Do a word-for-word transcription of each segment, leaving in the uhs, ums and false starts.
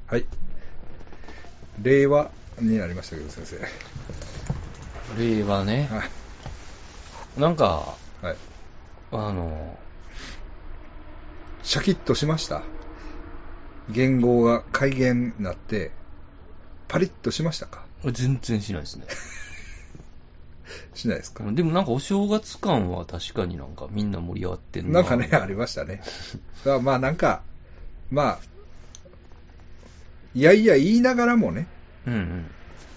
はい。令和になりましたけど、先生。 令和ね。 はい。 なんか、 はい。 あの、 シャキッとしました。言語が改元になって、パリッとしましたか？ 全然しないですね。 しないですか？ でもなんかお正月感は確かになんかみんな盛り上がってんな。 なんかね、ありましたね。まあなんか、まあ、いやいや言いながらもね、 うんうん。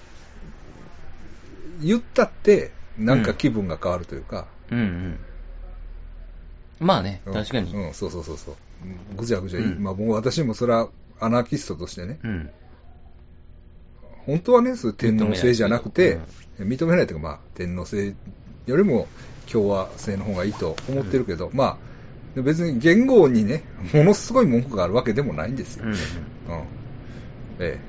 言ったって、なんか気分が変わるというか。 うんうん。まあね、 うん、 確かに。 うん、そうそうそうそう。ぐちゃぐちゃ、うん、まあもう私もそれはアナーキストとしてね、うん、本当はね、それ天皇制じゃなくて、認めない、うん、認めないというか、まあ天皇制よりも共和制の方がいいと思ってるけど、うん、まあ別に元号にね、ものすごい文句があるわけでもないんですよ。うん、うん、ええ。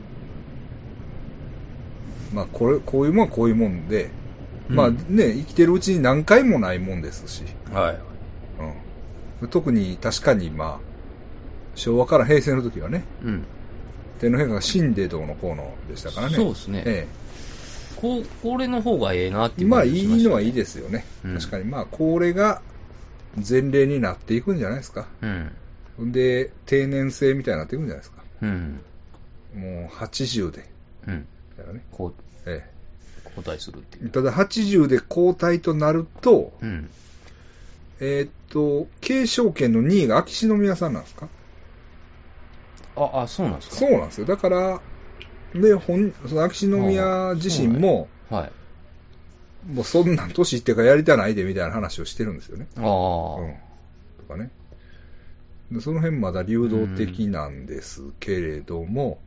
まあこれ、こういうもんはこういうもんで、うん、まあね、生きてるうちに何回もないもんですし。はい。うん、特に確かにまあ、昭和から平成の時はね、うん、天皇陛下が死んでどうのこうのでしたからね。 そうですね。ええ、こ, これの方がええなっていう感じがしましたね。まあいいのはいいですよね。うん、確かにまあこれが前例になっていくんじゃないですか。うん。で、定年制みたいになっていくんじゃないですか。うん。もうはちじゅうで。うん。だからね。こう、ええ。 交代するっていう。 ただはちじゅうで交代となると、うん、えー、っと、継承権のにいが秋篠宮さんなんですか？ あ、あ、そうなんですか？ そうなんですよ。だから、で、本、その秋篠宮自身も、はい。もうそんなん年いってからやりたないでみたいな話をしてるんですよね。ああ。うん。とかね。でその辺まだ流動的なんですけれども、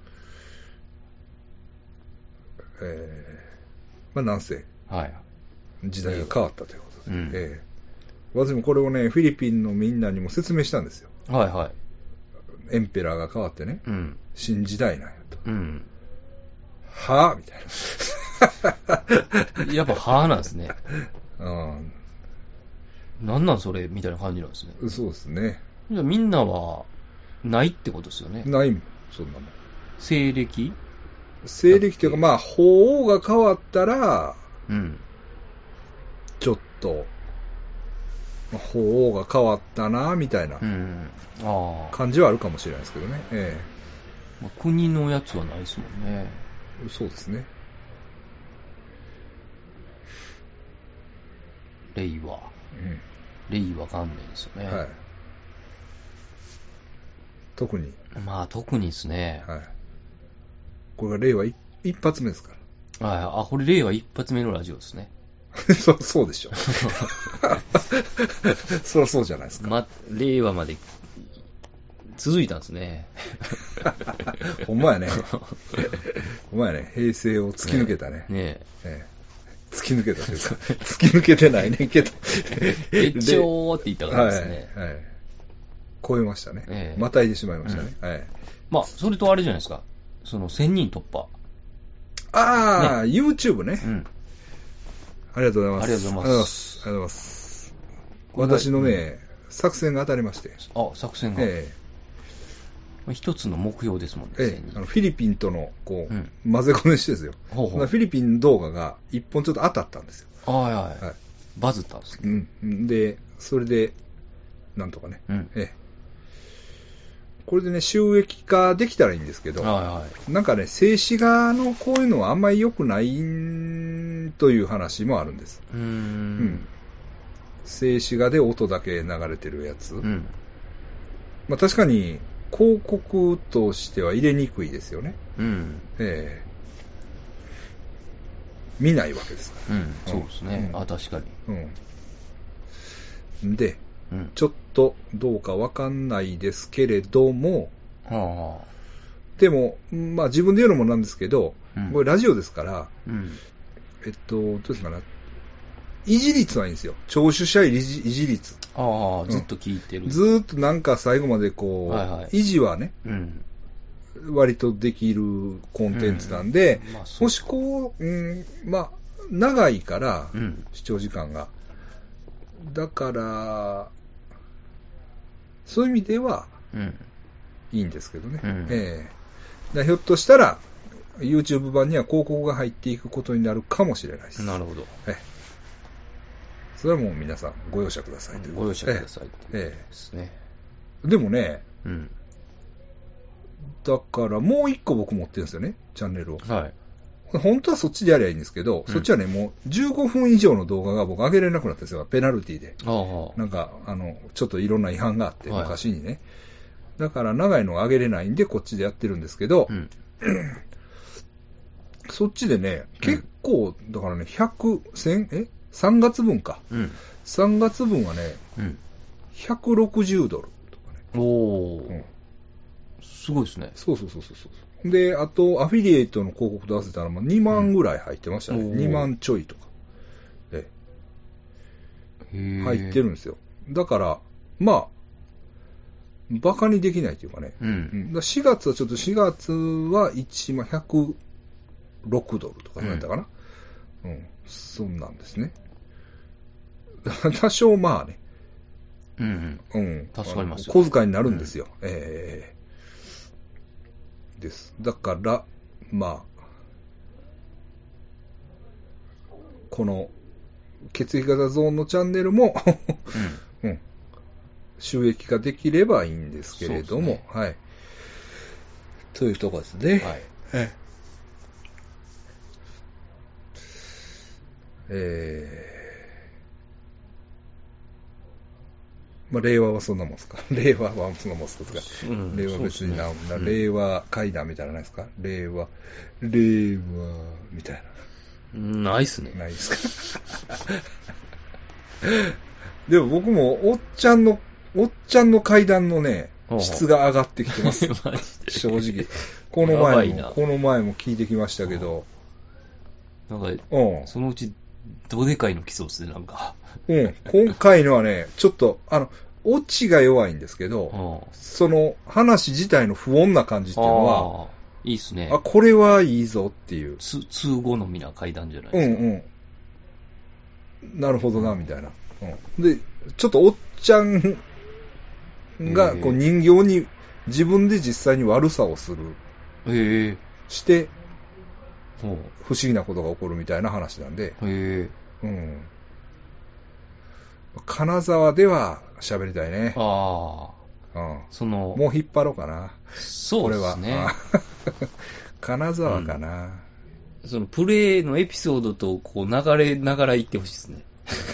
えー、まあなんせ、はい。時代が変わったということで。うん、えー、私もこれをね、フィリピンのみんなにも説明したんですよ。はいはい。エンペラーが変わってね、うん、新時代なんやと。うん、はぁみたいな。やっぱはぁなんですね。うん。なんなんそれみたいな感じなんですね。 そうですね。 じゃあみんなはないってことですよね。 ないもん、そんなもん。 西暦西暦というか、まあ、法王が変わったら、うん、ちょっと、法王が変わったな、みたいな感じはあるかもしれないですけどね。ええ、 まあ、国のやつはないですもんね。 そうですね。 令和。うん、令和元年ですよね。はい。 特に。 まあ特にですね。はい。 これが令和一発目ですから。はい。あ、これ令和一発目のラジオですね。 そ, そうでしょ。そりゃそうじゃないですか。 ま、令和まで続いたんですね。 ほんまやね。ほんまやね。平成を突き抜けたね。ねえ。ねえ突き抜けたというか、突き抜けてないねんけど。 えちょーって言ったからですね。 はい。はい、超えましたね。ええ、またいでしまいましたね。うん、はい。 まあ、それとあれじゃないですか。そのせんにん突破。 ああ、ね、YouTube ね。うん。ありがとうございます。 ありがとうございます。 ありがとうございます。私のね、うん、作戦が当たりまして。 あ、作戦が。ええ。一つの目標ですもんね。 ええ、あのフィリピンとのこう、うん、混ぜこねしてですよ。ほうほう。フィリピン動画が一本ちょっと当たったんですよ。 はいはい。はい、バズったんですね。 うん。で、それで、なんとかね。うん、ええ。これでね、収益化できたらいいんですけど、はいはい、なんかね、静止画のこういうのはあんまり良くないという話もあるんです。うーん、うん。静止画で音だけ流れてるやつ。うん、まあ確かに、広告としては入れにくいですよね。うん。ええー。見ないわけですから。 うん、そうですね。うん、あ、確かに。 うん。で、うん、ちょっとどうかわかんないですけれども、はあ、でも、まあ自分で言うのもなんですけど、うん、これラジオですから、うん、えっと、どうですかね、維持率はいいんですよ。聴取者維持、維持率。 ああ、ずっと聞いてる、うん。 ずっとなんか最後までこう、はいはい、維持はね、うん、割とできるコンテンツなんで、うんまあ、もしこう、うん、まあ、長いから、うん、視聴時間が。だから、そういう意味では、うん、いいんですけどね。うん、えでひょっとしたら、YouTube 版には広告が入っていくことになるかもしれないです。 なるほど。 えそれはもう皆さんご容赦くださいという。 ご容赦くださいっていうですね。 でもね、 うん、 だからもう一個僕持ってるんですよね、チャンネルを。 はい。 本当はそっちでやりゃいいんですけど、うん、そっちはね、もうじゅうごふん以上の動画が僕上げれなくなったんですよ、ペナルティで。 ああなんか、あの、ちょっといろんな違反があって、 はい、 昔にね。だから長いのが上げれないんで、こっちでやってるんですけど、うん、そっちでね、結構、だからね、ひゃく、せん、え ?さん 月分か。うん、さんがつぶんはね、うん、ひゃくろくじゅうドルとかね。 おー。うん、すごいですね。 そうそうそうそうそう。で、あと、アフィリエイトの広告と合わせたら、にまんぐらい入ってましたね。うん、にまんちょいとか。え入ってるんですよ。だから、まあ、バカにできないというかね。うん、だしがつはちょっとしがつはいちまんひゃくろくドルとか言われたかな。うん、うん。そんなんですね。多少まあね。 うんうん。うん。助かりますよ。 小遣いになるんですよ。うん、えーです。だから、まあ、この血液型ゾーンのチャンネルも、うんうん、収益化できればいいんですけれども、ね、はい。というところですね。はい。ええーまあ、令和はそんなもんですか。令和はそんなもんですか。うん、令和別にな、ね、な令和階段みたいなのないですか。令和、令和みたいな。ないっすね。 ないっすか。でも僕もおっちゃんの、おっちゃんの階段のね、質が上がってきてます。正直。この前も、この前も聞いてきましたけど。 なんか、うん、そのうち、どでかいの来そうですね、なんか。 うん。今回のはね、ちょっと、あの、オチが弱いんですけど、その話自体の不穏な感じっていうのは、 いいっすね。 あ、これはいいぞっていう。 つ通好みな階段じゃないですか。 うんうん。なるほどな、みたいな。うん、で、ちょっとおっちゃんがこう人形に自分で実際に悪さをする。 えー、 して、不思議なことが起こるみたいな話なんで。 へうん。金沢では喋りたいね。 ああ。うん。 その。 もう引っ張ろうかな。 そうですね。 これは。金沢かな、 うん。そのプレイのエピソードとこう流れながら行ってほしいですね。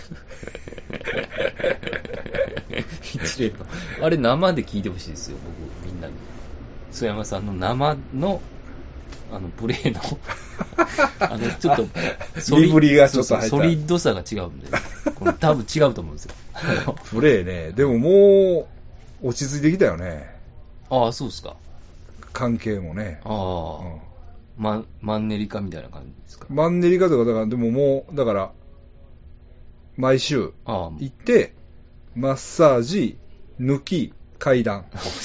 一連の。あれ生で聞いてほしいですよ、僕、みんなに。曽山さんの生の、あの、プレイの、あの、ちょっと、 ソリ、リブリがちょっと入った。 ソリッドさが違うんで、これ多分違うと思うんですよ。 プレイね、でももう、落ち着いてきたよね。 ああ、そうですか。 関係もね。 ああ、うん。マン、マンネリ化みたいな感じですか。 マンネリ化とか、だから、でももう、だから、毎週、行って、マッサージ、抜き、階段。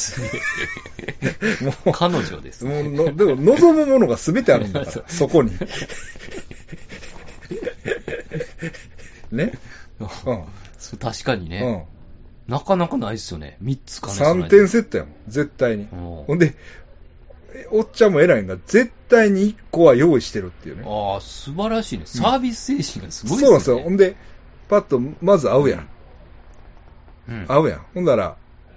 もう彼女ですね。 もうのでも望むものが全てあるんだから、そこに。ね、 うん、確かにね、うん。なかなかないですよね。みっつ兼ねさんてんセットやもん、絶対に。ほんで、おっちゃんも偉いんが、絶対にいっこは用意してるっていうね。 ああ、素晴らしいね。サービス精神がすごいですね。 そうなんですよ。ほんで、パッと、まず会うやん。うん、会うやん。ほんだら、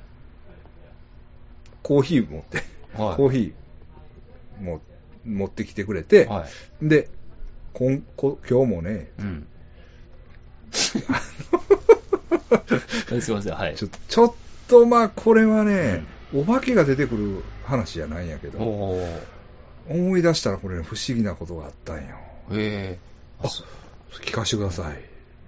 コーヒー持って、はい、コーヒーも持ってきてくれて、はい、でこんこ、今日もね、うん、 すいません、はい。 ちょ、ちょっとまあ、これはね、うん、お化けが出てくる話じゃないんやけど、思い出したらこれ、ね、不思議なことがあったんよ。 へぇ、あ、聞かせてください。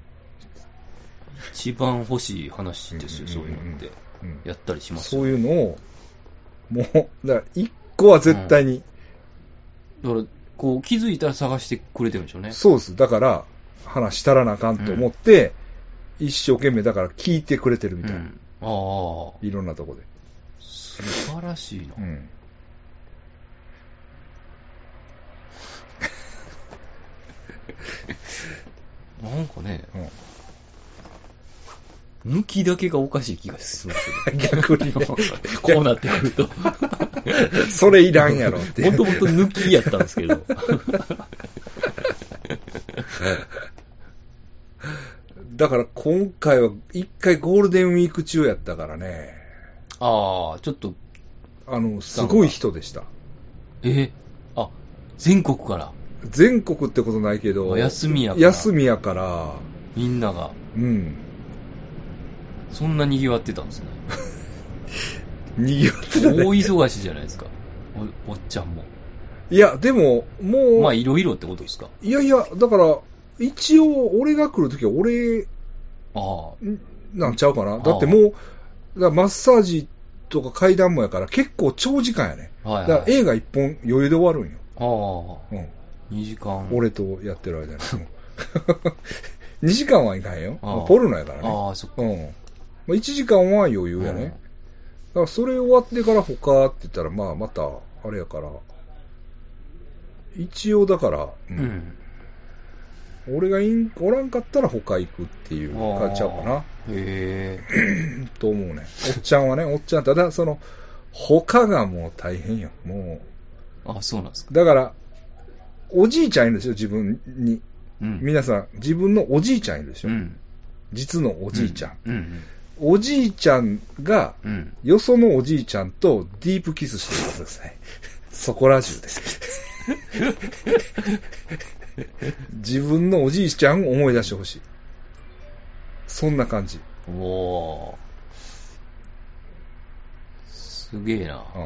一番欲しい話ですよ、そういうのって。うん、やったりしますよ、ね、そういうのを、もう、だから、一個は絶対に、 うん。だから、こう、気づいたら探してくれてるんでしょうね。 そうです。だから、話したらなあかんと思って、うん、一生懸命、だから聞いてくれてるみたいな。うん、 ああ。 いろんなとこで。 素晴らしいな。うん。なんかね、うん、抜きだけがおかしい気がするんですよね。 逆に、ね、 こうなってくると。 それいらんやろって。 もともと抜きやったんですけど。 だから今回は一回ゴールデンウィーク中やったからね。 ああ、ちょっと。 あの、すごい人でした。 えあ、全国から。 全国ってことないけど。 休みやから。 休みやから。 みんなが。 うん。 そんな賑わってたんですね。 賑わってたね。 大忙しじゃないですか。お、おっちゃんも。 いや、でも、もう。 まあ、いろいろってことですか。 いやいや、だから、一応、俺が来るときは俺、 ああ。 なんちゃうかな。だってもう、だからマッサージとか階段もやから結構長時間やね。はいはい、だから映画一本余裕で終わるんよ。 ああ。うん。にじかん。 俺とやってる間に。にじかんはいかんよ。ポルノやからね。 ああ、そっか。 うん。まあ、いちじかんは余裕やね。だからそれ終わってから他って言ったら、まあまた、あれやから、一応だから、うん。うん俺がいんおらんかったら他行くっていう感じちゃうかな。 へぇと思うね。おっちゃんはね、おっちゃん、ただその、他がもう大変よ。もう。あ、そうなんですか。 だから、おじいちゃんいるんですよ、自分に。うん、皆さん、自分のおじいちゃんいるでしょ。うん、実のおじいちゃん。うんうんうんおじいちゃんが、うん、よそのおじいちゃんとディープキスしてください。そこら中です。自分のおじいちゃんを思い出してほしい。そんな感じ。 おー。すげえな。うん。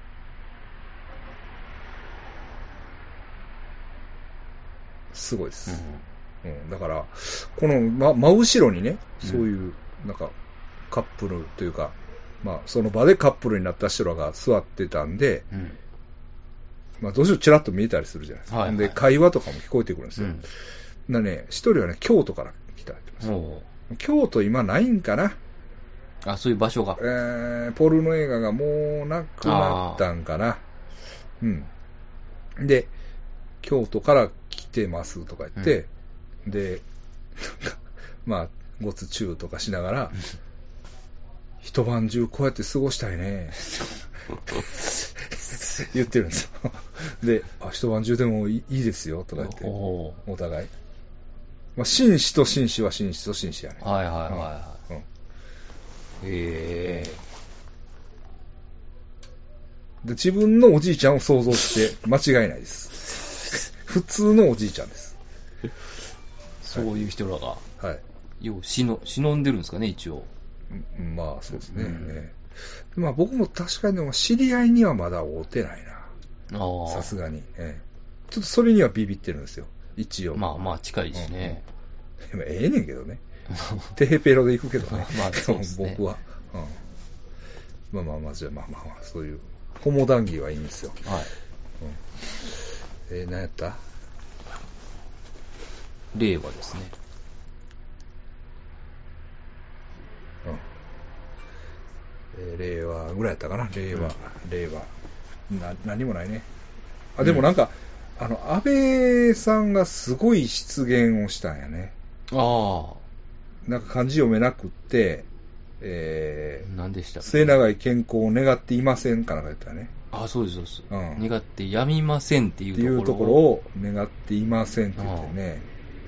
すごいです。うん。うん、だから、この、ま、真後ろにね、そういう、うん、なんか、カップルというか、まあ、その場でカップルになった人らが座ってたんで、うんまあ、どうしようチラッと見えたりするじゃないですか。はいはい、で、会話とかも聞こえてくるんですよ。うん、だね、一人はね、京都から来たって言ってます。京都今ないんかな。 あ、そういう場所が。 えー、ポルノ映画がもうなくなったんかな。うん。で、京都から来てますとか言って、うん、で、まあ、ごつ中とかしながら、一晩中こうやって過ごしたいね。言ってるんですよ。で、あ、一晩中でもいいですよとか言って、お, お互い。まあ、紳士と紳士は紳士と紳士やね。 はいはいはい。うん、へえ。 で、自分のおじいちゃんを想像して間違いないです。普通のおじいちゃんです。 そういう人らが。 はい。 よう忍忍んでるんですかね、一応。 まあ、そうですね。うんまあ僕も確かに知り合いにはまだ会うてないな。さすがに、ええ。ちょっとそれにはビビってるんですよ。一応。 まあまあ近いしね。 うん、でもええねんけどね。テヘペロで行くけどね。 まあそうですね。 僕は、うん。まあまあまあ、じゃあまあまあまあ、そういう、ホモ談義はいいんですよ。 はい。 うん、えー、何やった令和ですね。 えー、令和ぐらいやったかな令和、うん、令和な何もないねあでもなんか、うん、あの安倍さんがすごい失言をしたんやねああなんか漢字読めなくってえー、何でしたっけ末永い健康を願っていませんかなんか言ったねああそうですそうです、うん、願ってやみませんっていうところをっていうところを願っていませんって言ってね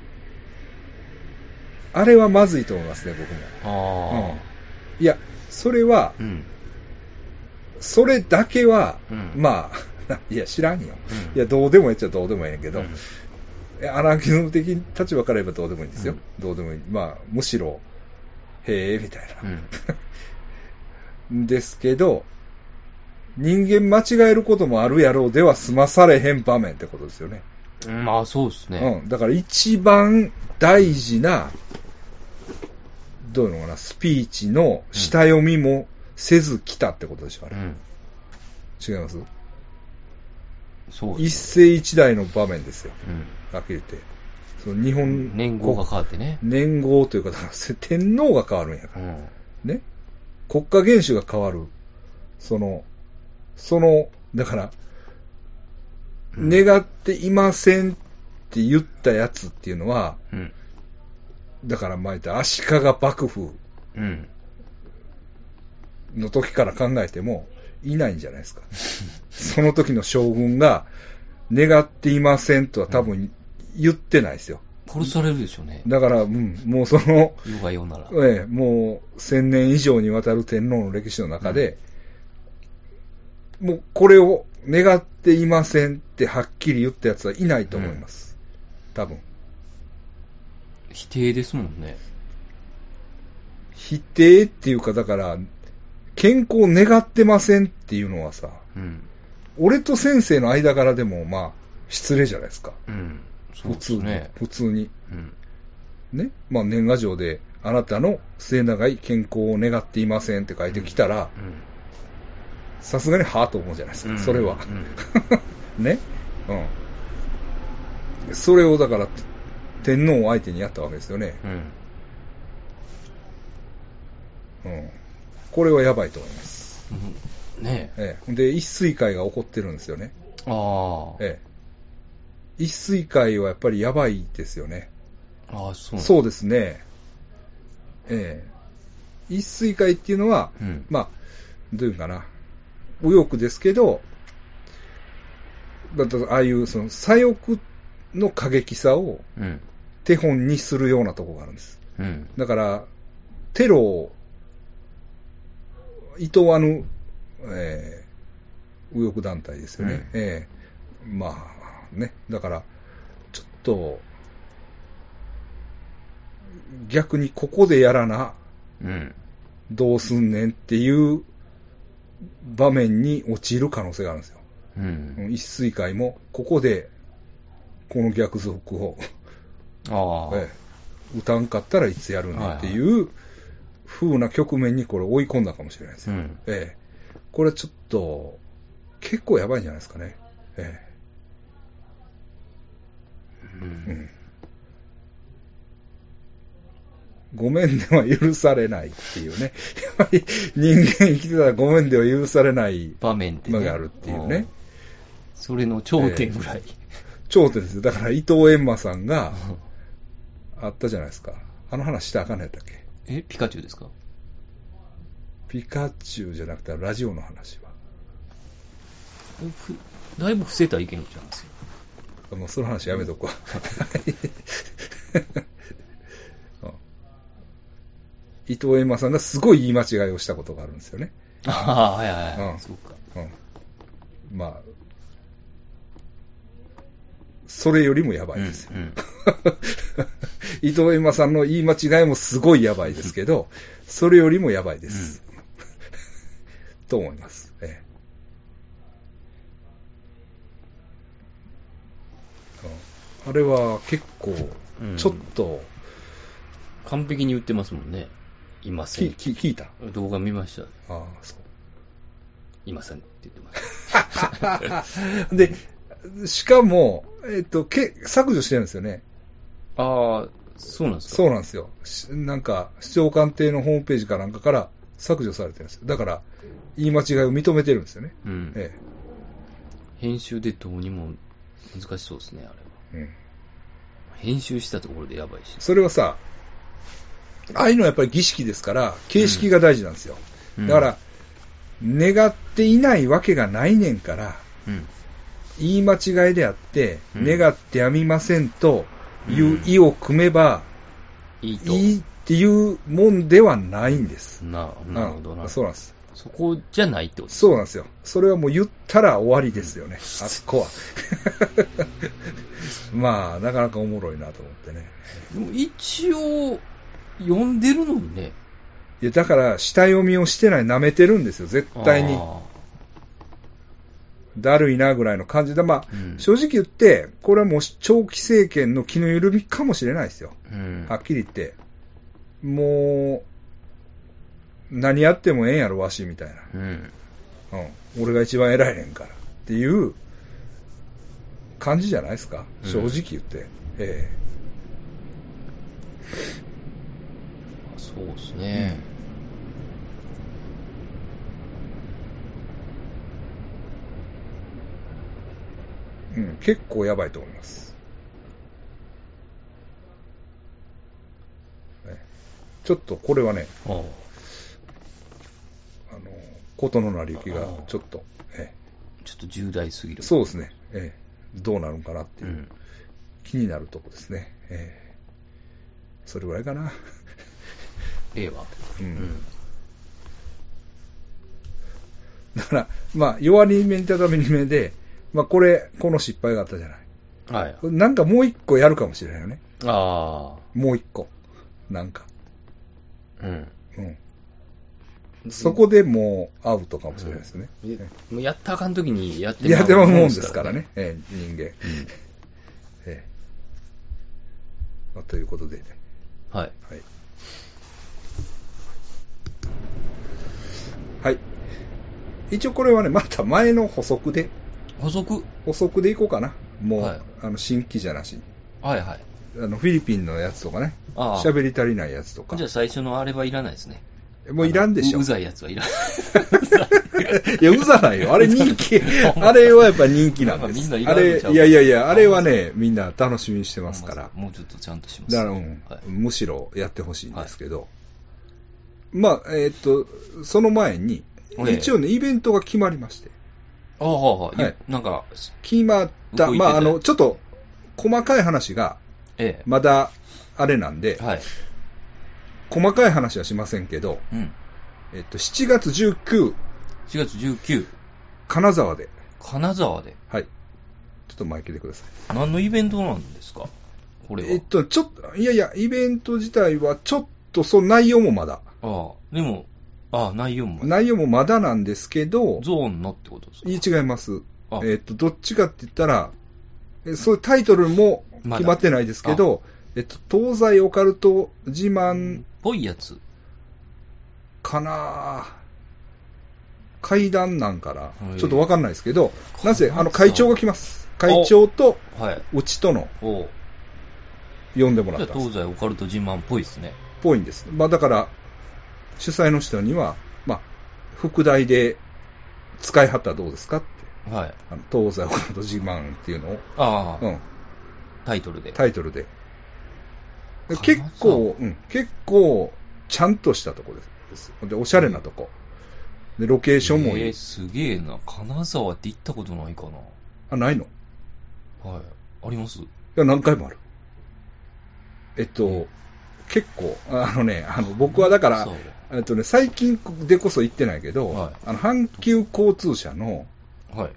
あ, あれはまずいと思いますね僕もああ、うん、いやそれは、うん、それだけは、うん、まあ、いや、知らんよ、うん。いや、どうでもええっちゃどうでもええねんけど、うん、アナキズム的立場から言えばどうでもいいんですよ。うん、どうでもいい。まあ、むしろ、へえ、みたいな。うん、ですけど、人間間違えることもあるやろうでは済まされへん場面ってことですよね。 うん、まあ、そうですね。 うん。だから一番大事な、どういうのかな、スピーチの下読みもせず来たってことでしょうね、うん、違いますそう一世一代の場面ですよ、うん、はっきり言ってその日本年号が変わってね年号というか天皇が変わるんやから、うん、ね国家元首が変わるそのそのだから、うん、願っていませんって言ったやつっていうのは、うんだからまあ言ったら足利幕府の時から考えても、 いないんじゃないですか。その時の将軍が、願っていませんとは多分言ってないですよ。 殺されるでしょうね。 だから、うん、もうその、 世が世なら。 ええ、もう千年以上にわたる天皇の歴史の中で、うん、もうこれを願っていませんってはっきり言ったやつはいないと思います。うん、多分。 否定ですもんね。 否定っていうか、だから、健康願ってませんっていうのはさ、うん、俺と先生の間柄でも、まあ、失礼じゃないですか。うん、そうですね。普通に。普通に。うんね。まあ、年賀状で、あなたの末永い健康を願っていませんって書いてきたら、さすがにはぁと思うじゃないですか、うん、それは。うん、ね。うん。それをだから、天皇を相手にやったわけですよね。うん。うん。これはやばいと思います。 うん、ねえ。ええ。で、一水会が起こってるんですよね。ああ。ええ。一水会はやっぱりやばいですよね。 ああ、そう。 そうですね。ええ。一水会っていうのは、うん、まあ、どういうかな。右翼ですけど、だとああいうその左翼の過激さを手本にするようなところがあるんです。うん、だから、テロを厭わぬ、えー、右翼団体ですよね。うん、ええ。まあ、ね。だから、ちょっと、逆にここでやらな、うん、どうすんねんっていう場面に陥る可能性があるんですよ。うん、一水会もここでこの逆賊をあ、ええ、打たんかったらいつやるねんっていう風な局面にこれ追い込んだかもしれないですよ。うん、ええ、これちょっと結構やばいんじゃないですかね。ええ、うんうんごめんでは許されないっていうね。やっぱり人間生きてたらごめんでは許されない場面ってね。 があるっていうね。 それの頂点ぐらい。えー、 頂点ですよ。だから伊藤閻魔さんがあったじゃないですか。あの話してあかんのやったっけ？ え、ピカチュウですか？ ピカチュウじゃなくてラジオの話は。 だいぶ伏せたらいけんのちゃうんですよ。 もうその話やめとこう。伊藤閻魔さんがすごい言い間違いをしたことがあるんですよね。 ああ、はいはいはい。うん、そうか。 うん。まあ、それよりもやばいですよ。うんうん、伊藤閻魔さんの言い間違いもすごいやばいですけど、それよりもやばいです。うん、と思います。ええ、あれは結構、ちょっと、うん、 完璧に言ってますもんね。いません。 き聞いた？ 動画見ました。 ああ、そう。 いませんって言ってます。で、しかも、えっと、け削除してるんですよね。 ああ、そうなんですか？ そうなんですよ。なんか、市長官邸のホームページかなんかから削除されてるんですよ。だから、言い間違いを認めてるんですよね。うん。ええ、 編集でどうにも難しそうですね、あれは。うん。編集したところでやばいし。 それはさ、ああいうのはやっぱり儀式ですから、形式が大事なんですよ。うん、だから、願っていないわけがないねんから、うん、言い間違いであって、うん、願ってやみませんという意を組めば、うん、いいと。いいっていうもんではないんです。 な、なるほどな、うん。 そうなんです。 そこじゃないってことですか？ そうなんですよ。それはもう言ったら終わりですよね。うん、あそこは。まあ、なかなかおもろいなと思ってね。 でも一応、読んでるのにね。 いや、だから、下読みをしてない、舐めてるんですよ、絶対に。だるいなぐらいの感じで、まあ、うん、正直言って、これはもう長期政権の気の緩みかもしれないですよ。うん、はっきり言って。もう、何やってもええんやろ、わし、みたいな。うん。うん。俺が一番偉いねんから。っていう感じじゃないですか、正直言って。うん、ええ。 そうですね。 うん、うん、結構やばいと思います。ちょっとこれはね、あのことの成り行きがちょっと、ええ、ちょっと重大すぎる。 そうですね、ええ、どうなるんかなっていう、うん、気になるとこですね、ええ、それぐらいかな。 令和、 うん、うん、だからまあ弱り目に畳み目で、まあこれこの失敗があったじゃない。 はい。 なんかもう一個やるかもしれないよね。 ああ。 もう一個なんか。 うん。 うん。そこでもうアウトかもしれないですね。 うん、もうやったらあかんときにやってやってまうもんですからね、ええ、人間。うん、ええ、まあ。ということで、ね。 はい。 はい。はい。一応これはね、また前の補足で。 補足補足でいこうかな。もう、 はい、 あの新規じゃなしに。 はいはい。 あのフィリピンのやつとかね。喋り足りないやつとか。 じゃあ最初のあれはいらないですね。 もういらんでしょ。 う, うざいやつはいらない。 いや、うざないよ。あれ人気。あれはやっぱ人気なんです。みんないらんあれ、いやいやいや、あれはね、みんな楽しみにしてますから。 もうちょっとちゃんとします。 だから、うん、はい、むしろやってほしいんですけど。はい、まあ、えー、っと、その前に、一応ね、イベントが決まりまして。 ああ、はい。なんか、 決まった、まあ、あの、ちょっと、細かい話が、まだ、あれなんで、 はい、 細かい話はしませんけど、 うん、 えっと、しちがつじゅうくにち。 しちがつじゅうくにち。 金沢で。 金沢で。 はい。ちょっと前来てください。 何のイベントなんですかこれは。 えっと、ちょっと、いやいや、イベント自体は、ちょっと、その内容もまだ。 ああ、でも、ああ、内容も。 内容もまだなんですけど。 ゾーンのってことですか？ 違います。えっと、どっちかって言ったら、そういうタイトルも決まってないですけど、えっと、東西オカルト自慢。 ぽいやつ。 かなぁ。階段なんかな。ちょっとわかんないですけど、なぜ、あの、会長が来ます。会長と、うちとの、呼んでもらったんです。 東西オカルト自慢っぽいですね。 ぽいんです。まあだから、主催の人には、まあ、副題で使いはったらどうですかって。 はい。 あの東西オカルト自慢っていうのを。 ああ。 うん。 タイトルで。 タイトルで。で結構、うん、結構、ちゃんとしたとこです。で、おしゃれなとこ。で、ロケーションもいい。 えー、すげえな。金沢って行ったことないかな。 あ、ないの？ はい。あります？いや、何回もある。えっと、うん、結構、あのね、あの、僕はだから、えっとね、最近でこそ行ってないけど、はい、あの、阪急交通社の、 はい。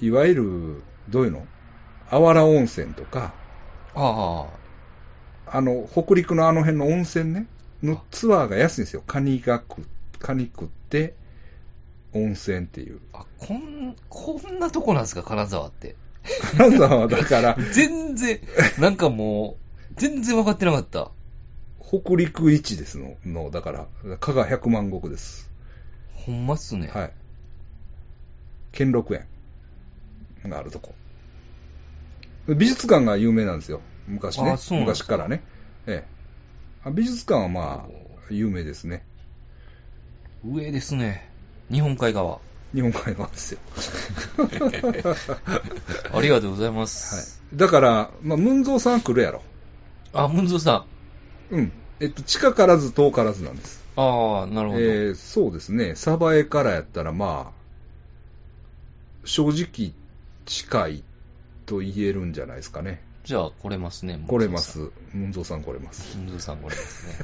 いわゆる、どういうの？あわら温泉とか、 ああ、あの、北陸のあの辺の温泉ね、のツアーが安いんですよ。カニが食、カニ食って、温泉っていう。 あ、こん、こんなとこなんですか、金沢って。 金沢だから。 全然、なんかもう、全然分かってなかった。 北陸一ですの、のだから、加賀百万石です。 ほんまっすね。 はい。兼六園があるとこ。美術館が有名なんですよ。昔ね。昔からね。ええ。美術館はまあ、有名ですね。 上ですね。日本海側。 日本海側ですよ。 ありがとうございます。 はい。だから、まあ、ムンゾーさん来るやろ。 あ、ムンゾーさん。うん。えっと、近からず遠からずなんです。 ああ、なるほど。 えー、そうですね。鯖江からやったら、まあ、正直近いと言えるんじゃないですかね。 じゃあ、来れますね。 来れます。ムンゾーさん来れます。 ムンゾーさん来れますね。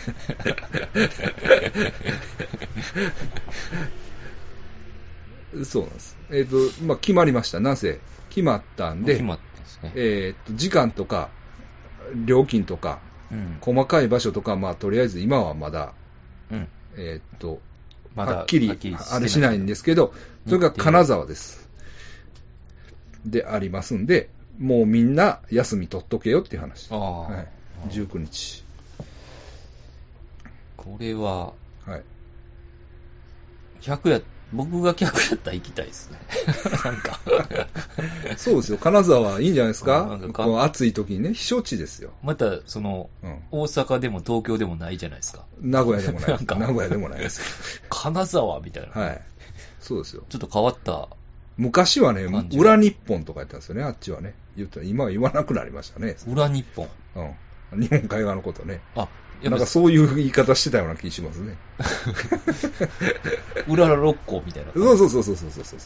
そうなんです。えっ、ー、と、まあ、決まりました。なぜ決まったんで、 決まったんですね。 えっ、ー、と、時間とか、料金とか、うん、細かい場所とか、まあ、とりあえず今はまだ、 うん、 えっ、ー、と、 まだはっきり、あれしないんですけど、それが金沢です。でありますんで、もうみんな休み取っとけよっていう話。 あ、 はい、じゅうくにち。 これは、 はい。 客や、僕が客やったら行きたいですね。なんか。 そうですよ。金沢いいんじゃないですか。なんかこの暑い時にね、避暑地ですよ。 また、その、うん、大阪でも東京でもないじゃないですか。 名古屋でもないです。名古屋でもないです。 金沢みたいな。 はい。そうですよ。 ちょっと変わった。 昔はね、裏日本とか言ったんですよね、あっちはね。言ったら今は言わなくなりましたね。 裏日本。 うん。日本海側のことね。 あ、 なんかそういう言い方してたような気しますね。 うらら六甲みたいな。 そうそうそうそうそうそうそう。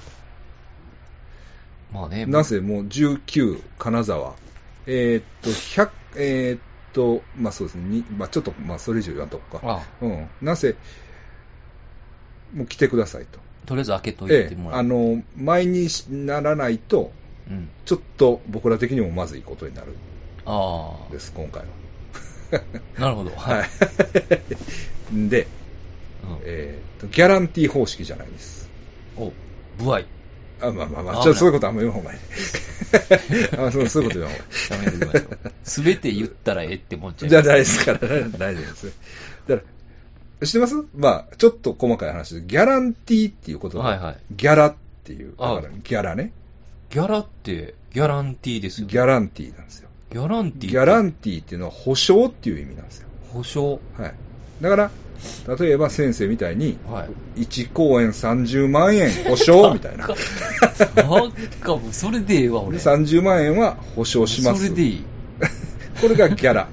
まあね。 なぜもうじゅうきゅう、金沢。えー、っと、ひゃく、えー、っと、まあそうですね。にまあちょっと、まあそれ以上言わんとこか。ああうん。なぜ、もう来てくださいと。 とりあえず開けといてもらう。 ええ、あの、前にならないと、うん、ちょっと僕ら的にもまずいことになる。ああ。です、今回は。 なるほど。 はい。で、うん、えー、と、ギャランティー方式じゃないです。 お、部合。 あ、まあまあまあ、ちょっとそういうことあんま言わんほうがいい。あそう、そういうこと言わんほうがいい。 やめてください。すべて言ったらええって思っちゃう。 じゃないですから、大丈夫ですね。だから、知ってます？まあ、ちょっと細かい話で、ギャランティーっていうことは、はいはい、ギャラっていう、だからギャラね。 ギャラって、ギャランティーですよね。 ギャランティーなんですよ。 ギャランティーギャランティーっていうのは保証っていう意味なんですよ。 保証？ はい。だから、例えば先生みたいに、はい、いち公演さんじゅうまんえん保証みたいな。なんかもうそれでええわ、俺。 さんじゅうまんえんは保証します。 それでいい。 これがギャラ。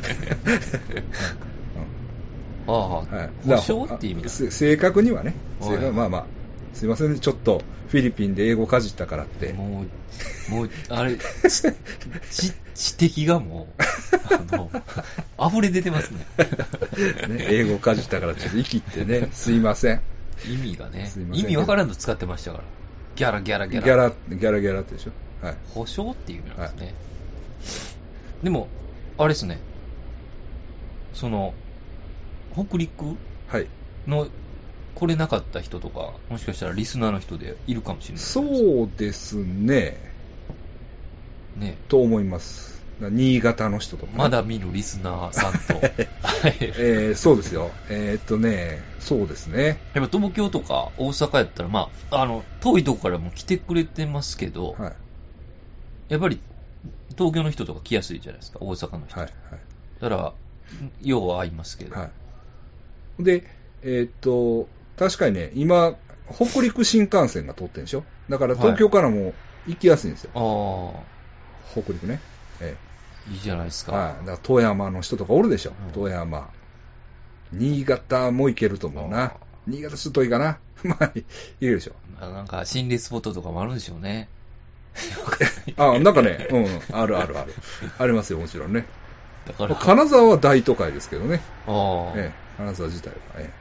ああ、はい、保証って意味だ。 正確にはね、正確まあまあ、すいませんね、ちょっとフィリピンで英語かじったからって。 もう、もう、あれ、知、知的がもう、あの、溢れ出てますね。 ね、英語かじったからちょっと生きってね、すいません。 意味がね、意味わからんと使ってましたから。ギャラギャラギャラ。 ギャラ、ギャラギャラってでしょ。はい。 保証っていう意味なんですね。はい、でも、あれですね、その、北陸の来れなかった人とか、もしかしたらリスナーの人でいるかもしれない。 そうですね。ね。と思います。新潟の人とか、ね。 まだ見るリスナーさんと。 えー、そうですよ。えー、っとね、そうですね。 やっぱ東京とか大阪やったら、まあ、あの、遠いとこからも来てくれてますけど、はい、やっぱり東京の人とか来やすいじゃないですか、大阪の人。はいはい、だから、ようは合いますけど。はいで、えー、っと、確かにね、今、北陸新幹線が通ってるんでしょ？だから東京からも行きやすいんですよ。はい、あ北陸ね、ええ。いいじゃないですか。 はい。だから富山の人とかおるでしょ。うん、富山。新潟も行けると思うな。新潟ちょっと遠いかな。まあ、行けるでしょ。 なんか心霊スポットとかもあるんでしょうね。 あ、なんかね、うん、あるあるある。ありますよ、もちろんね。だから金沢は大都会ですけどね。ああ。ええ金沢自体は、ええ、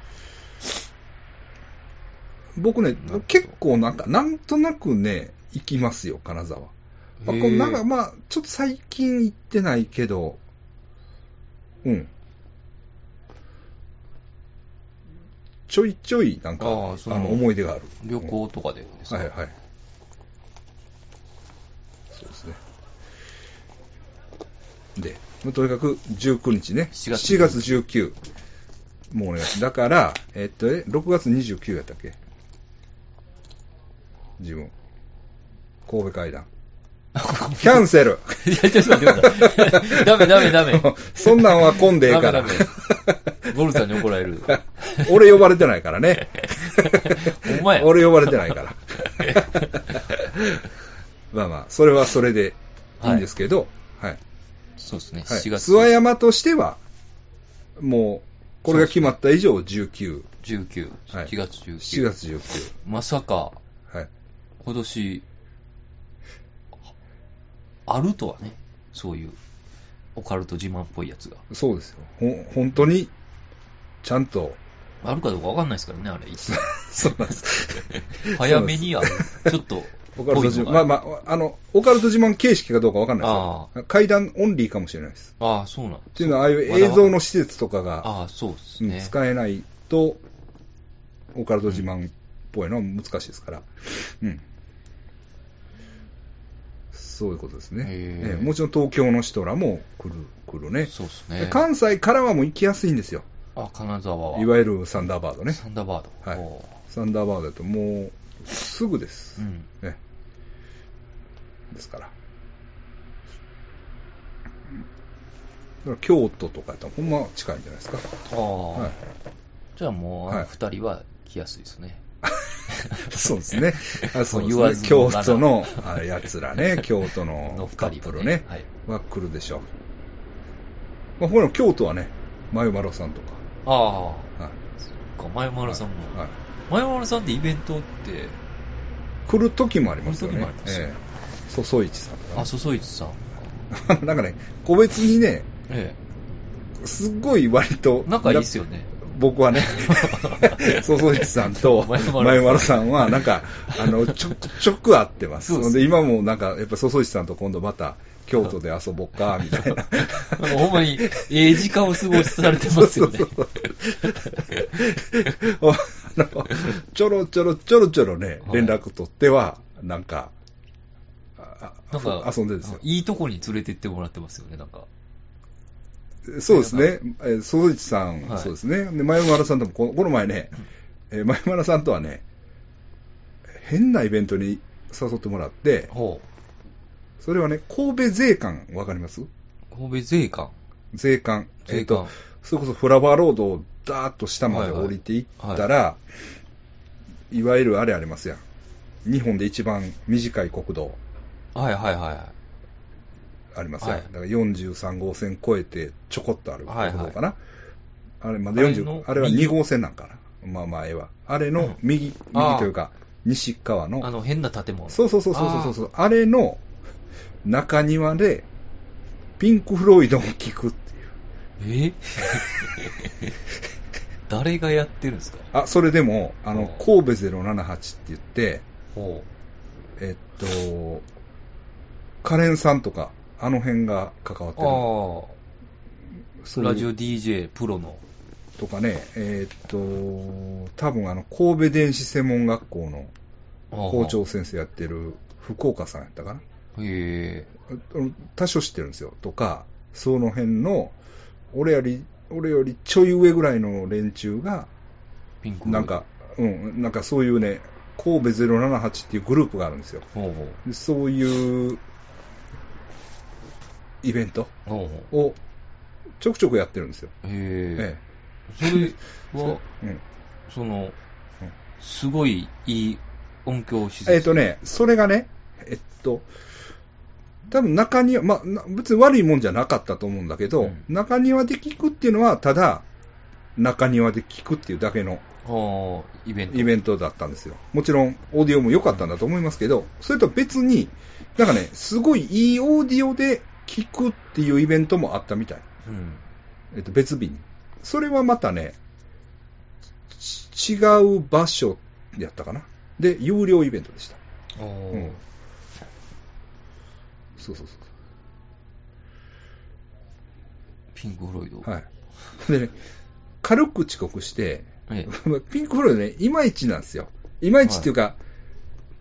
僕ね、結構なんか、なんとなくね、行きますよ、金沢。まあ、このなんか、まあ、ちょっと最近行ってないけど、うん。ちょいちょい、なんか、あ, あの思い出がある。 旅行とかでですか、 うん、はいはい。そうですね。で、とにかくじゅうくにちね、しちがつじゅうくにち。もうね、だから、えっと、え、ろくがつにじゅうくやったっけ？自分。神戸会談。キャンセル。 いや、ちょっと待ってください。ダメダメダメ。 そんなんは混んでええから。 ダメダメ。ゴルさんに怒られる。 俺呼ばれてないからね。 お前。 俺呼ばれてないから。まあまあ、それはそれでいいんですけど、はい。はい、 そうですね、 はい、しがつ。諏訪山としては、もう、これが決まった以上、じゅうく。 じゅうく。しちがつじゅうく。 しちがつじゅうく。 まさか、はい、今年、あるとはね、そういう、オカルト自慢っぽいやつが。 そうですよ。ほ、本当に、ちゃんと。 あるかどうかわかんないですからね、あれ。 そうなんです。 早めにある。ちょっと、 オカルト自慢、まあまあ、あの、オカルト自慢形式かどうかわかんないですよ。階段オンリーかもしれないです。 ああ、そうなんっていうのは、ああいう映像の施設とかが、 ああ、そうですね、 使えないと、オカルト自慢っぽいのは難しいですから。うん。そういうことですね。ええ、もちろん東京の人らも来る、来るね。 そうですね。 関西からはもう行きやすいんですよ。 あ、金沢は。 いわゆるサンダーバードね。 サンダーバード。 はい。サンダーバードだともう、すぐです。うん。ええですから。だから京都とかやったらほんま近いんじゃないですか。ああ。はい、 じゃあもう、あの二人は来やすいですね。 そうですね。あそうですね。京都のやつらね、京都のカップルね、はい、は来るでしょまあ、この京都はね、マヨマロさんとか。 ああ。はい。そっか、マヨマロさんも。はい。はい、マヨマロさんってイベントって、 来る時もありますよね。来る時もありますよね。ええ。そそいちさんとか、 ね。あ、そそいちさん。 なんかね、個別にね、ええ、すっごい割と。 仲いいっすよね。 僕はね、そそいちさんとマヨマロさんは、なんか、あの、ちょ、ちょく会ってます。で、今もなんか、やっぱそそいちさんと今度また、京都で遊ぼっか、みたいな。 ほんまに、ええ時間を過ごしされてますよね。そうそうそうあのちょろちょろちょろちょろね、連絡取っては、なんか、 なんか、 遊んでるんですよ。 いいとこに連れてってもらってますよね、なんか。 そうですね。え、そそいちさん、はい、そうですね。で、マヨマラさんともこの、この前ね、えー、マヨマラさんとはね、変なイベントに誘ってもらって、ほう、それはね、神戸税関、わかります？ 神戸税関税関。えっと、それこそフラワーロードをダーッと下まで降りていったら、はいはいはい、いわゆるあれありますやん。日本で一番短い国道。 はいはいはい。 ありますよ、はい、だからよんじゅうさん号線越えてちょこっとある国道かな、はいはい、あれまだよんじゅう、あれはに号線なんかな、まあ前はあれの右、うん、右というか西側のあの変な建物、 そうそうそうそうそうそう、あれの中庭でピンク・フロイドを聴くっていう。 え誰がやってるんですか？ あ、それでもあの神戸ゼロななはちって言って、えっとカレンさんとかあの辺が関わってる。 ああ。ラジオ ディージェー プロの。 とかね、えー、っと、多分あの、神戸電子専門学校の校長先生やってる福岡さんやったかな。へえ。多少知ってるんですよ。とか、その辺の、俺より、俺よりちょい上ぐらいの連中が、 ピンクなんか、うん、なんかそういうね、神戸ゼロななはちっていうグループがあるんですよ。ほうほう、そういうイベントをちょくちょくやってるんですよ。へえ。それは、うん、その、うん、すごいいい音響施設。 えっとね、それがね、えっと、多分中庭、まあ、別に悪いもんじゃなかったと思うんだけど、うん、中庭で聞くっていうのは、ただ、中庭で聞くっていうだけのイベント。 イベントだったんですよ。もちろん、オーディオも良かったんだと思いますけど、それと別に、なんかね、すごいいいオーディオで聞くっていうイベントもあったみたい。うん、えっと、別日に。それはまたね、違う場所やったかな。で、有料イベントでした。うん、そうそうそう。 ピンク・フロイド。 はい。でね、軽く遅刻して、ええ、ピンク・フロイドね、いまいちなんですよ。いまいちっていうか、はい、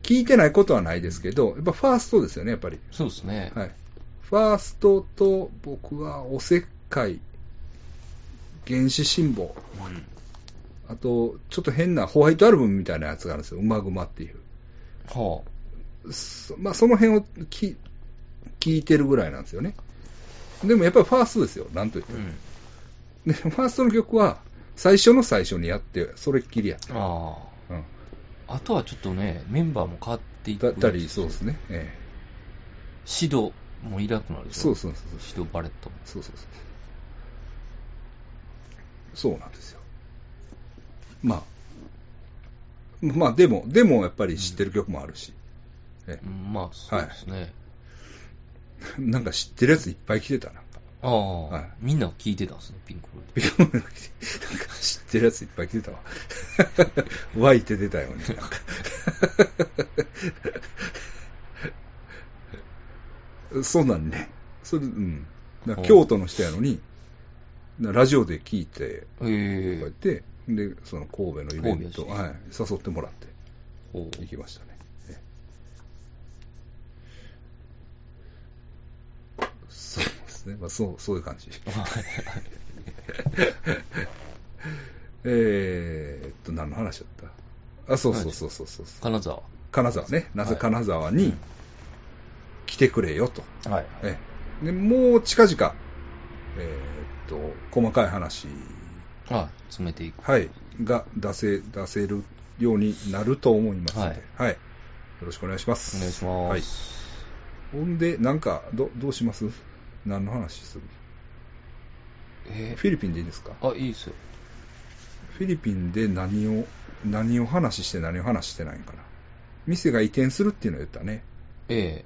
聞いてないことはないですけど、やっぱファーストですよね、やっぱり。 そうですね。 はい。ファーストと、僕はおせっかい、原始辛抱、うん、あと、ちょっと変なホワイトアルバムみたいなやつがあるんですよ。馬熊っていう。はあ。そまあ、その辺をき聞いてるぐらいなんですよね。でもやっぱりファーストですよ、なんと言っても。うん、で、ファーストの曲は、最初の最初にやって、それっきりやった。ああ。 うん。あとはちょっとね、メンバーも変わっていく。 だったり、そうですね。ええ。 シドもいなくなるでしょ。 そうそうそうそう。 シド・バレットも。 そうそうそう。そうなんですよ。まあ。まあ、でも、でもやっぱり知ってる曲もあるし。 うん、えまあ、そうですね、はい。 なんか知ってるやついっぱい来てたな。 ああ、はい、みんな聞いてたんですね、ピンク・フロイド。ピンク・フロイドなんか知ってるやついっぱい来てたわ。湧いて出たよね、なんか。そうなんね。それ、うん。京都の人やのに、ラジオで聞いて、こうやって、で、その神戸のイベント、はい、誘ってもらって、行きましたね。そうですね。まあ、そう、そういう感じ。えーっと、何の話だった？あ、そうそうそうそうそう。 金沢。 金沢ね。なぜ金沢に来てくれよと。はい。えでもう近々、えーっと、細かい話。 はい。詰めていく。 はい。が出せ、出せるようになると思いますので、はい。はい。よろしくお願いします。 お願いします。 はい。ほんで、なんか、ど、どうします？何の話する？ えー、フィリピンでいいですか？ あ、いいですよ。 フィリピンで何を、何を話して何を話してないんかな。店が移転するっていうのを言ったね。 え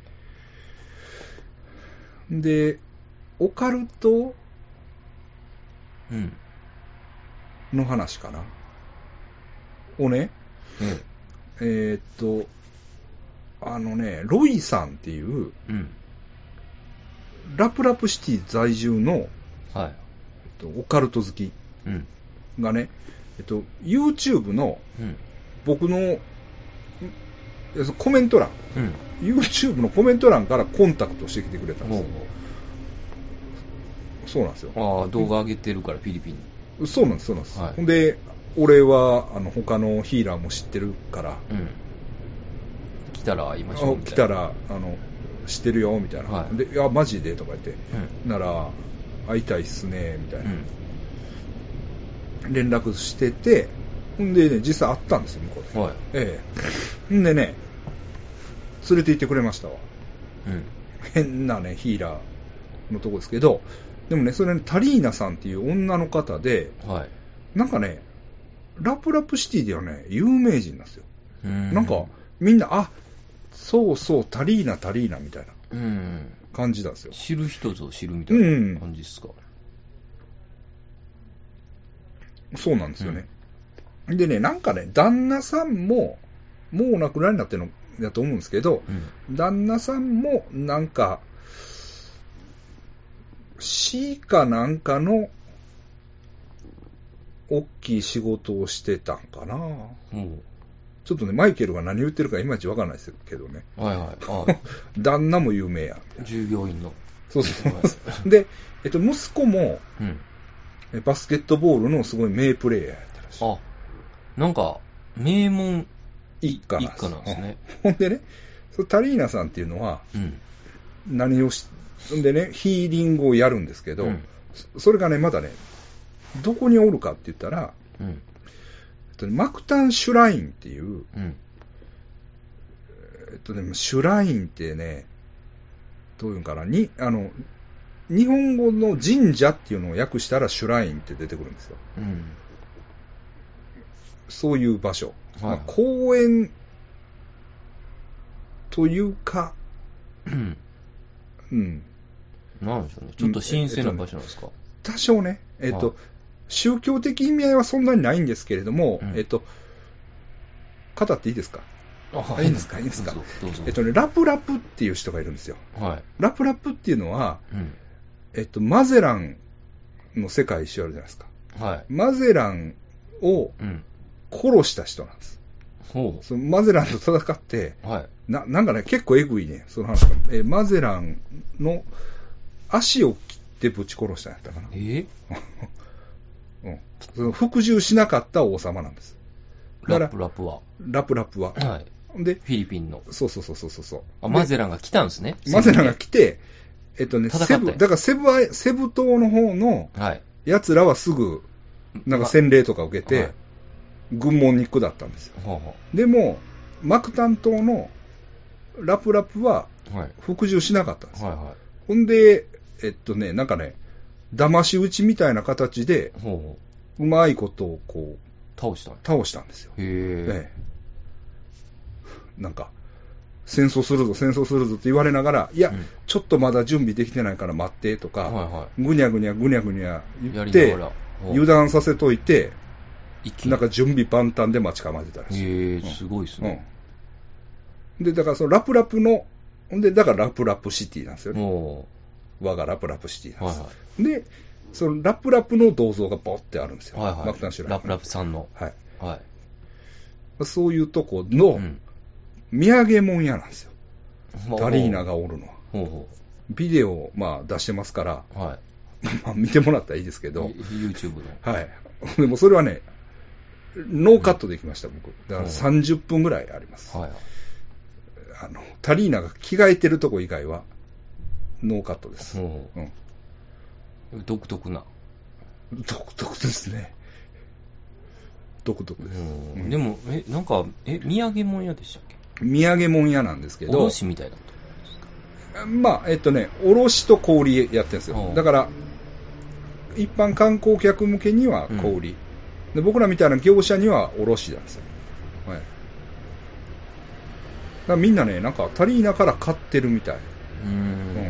えー。で、オカルトうん。 の話かな。をね、 ええー、っと、あのね、ロイさんっていう、 うん、 ラプラプシティ在住の、 はい、 えっと、オカルト好きがね、えっと、YouTube の、 うん、 僕のコメント欄、 うん、 YouTube のコメント欄からコンタクトしてきてくれたんですよ。そうなんですよ。 ああ、動画上げてるから、フィリピンに。そうなんです、そうなんです。はい、で、俺はあの他のヒーラーも知ってるから、 うん、来たら会いましょうみたいな。 来たらあの知ってるよみたいな、 はい、 で、いやマジでとか言って、 うん、 なら会いたいっすねみたいな、うん、連絡してて、ほんでね、実際会ったんですよ、向こうで。 はい、 ええ。んでね、連れて行ってくれましたわ。 うん、 変なね、ヒーラーのとこですけど、でもね、それね、タリーナさんっていう女の方で、 はい、 なんかね、ラプラプシティではね、有名人なんですよ。 んなんか、みんな、あ、そうそう、タリーナ、タリーナみたいなうん感じなんですよ。 知る人ぞ知るみたいな感じですか。 うん、そうなんですよね。うん、でね、なんかね、旦那さんも、もうお亡くなりになってるのだと思うんですけど、うん、旦那さんも、なんか、市かなんかの、大きい仕事をしてたんかな。うん、ちょっとね、マイケルが何言ってるかいまいちわからないですけどね。 はいはい。あ旦那も有名や。 従業員の。 そうそう。で、えっと、息子も、うん、バスケットボールのすごい名プレーヤーやったらしい。 あ、なんか、名門一家なんです。一家なんですね。 ほんでね、そタリーナさんっていうのは、うん、何をし、んでね、ヒーリングをやるんですけど、うん、それがね、まだね、どこにおるかって言ったら、うん、えっとね、マクタンシュラインっていう、うん、えっとね、シュラインってね、どういうんかな、に、あの、日本語の神社っていうのを訳したらシュラインって出てくるんですよ。うん、そういう場所。はい、まあ、公園というか、うん。 うん。なんでしょうね。ちょっと神聖な場所なんですか？ えっとね、多少ね、えっと、はい、宗教的意味合いはそんなにないんですけれども、うん、えっと、語っていいですか？ あ、 はい、いいんですかいいんですかどうぞどうぞ。 えっとね、ラプラプっていう人がいるんですよ。 はい。 ラプラプっていうのは、うん、えっと、マゼランの世界一周あるじゃないですか。 はい。 マゼランを殺した人なんです。 ほう。 そのマゼランと戦って、 はい。 な、なんかね、結構エグいね、その話が。えー、マゼランの足を切ってぶち殺したんやったかな。 えー、 うん。その服従しなかった王様なんです。 だからラプラプは。 ラプラプは。 はい。で、フィリピンの。 そうそうそうそうそう。 あ、マゼランが来たんですね。 マゼランが来て、えっとね、セブ、だからセブア、セブ島の方の奴らはすぐ、なんか洗礼とか受けて、はい、軍門に下ったんですよ。 はあはあ、 でも、マクタン島のラプラプは服従しなかったんですよ。はいはいはい、ほんで、えっとね、なんかね、騙し討ちみたいな形で、ほうほう、うまいことをこう、 倒した倒したんですよ。 へー、 ね、なんか、戦争するぞ、戦争するぞって言われながら、いや、うん、ちょっとまだ準備できてないから待ってとか、はいはい、ぐにゃぐにゃぐにゃぐにゃ言って、油断させといて、なんか準備万端で待ち構えてたらしい。 へー、すごいですね。 うん、で、だからそのラプラプの、で、だからラプラプシティなんですよね。我がラプラプシティなんです。はいはい、で、そのラプラプの銅像がボッてあるんですよ。 はいはい、 マクタンシュライン。 ラプラプさんの。 はい。 はい。 そういうとこの、土産物屋なんですよ。うん、タリーナがおるのは。 ほうほうビデオをまあ出してますから、 はい、 まあ見てもらったらいいですけど。 YouTube の。 はい。でもそれはね、ノーカットできました、うん、僕。だからさんじゅっぷんぐらいあります。 はい。 あの、タリーナが着替えてるとこ以外は、ノーカットです。うん。 独特な。 独特ですね。独特です。 うん、でも、え、なんか、え、土産物屋でしたっけ？ 土産物屋なんですけど。 卸みたいなことですか？ まあ、えっとね、卸と小売りやってるんですよ。だから、 一般観光客向けには小売り、うん、で僕らみたいな業者には卸なんですよ。はい。だからみんなね、なんかタリーナから買ってるみたい。 うーん、うん。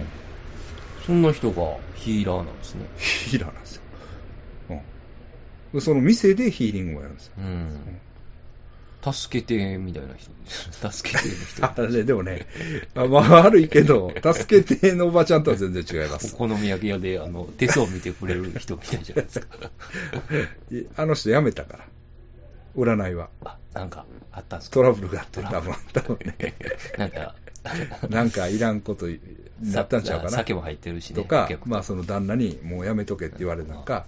そんな人がヒーラーなんですね。 ヒーラーなんですよ。うん。その店でヒーリングをやるんですよ。うん。うん助けてみたいな人助けての人あれでもね、まあ、悪いけど助けてのおばちゃんとは全然違います。 お好み焼き屋であの手相を見てくれる人みたいじゃないですか。 あの人辞めたから占いは。 あ、なんかあったんですか。 トラブルがあって多分多分ね。 なんかなんかいらんことになったんちゃうかな。 酒も入ってるしね。 とか、まあその旦那にもう辞めとけって言われたのか。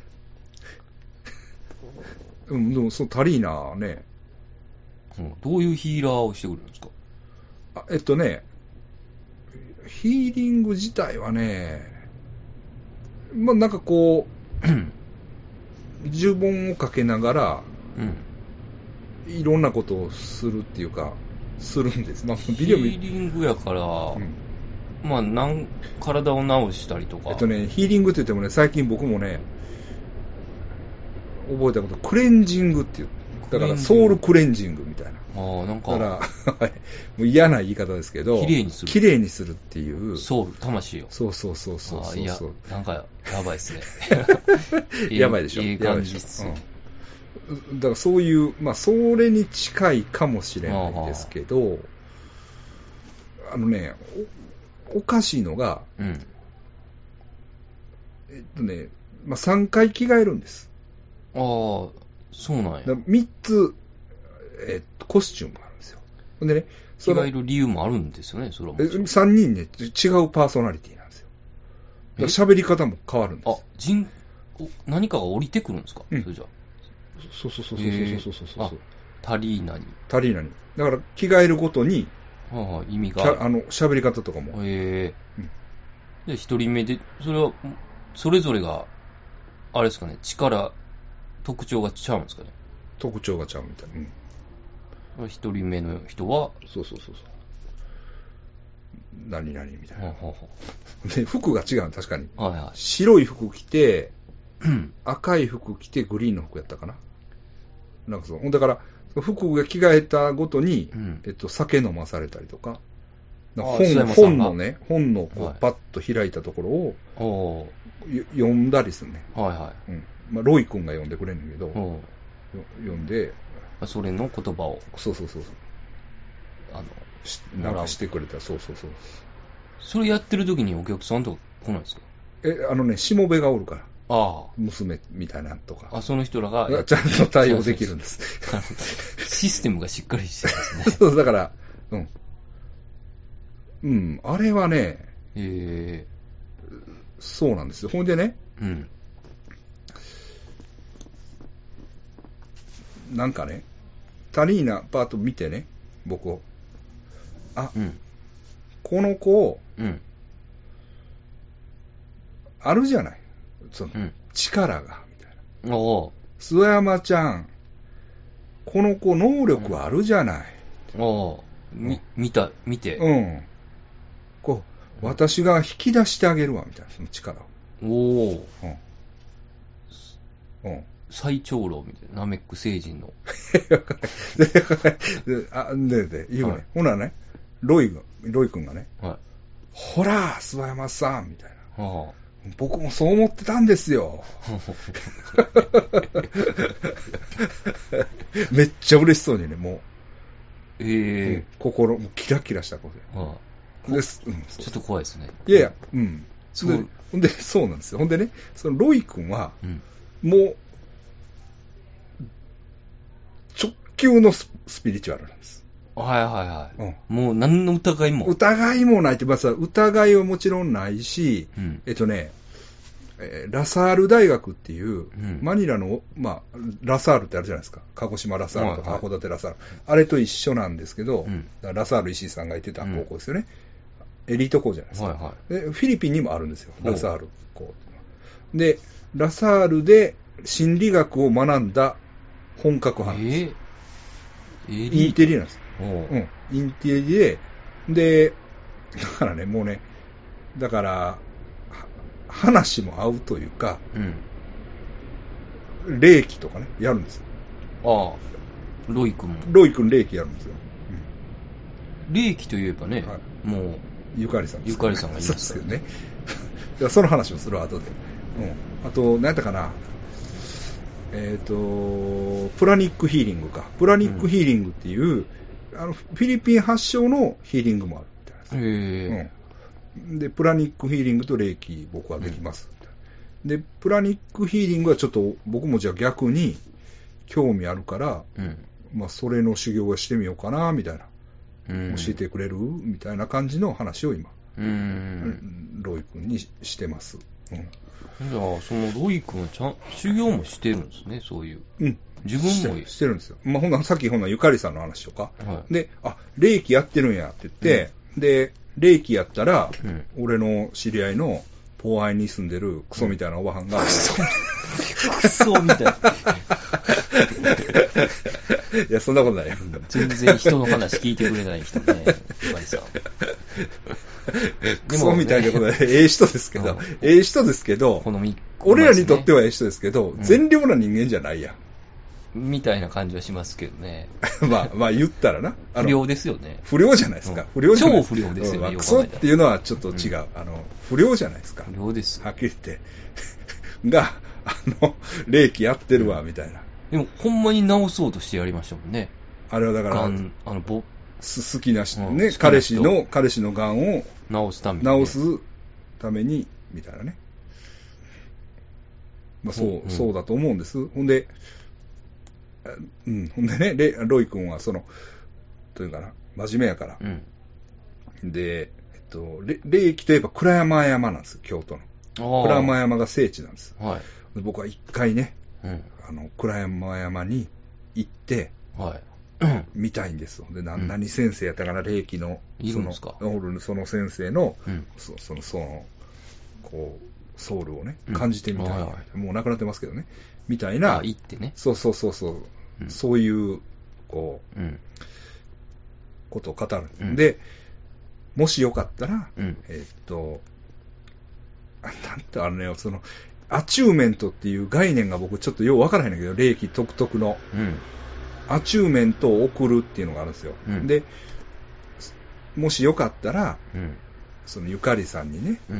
うん、でもそのタリーナね。 うん、どういうヒーラーをしてくれるんですか。 あえっとね、ヒーリング自体はね、まあなんかこう、呪文をかけながら、うん、いろんなことをするっていうか、するんです。まあ、 ビデオヒーリングやから、うん、まあなん体を治したりとか。 えっとね、ヒーリングって言ってもね、最近僕もね、覚えたこと、クレンジングっていう。だからソウルクレンジングみたいな。 ああ、なんか。 だから、もう嫌な言い方ですけど、 綺麗にする。 綺麗にするっていう。 ソウル、魂を。 そうそうそうそうそう。 あいや、なんか、やばいっすね。 やばいでしょ。 いい感じっす、 うん。だからそういう、まあ、それに近いかもしれないですけど、あのね、お、おかしいのが、うん、えっとね、まあ、さんかい着替えるんです。 ああ、そうなんや。 みっつ、えっと、コスチュームがあるんですよ。ほんでね、 着替える理由もあるんですよね、それは。 さんにんね、違うパーソナリティなんですよ。喋り方も変わるんです。 あ、人、何かが降りてくるんですか、うん、それじゃ。 そうそうそうそうそうそうそう。 あ、タリーナに。 タリーナに。だから、着替えるごとに、 はあ、意味がある。 あの、喋り方とかも。 へえ。うん、で、一人目で、それは、それぞれが、あれですかね、力、特徴がちゃうんですかね。 特徴がちゃうみたいな。 うん。一人目の人は、 そうそうそうそう。何々みたいな。はあはあ、で、服が違うの、確かに。はいはい。白い服着て、赤い服着て、グリーンの服やったかな。なんかそう。だから、服が着替えたごとに、うん、えっと、酒飲まされたりとか、本, 本のね、本のこう、はい、パッと開いたところを、読んだりするね。はいはい。うん。まあ、ロイ君が読んでくれるんだけど、読んで、 それの言葉を。 そうそうそうそう。あの、なんかしてくれた。そうそうそう。 それやってる時にお客さんとか来ないですか。 え、あのね、しもべがおるから。 ああ。 娘みたいなとか。 あ、その人らが。 ちゃんと対応できるんです。 システムがしっかりしてるんですね。 そう、だから、うん。うん、あれはね、へえ。 そうなんですよ。ほんでね、うん。なんかね、タリーナパート見てね、僕を。あ、うん、この子、うん、あるじゃない。その、うん、力が、みたいな。お諏訪山ちゃん、この子能力あるじゃない。 うん、おみ、見た、見て。 うん。こう、私が引き出してあげるわ、みたいな、その力を。おお。 うん。うん。最長老みたいな、ナメック星人の。 あ、で、で、言うね。はい、ほなね、ロイが、ロイ君がね、はい、ほら、諏訪山さん、みたいな。はあ、僕もそう思ってたんですよ。めっちゃ嬉しそうにね、もう。ええーうん、心、もうキラキラした子で。はあ、です、 うん。ちょっと怖いですね。 いやいや、うん。そう。ほんで、そうなんですよ。ほんでね、そのロイ君は、うん、もう、直球の ス, スピリチュアルなんです。 はいはいはい。うん、もう何の疑いも。 疑いもないって、まあ、疑いはもちろんないし、うん、えっとね、えー、ラサール大学っていう、うん、マニラの、まあ、ラサールってあるじゃないですか。鹿児島ラサールとか函館ラサール。はいはい、あれと一緒なんですけど、うん、ラサール石井さんが言ってた高校ですよね。うん、エリート校じゃないですか、はいはい。で。フィリピンにもあるんですよ、ラサール校。で、ラサールで心理学を学んだ本格派なんです。えー、インテリなんです。うん。インテリで、で、だからね、もうね、だから、 話も合うというか、うん、霊気とかね、やるんですよ。 ああ、ロイ君も。 ロイ君霊気やるんですよ。 うん、霊気といえばね、はい、もう、 ゆかりさんです、 ね。ゆかりさんがいますよね。その話をする後で。うん。あと、何やったかな。えっ、ー、と、プラニックヒーリングか。プラニックヒーリングっていう、うん、あの、フィリピン発祥のヒーリングもあるみたいな。へー。うん。で、プラニックヒーリングと霊気僕はできます。うん、で、プラニックヒーリングはちょっと僕もじゃあ逆に興味あるから、うん、まあ、それの修行をしてみようかな、みたいな。うん、教えてくれるみたいな感じの話を今、うん、ロイ君にしてます。うん、 じゃあ、そのロイ君はちゃん修行もしてるんですね、そういう。うん。自分もして、してるんですよ。まあ、ほんなさっきほんなゆかりさんの話とか。はい、で、あ、霊気やってるんやって言って、うん、で、霊気やったら、うん、俺の知り合いのポーアイに住んでるクソみたいなおばはんが、うん、クソみたいな。 いや、そんなことないよ。 全然人の話聞いてくれない人ね、ゆかりさん。 クソみたいなことで、ええ人ですけど、ええ人ですけど、俺らにとってはええ人ですけど、善良な人間じゃないやん。みたいな感じはしますけどね。 まあ、まあ言ったらな。 不良ですよね。 不良じゃないですか。不良じゃない。 超不良ですよね。 クソっていうのはちょっと違う。あの、不良じゃないですか。 不良です。 はっきり言って。が、あの、霊気やってるわ、みたいな。 でも、ほんまに直そうとしてやりましたもんね。 あれはだから、あの、ぼ好きな人ね、うん、彼氏の、彼氏の癌を治すために、ね、 治すために、みたいなね。まあ、そう、うん、そうだと思うんです。ほんで、うん、ほんでね、ロイ君はその、というかな、真面目やから。うん、で、えっと、霊気といえば鞍山山なんですよ、京都の。鞍山山が聖地なんです。はい、僕は一回ね、うん、あの、鞍山山に行って、はい見たいんですよ。で、な、うん、何先生やったかな、霊気の、 その、 その先生の、うん、そ, その、その、こう、ソウルをね、感じてみたい、うんはいはい。もう亡くなってますけどね。みたいな。 あ、行ってね。 そうそうそうそう。うん、そういう、こう、うん、ことを語る。うん、で、もしよかったら、うん、えー、っと、なんてあのね、その、アチューメントっていう概念が僕ちょっとようわからへんんだけど、霊気独特の。うんアチューメントを送るっていうのがあるんですよ。うん、で、もしよかったら、うん、そのゆかりさんにね、うん、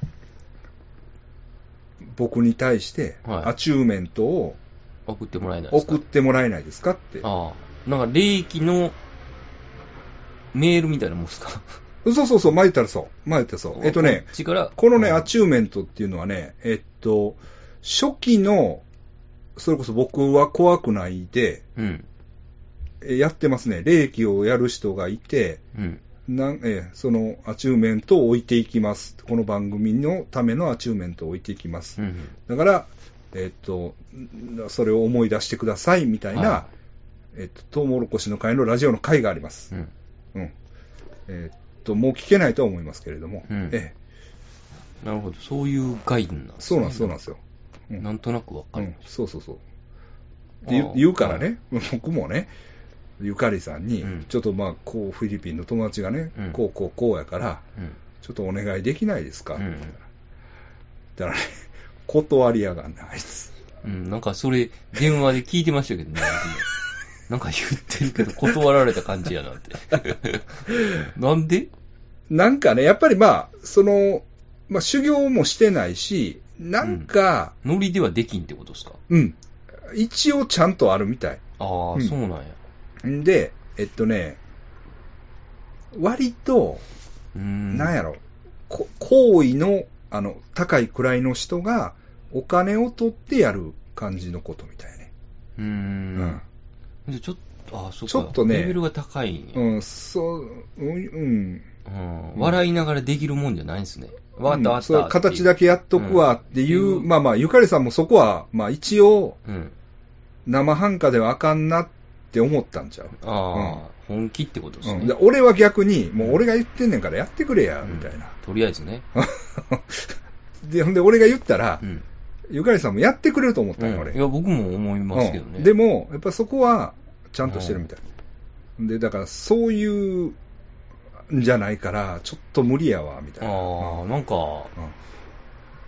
僕に対して、アチューメントを、 はい、送ってもらえないですか送ってもらえないですかって。 ああ。なんか霊気のメールみたいなもんですかそうそうそう、前言ったらそう。前言ったらそう。えっとね、このね、アチューメントっていうのはね、えっと、初期の、それこそ僕は怖くないで、うん、やってますね。霊気をやる人がいて、うん、なんえそのアチューメントを置いていきます。この番組のためのアチューメントを置いていきます。うん、だから、えっと、それを思い出してくださいみたいな、はい、えっと、トウモロコシの会のラジオの会があります。うんうん、えっと、もう聞けないとは思いますけれども。うんええ、なるほど。そういう概念なんですね。 そうなんです、そうなんですよ。 うん、なんとなくわかる、うん。 そうそうそう。って言うからね、僕もね、ゆかりさんに、うん、ちょっとまあ、こう、フィリピンの友達がね、うん、こうこうこうやから、うん、ちょっとお願いできないですか、うん、だからね、断りやがんないあいつ。 うん、なんかそれ、電話で聞いてましたけどね、なんか言ってるけど、断られた感じやなって。なんでなんかね、やっぱりまあ、その、まあ、修行もしてないし、なんか、 うん、ノリではできんってことですか？ うん。一応ちゃんとあるみたい。 ああ、うん、そうなんや。 んで、えっとね、割と、うん、なんやろ、行為の、あの、高い位の人が、お金を取ってやる感じのことみたいね。うーん。 うん。ちょっと、あ、そっか。 ちょっとね、 レベルが高いんや。 うん、そう、うん、うん。 うん、笑いながらできるもんじゃないんですね。わかったわかった、うん。 形だけやっとくわっていう、うん、まあまあ、ゆかりさんもそこは、まあ一応、うん、生半可ではあかんなって思ったんちゃう。 ああ、うん、本気ってことですね、 うん。俺は逆に、もう俺が言ってんねんからやってくれや、みたいな。 とりあえずね。 で、ほんで俺が言ったら、ゆかりさんもやってくれると思ったよ、俺。 いや、僕も思いますけどね。 でも、やっぱそこは、ちゃんとしてるみたい。で、だからそういう、じゃないから、ちょっと無理やわ、みたいな。 ああ、なんか、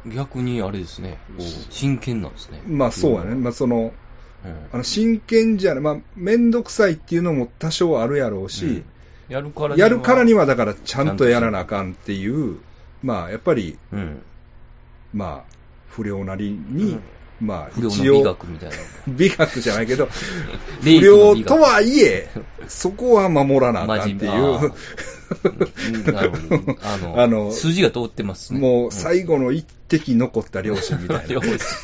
逆にあれですね、こう真剣なんですね。 まあそうやね。まあその、うん、あの真剣じゃない、まあめんどくさいっていうのも多少あるやろうし、うん、 やるからには、 やるからにはだからちゃんとやらなあかんっていう、まあやっぱり、うん、まあ不良なりに、うん、まあ一応、 不良の美学みたいな。 美学じゃないけど、不良とはいえ、そこは守らなあかんっていう。 なるほど。あの、あの筋が通ってますね。 もう最後の一滴残った両親みたいな。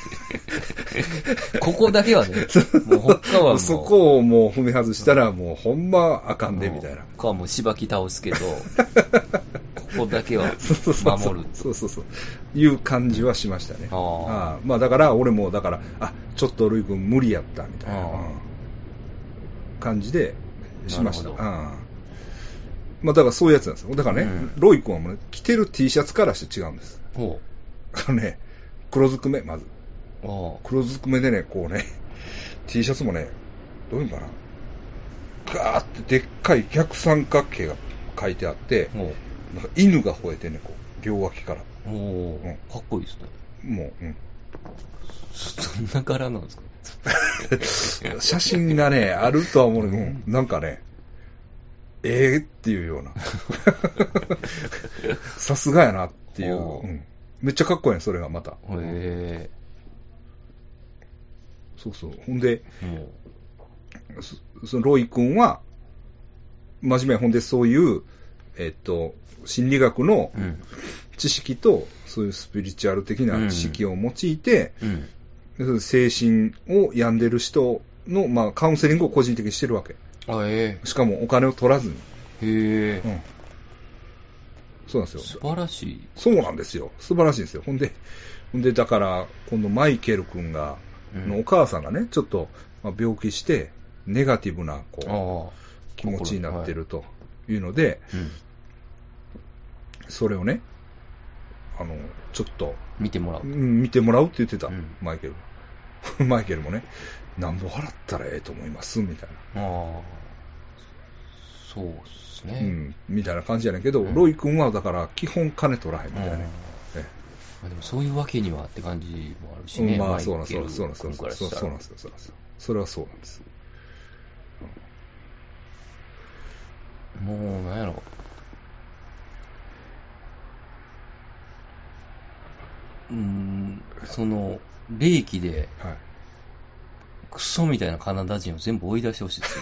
ここだけはね、もう他はもう。 そこをもう踏み外したらもうほんまあかんでみたいな。 他はもうしばき倒すけど、ここだけは守る。 そうそうそう。いう感じはしましたね。ああまあだから俺もだから、あ、ちょっとルイ君無理やったみたいな感じでしました。まあだからそういうやつなんですよ。だからね、うん、ロイ君はもう、ね、着てる T シャツからして違うんです。ほう。あのね、黒ずくめ、まず。黒ずくめでね、こうね、T シャツもね、どういうのかな。ガーってでっかい逆三角形が書いてあって、なんか犬が吠えてね、こう、両脇から。 おー、うん、かっこいいですね。もう、うん。 そんな柄なんですか写真がね、あるとは思うけど、うん、なんかね、ええー、っていうような。さすがやなっていう、うん。めっちゃかっこいいね、それがまた。へー。そうそう。ほんで、そ, そのロイ君は、真面目ほんでそういう、えっと、心理学の知識と、そういうスピリチュアル的な知識を用いて、うんうん、精神を病んでる人の、まあ、カウンセリングを個人的にしてるわけ。あえー、しかもお金を取らずに。へえ、うん。そうなんですよ。 素晴らしい。 そうなんですよ。素晴らしいんですよ。ほんで、ほんでだから、今度マイケル君が、うん、のお母さんがね、ちょっと、まあ、病気して、ネガティブな、こう、気持ちになってるというので、はいうん、それをね、あの、ちょっと、 見てもらう。 うん、見てもらうって言ってた、うん、マイケル。マイケルもね、何ぼ払ったらええと思いますみたいな。ああ。 そうですね。 うん。みたいな感じやねんけど、うん、ロイ君はだから基本金取らへんみたいなね。ええ、 まあ、でもそういうわけにはって感じもあるしね。 うん、まあそうなんですよ。そうなんですよ。そうなんですよ。そうなんですよ。それはそうなんです。 もう、なんやろ。うーん、その、霊気で、はい、クソみたいなカナダ人を全部追い出してほしいですよ。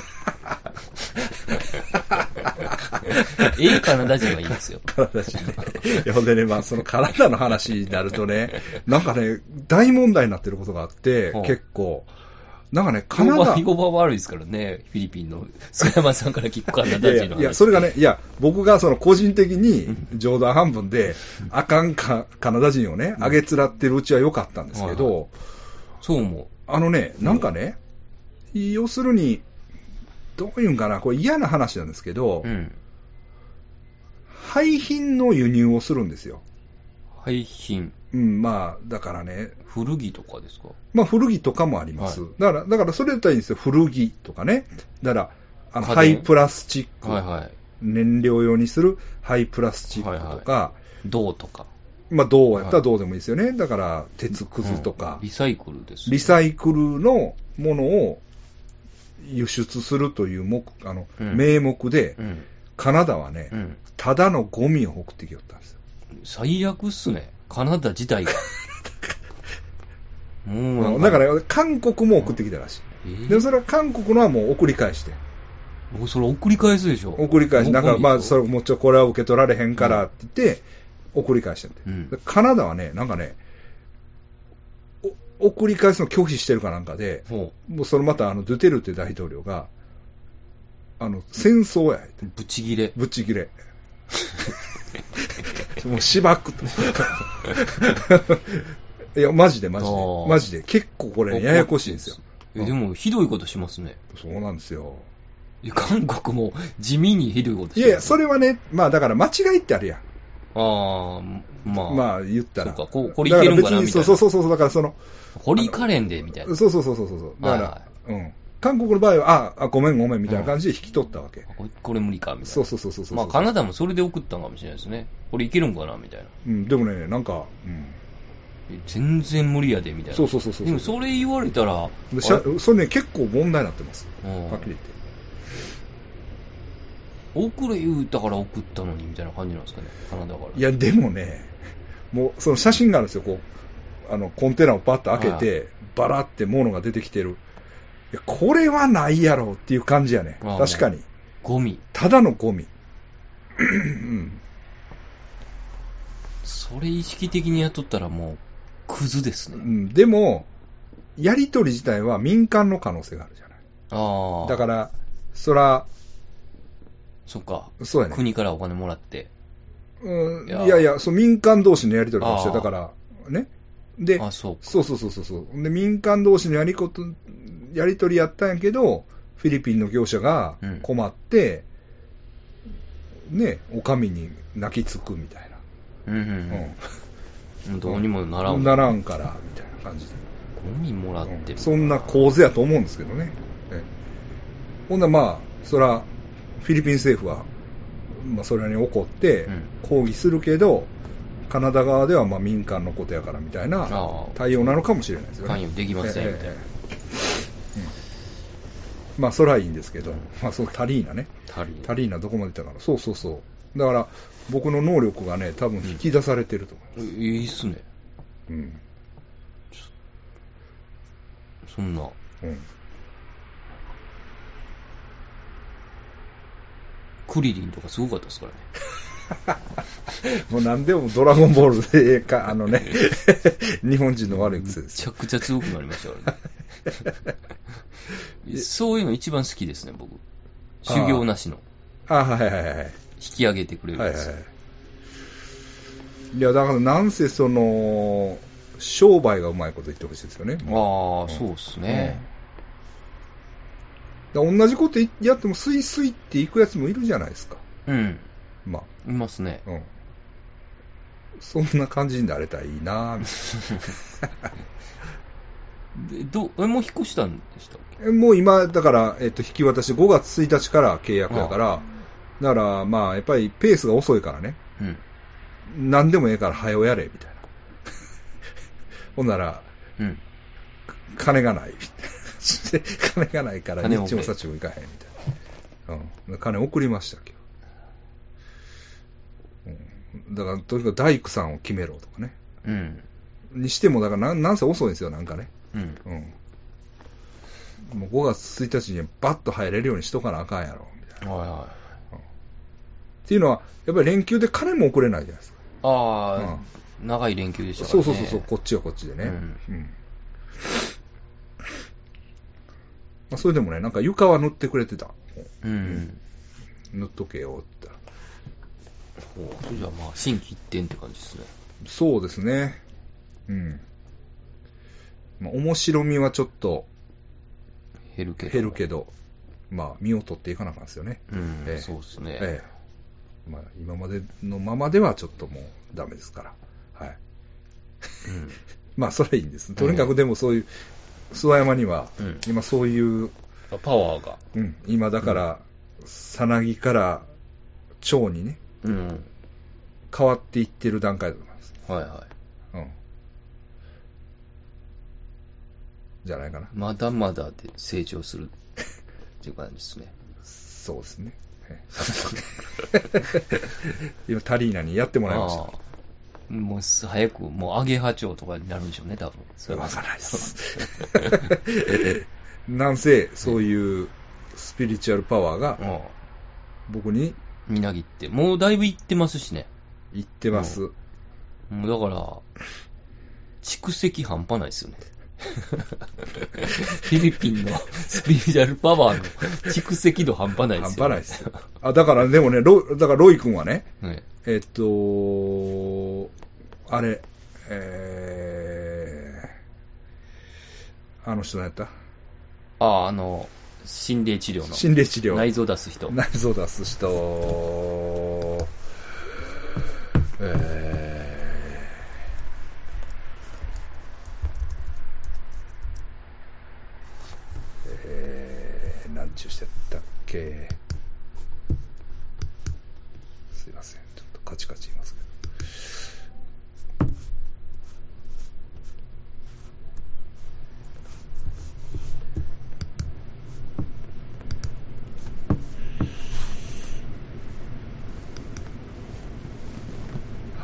ええカナダ人はいいんですよ。 カナダ人ね。いや、ほんでね、まあ、そのカナダの話になるとね、なんかね、大問題になってることがあって、結構、なんかね、カナダ。 評判悪いですからね、フィリピンの菅山さんから聞くカナダ人の話。いやいや、 いや、それがね、いや、僕がその個人的に冗談半分で、あかんか、カナダ人をね、あげつらってるうちは良かったんですけど、はいはい、 そう思う。 あのね、なんかね、要するに、どういうんかな、これ嫌な話なんですけど、うん、廃品の輸入をするんですよ。 廃品。 うん、まあ、だからね。 古着とかですか？ まあ、古着とかもあります。はい、だから、だからそれだったらいいんですよ。古着とかね。だから、あの、廃プラスチック。はいはい。燃料用にする廃プラスチックとか。はいはい、 銅とか。 まあ、銅やったら銅でもいいですよね。はい、だから、鉄くずとか、 うん。リサイクルです、 ね。リサイクルのものを輸出するという目、あの、うん、名目で、うん、カナダはね、うん、ただのゴミを送ってきよったんですよ。 最悪っすね。カナダ自体が。 もうだから、韓国も送ってきたらしい。えー、でもそれは韓国のはもう送り返して。 もうそれ送り返すでしょ。 送り返し。なんかまあ、それもうちょ、これは受け取られへんからって言って、送り返してんで、うん、カナダはね、なんかね、送り返すの拒否してるかなんかで、もうそれまたあのドゥテルテ大統領が、あの、戦争や。 ぶち切れ。 ぶち切れ。もうしばくと。いや、マジでマジで。マジで。結構これ、ね、ややこしいんですよ。 え、でも、ひどいことしますね。 そうなんですよ。 韓国も地味にひどいことします。 いやいや、それはね、まあだから間違いってあるやん。 ああ、まあ。 まあ言ったら。 そうか、ここれいけるんかなみたいな。 そうそうそうそう、だからその。 堀カレンでみたいな。 そうそうそうそうそう。だから、はいはい、うん。韓国の場合は、ああ、ごめんごめんみたいな感じで引き取ったわけ。 うん、これ無理かみたいな。 そうそうそうそうそう。 まあカナダもそれで送ったんかもしれないですね。これいけるんかなみたいな。 うん、でもね、なんか、うん。 全然無理やでみたいな。 そうそうそうそう。 でもそれ言われたら、 それね、結構問題になってます。はっきり言って。 送れ言うたから送ったのにみたいな感じなんですかね、カナダから。 いや、でもね、もうその写真があるんですよ、こう、あの、コンテナをパッと開けて、バラって物が出てきてる。いや、これはないやろっていう感じやね。確かに。 ゴミ。 ただのゴミ。うん。 それ意識的にやっとったらもう、クズですね。 うん。でも、やり取り自体は民間の可能性があるじゃない。 ああ。 だから、そら、 そっか。 そうやね。 国からお金もらって。 うん。いやいや、いやそう民間同士のやり取りかもしれない。だから、ね。で、 あ、そうそうそうそうそう。で、民間同士のやりこと、やり取りやったんやけど、フィリピンの業者が困って、うん、ね、お上に泣きつくみたいな。うんうんうんうん。どうにもならん。 ならんから、みたいな感じで。 ゴミもらって、 うん、そんな構図やと思うんですけどね。えほんならまあ、そら、フィリピン政府は、まあ、それに怒って抗議するけど、うん、カナダ側ではまあ民間のことやからみたいな対応なのかもしれないですよね。 関与できませんみたいな。ええええうん、まあ、それはいいんですけど、うん、まあ、そのタリーナね。タリーナ。タリーナどこまでいったかな。そうそうそう。だから、僕の能力がね、多分引き出されてると思います。 うん、いいっすね。 うん。 そんな。うん。クリリンとかすごかったですからね。もう何でもドラゴンボールでええか、あのね、日本人の悪い癖です。 めちゃくちゃ強くなりましたからね。そういうの一番好きですね、僕。修行なしの。 ああ、はいはいはい。 引き上げてくれるやつ。はいはい。 いや、だからなんせその、商売がうまいこと言ってほしいですよね。 ああ、うん、そうですね。 うん、同じことやってもスイスイっていくやつもいるじゃないですか。 うん。 まあ。いますね。 うん。そんな感じになれたらいいなぁ、みたいな。で、ど、え、もう引っ越したんでしたっけ？ もう今、だから、えっと、引き渡しごがつついたちから契約だから、だから、まあ、やっぱりペースが遅いからね。うん。何でもええから早うやれ、みたいな。ほんなら、うん。金がない、みたいな。金がないから、日もさちもいかへん、みたいな。うん。金送りました、今日。うん。だから、とにかく大工さんを決めろ、とかね。うん。にしても、だからな、なんせ遅いんですよ、なんかね。うん。うん。もうごがつついたちにバッと入れるようにしとかなあかんやろ、みたいな。はいはい。うん、っていうのは、やっぱり連休で金も送れないじゃないですか。 ああ、うん、長い連休でしたからね。 そうそうそうそう、こっちはこっちでね。うん。うん、まあ、それでもね、なんか床は塗ってくれてた。うん。塗っとけよって言ったら。 それじゃあまあ、心機一転って感じですね。 そうですね。うん。まあ、面白みはちょっと、 減るけど。 減るけど、まあ、身を取っていかなあかんですよね。 うん、ええ、そうですね。ええ。まあ、今までのままではちょっともうダメですから。はい。うん、まあ、それはいいんです。とにかくでもそういう、諏訪山には、今そういう、 パワーが。 うん。今だから、さなぎから蝶にね、うん、変わっていってる段階だと思います。はいはい。うん。じゃないかな。 まだまだで成長するっていう感じですね。 そうですね。今、タリーナにやってもらいました。 もう早く、もうアゲハチョウとかになるんでしょうね、多分。 それわからないです。なんせ、そういうスピリチュアルパワーが、僕に、 みなぎって。もうだいぶ行ってますしね。 行ってます。 もうだから、蓄積半端ないですよね。フィリピンのスピリチュアルパワーの蓄積度半端ないですよ、ね。 半端ないですよ。あ、だからでもね、ロだからロイ君はね、はい、えっと、あれ、えー、あの人何やったああ、あの、心霊治療の。 心霊治療。 内臓出す人。 内臓出す人、えー、何ちゅうしてたっけ。すいません、ちょっとカチカチ言いますけど。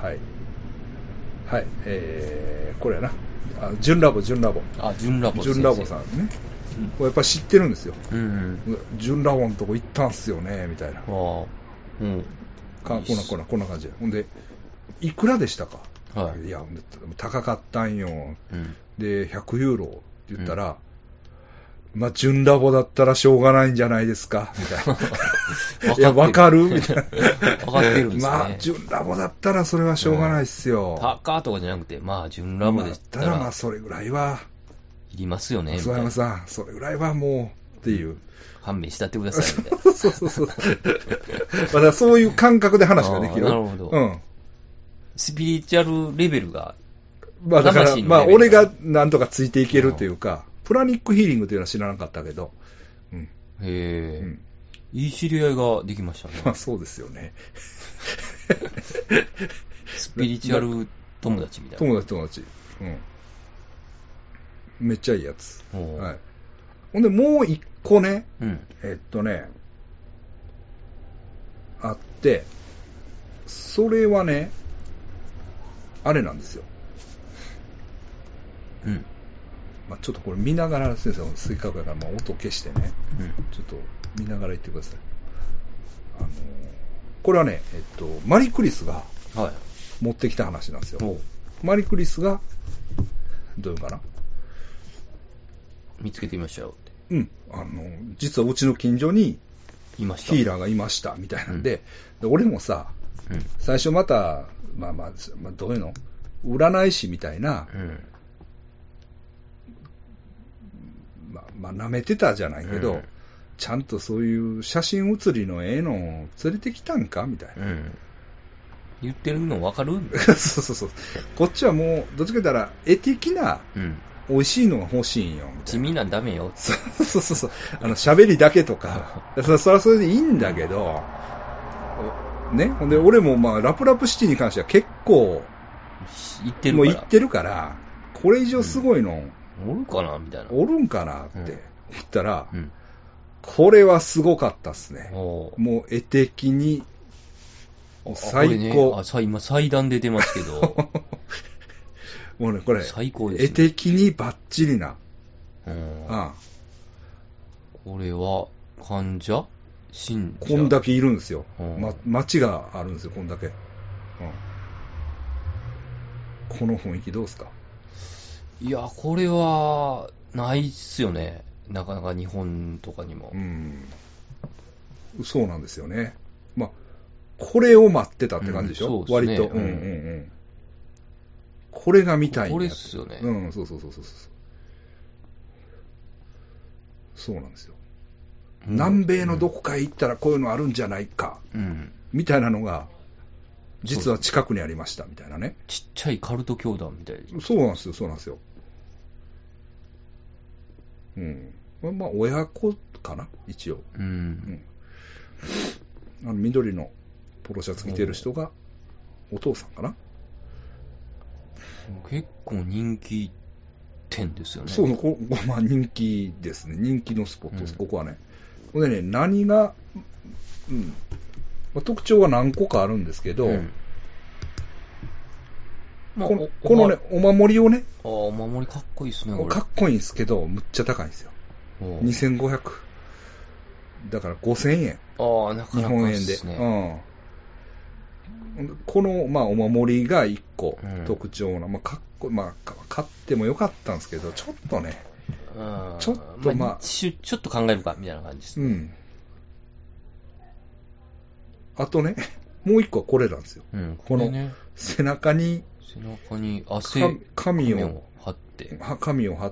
はい。はい。えー、これやな。あ、純ラボ、純ラボ。 あ、純ラボ。 純ラボさんね。うん、これやっぱ知ってるんですよ。うん、うん。純ラボのとこ行ったんすよね、みたいな。ああ。うん。かこんな、こんな、こんな感じで。ほんで、いくらでしたか？はい。いや、高かったんよ。うん、で、ひゃくユーロって言ったら、うん、まあ、純ラボだったらしょうがないんじゃないですかみたいな。いや、わかるみたいな。わかってるんですね。 まあ、純ラボだったらそれはしょうがないっすよ。 高とかじゃなくて、まあ、純ラボでしたら。 だったら、まあ、それぐらいは。 いりますよね。 諏訪山さん、それぐらいはもう、っていう。 判明したってくださいみたいな。 そうそうそう。まだそういう感覚で話ができる。 なるほど。うん。スピリチュアルレベルが。 まあだから、まあ俺がなんとかついていけるというか、プラニックヒーリングというのは知らなかったけど。うん、へえ、うん。いい知り合いができましたね。 まあそうですよね。 スピリチュアル友達みたいな。 友達友達。うん。めっちゃいいやつ。はい。ほんでもう一個ね、うん、えっとね、あって、それはね、あれなんですよ。うん。まあ、ちょっとこれ見ながら先生のせっかくやから、まあ、音消してね、うん、ちょっと見ながら言ってください。あのー、これはね、えっと、マリクリスが持ってきた話なんですよ。はい、マリクリスが、どういうかな見つけてみましたよって。 うん。あの、実はうちの近所に、ヒーラーがいました、みたいなんで、うん、で俺もさ、うん、最初また、まあまあ、まあ、どういうの占い師みたいな、うん、まあ、まあ、舐めてたじゃないけど、うん、ちゃんとそういう写真写りのええのを連れてきたんかみたいな。うん、 言ってるの分かるそうそうそう。こっちはもう、どっちかというと、絵的な、うん美味しいのが欲しいんよ。 地味なんダメよ。 そうそうそうそう。あの、喋りだけとか。そ, それはそれでいいんだけど、ね。ほんで、俺もまあ、ラプラプシティに関しては結構、 言ってるから。 もう言ってるから、これ以上すごいの、 うん、おるかなみたいな。 おるんかなって言ったら、うん、これはすごかったっすね。もう絵的に、最高。 あ、ね、あ今祭壇出てますけど。 もうね、これ、 最高ですね、 絵的にバッチリな。うん。ああこれは、患者信者こんだけいるんですよ。ま、街があるんですよ、こんだけ。うん、この雰囲気どうですか？ いや、これは、ないっすよね。なかなか日本とかにも。 うん。そうなんですよね。まあ、これを待ってたって感じでしょ、うん、そうですね、割と。うんうんうん。これが見たいんや。 これっすよね。 うん、そうそうそうそうそう。そうなんですよ。うん、南米のどこかへ行ったらこういうのあるんじゃないか。うん。みたいなのが、実は近くにありました、みたいなね。 ちっちゃいカルト教団みたいな。そうなんですよ、そうなんですよ。うん。まあ、親子かな、一応。うん。うん、あの緑のポロシャツ着てる人が、お父さんかな。 結構人気店ですよね。 そう、こまあ人気ですね。人気のスポットです、うん、ここはね。でね、何が、うんまあ、特徴は何個かあるんですけど、うんまあ、このこのね、お守りをね、 あお守りかっこいいですね。 かっこいいんですけど、むっちゃ高いんですよ。にせんごひゃく。だからごせんえん。 ああ、なかなかですね。 日本円で。うんこの、まあ、お守りが一個特徴な、うん、まあ、かっこまあ、買ってもよかったんですけど、ちょっとね、 うん、ちょっとまあ、まあ、ちょっと考えるか、みたいな感じですね。うん。 あとね、もう一個はこれなんですよ。うん、これね、この背中に、 背中に汗紙を貼って、 紙を貼って、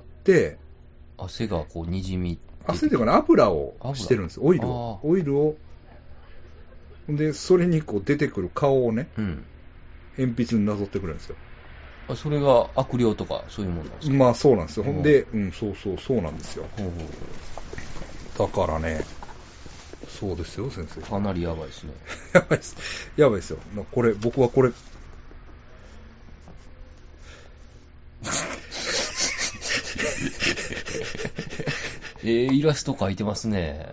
汗がこう、にじみ、 汗っていうかね、油をしてるんですよ。オイルを。オイルを、で、それにこう出てくる顔をね、うん、鉛筆になぞってくれるんですよ。 あ、それが悪霊とかそういうものなんですか？ まあそうなんですよ。ほんで、うん、そうそう、そうなんですよ。だからね、そうですよ、先生。 かなりやばいですね。 やばいです。やばいですよ。これ、僕はこれ、 えー、イラスト描いてますね。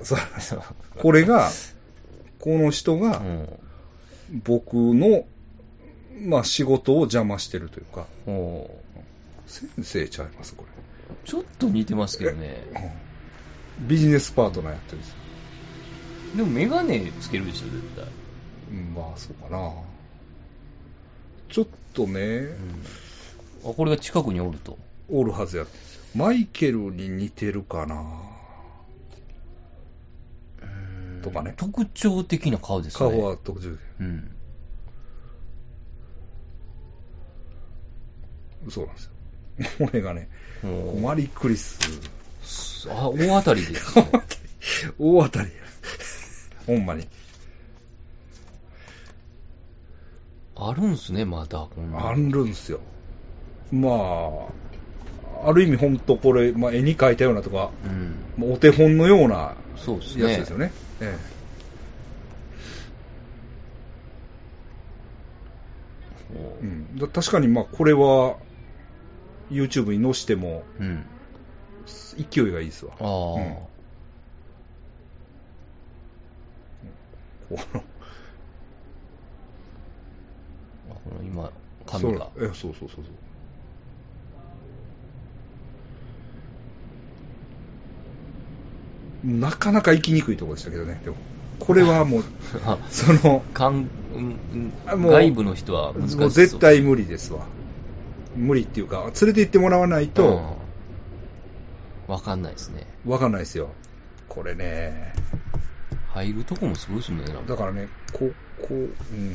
これが、この人が、僕の、 まあ仕事を邪魔してるというか。お先生ちゃいますこれ。 ちょっと似てますけどね。 ビジネスパートナーやってるんですよ。 でもメガネつけるでしょ絶対。 まあそうかな。ちょっとね、うん、 あこれが近くにおると。 おるはずやってんですよ。マイケルに似てるかな。うんとかね。 特徴的な顔ですね。 顔は特徴的。うん。そうなんですよ。これがね、マリクリス。 あ、大当たりですね。 大当たり。ほんまに。 あるんすね、まだ。 あるんすよ。まあ、ある意味ほんとこれ、まあ、絵に描いたようなとか、うん、お手本のようなやつですよね。ええうん、だ確かにまあこれは YouTube に載しても、うん、勢いがいいですわ。ああ、うん、このこの今髪がそう、えそうそうそうそうなかなか行きにくいところでしたけどね。でもこれはもうそのかん、うん、外部の人は難しそう。 もう絶対無理ですわ。無理っていうか連れて行ってもらわないと分かんないですね。 分かんないですよこれね。 入るとこもすごいですね。 だからねここ、うん、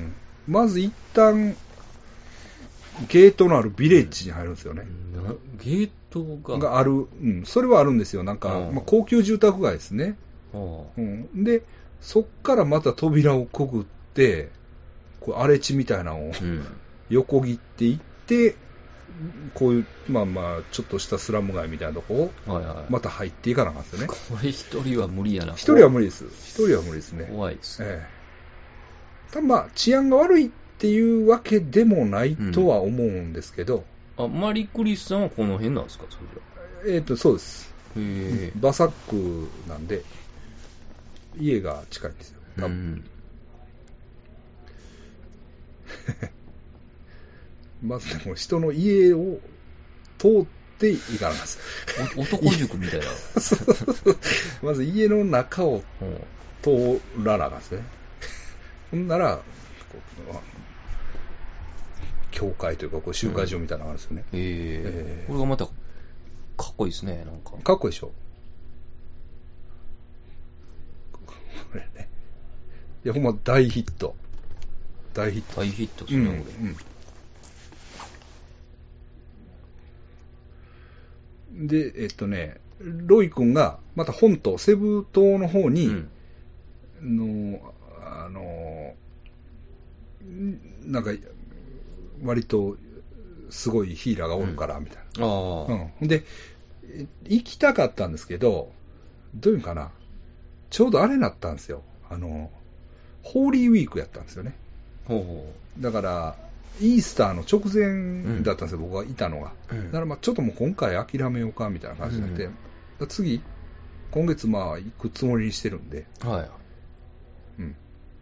まず一旦ゲートのあるビレッジに入るんですよね。 うん、ゲートががある、うん、それはあるんですよ。なんか、まあ、高級住宅街ですね。うん、でそっからまた扉をくぐってこう荒れ地みたいなのを、うん、横切っていってこういうまあまあちょっとしたスラム街みたいなとこをまた入っていかなかったんですよね。 これ一人は無理やな。 一人は無理です。一人は無理ですね。 怖いです、 ええ、ただまあ治安が悪いっていうわけでもないとは思うんですけど、 うん、あマリクリスさんはこの辺なんですか。それじゃえっ、ー、とそうです。へバサックなんで家が近いんですよ多分、うんまずでも人の家を通っていかないです。 男塾みたいな。 まず家の中を通らなかったですね。ほんなら教会というかこう集会所みたいなのがあるんですよね。うん、 えー、これがまたかっこいいですね。なんかかっこいいでしょ。これね。いやほんま大ヒット。大ヒット。 大ヒットですね。うんうん、でえっとねロイ君がまた本島セブ島の方に、うん、のあのなんか割とすごいヒーラーがおるからみたいな、うんあうん、で行きたかったんですけどどういうのかなちょうどあれなったんですよあのホーリーウィークやったんですよね。ほうほうだからイースターの直前だったんですよ、うん、僕がいたのが、うん、だからまあちょっともう今回諦めようかみたいな感じになって、うん、次今月まあ行くつもりにしてるんで、はいうん、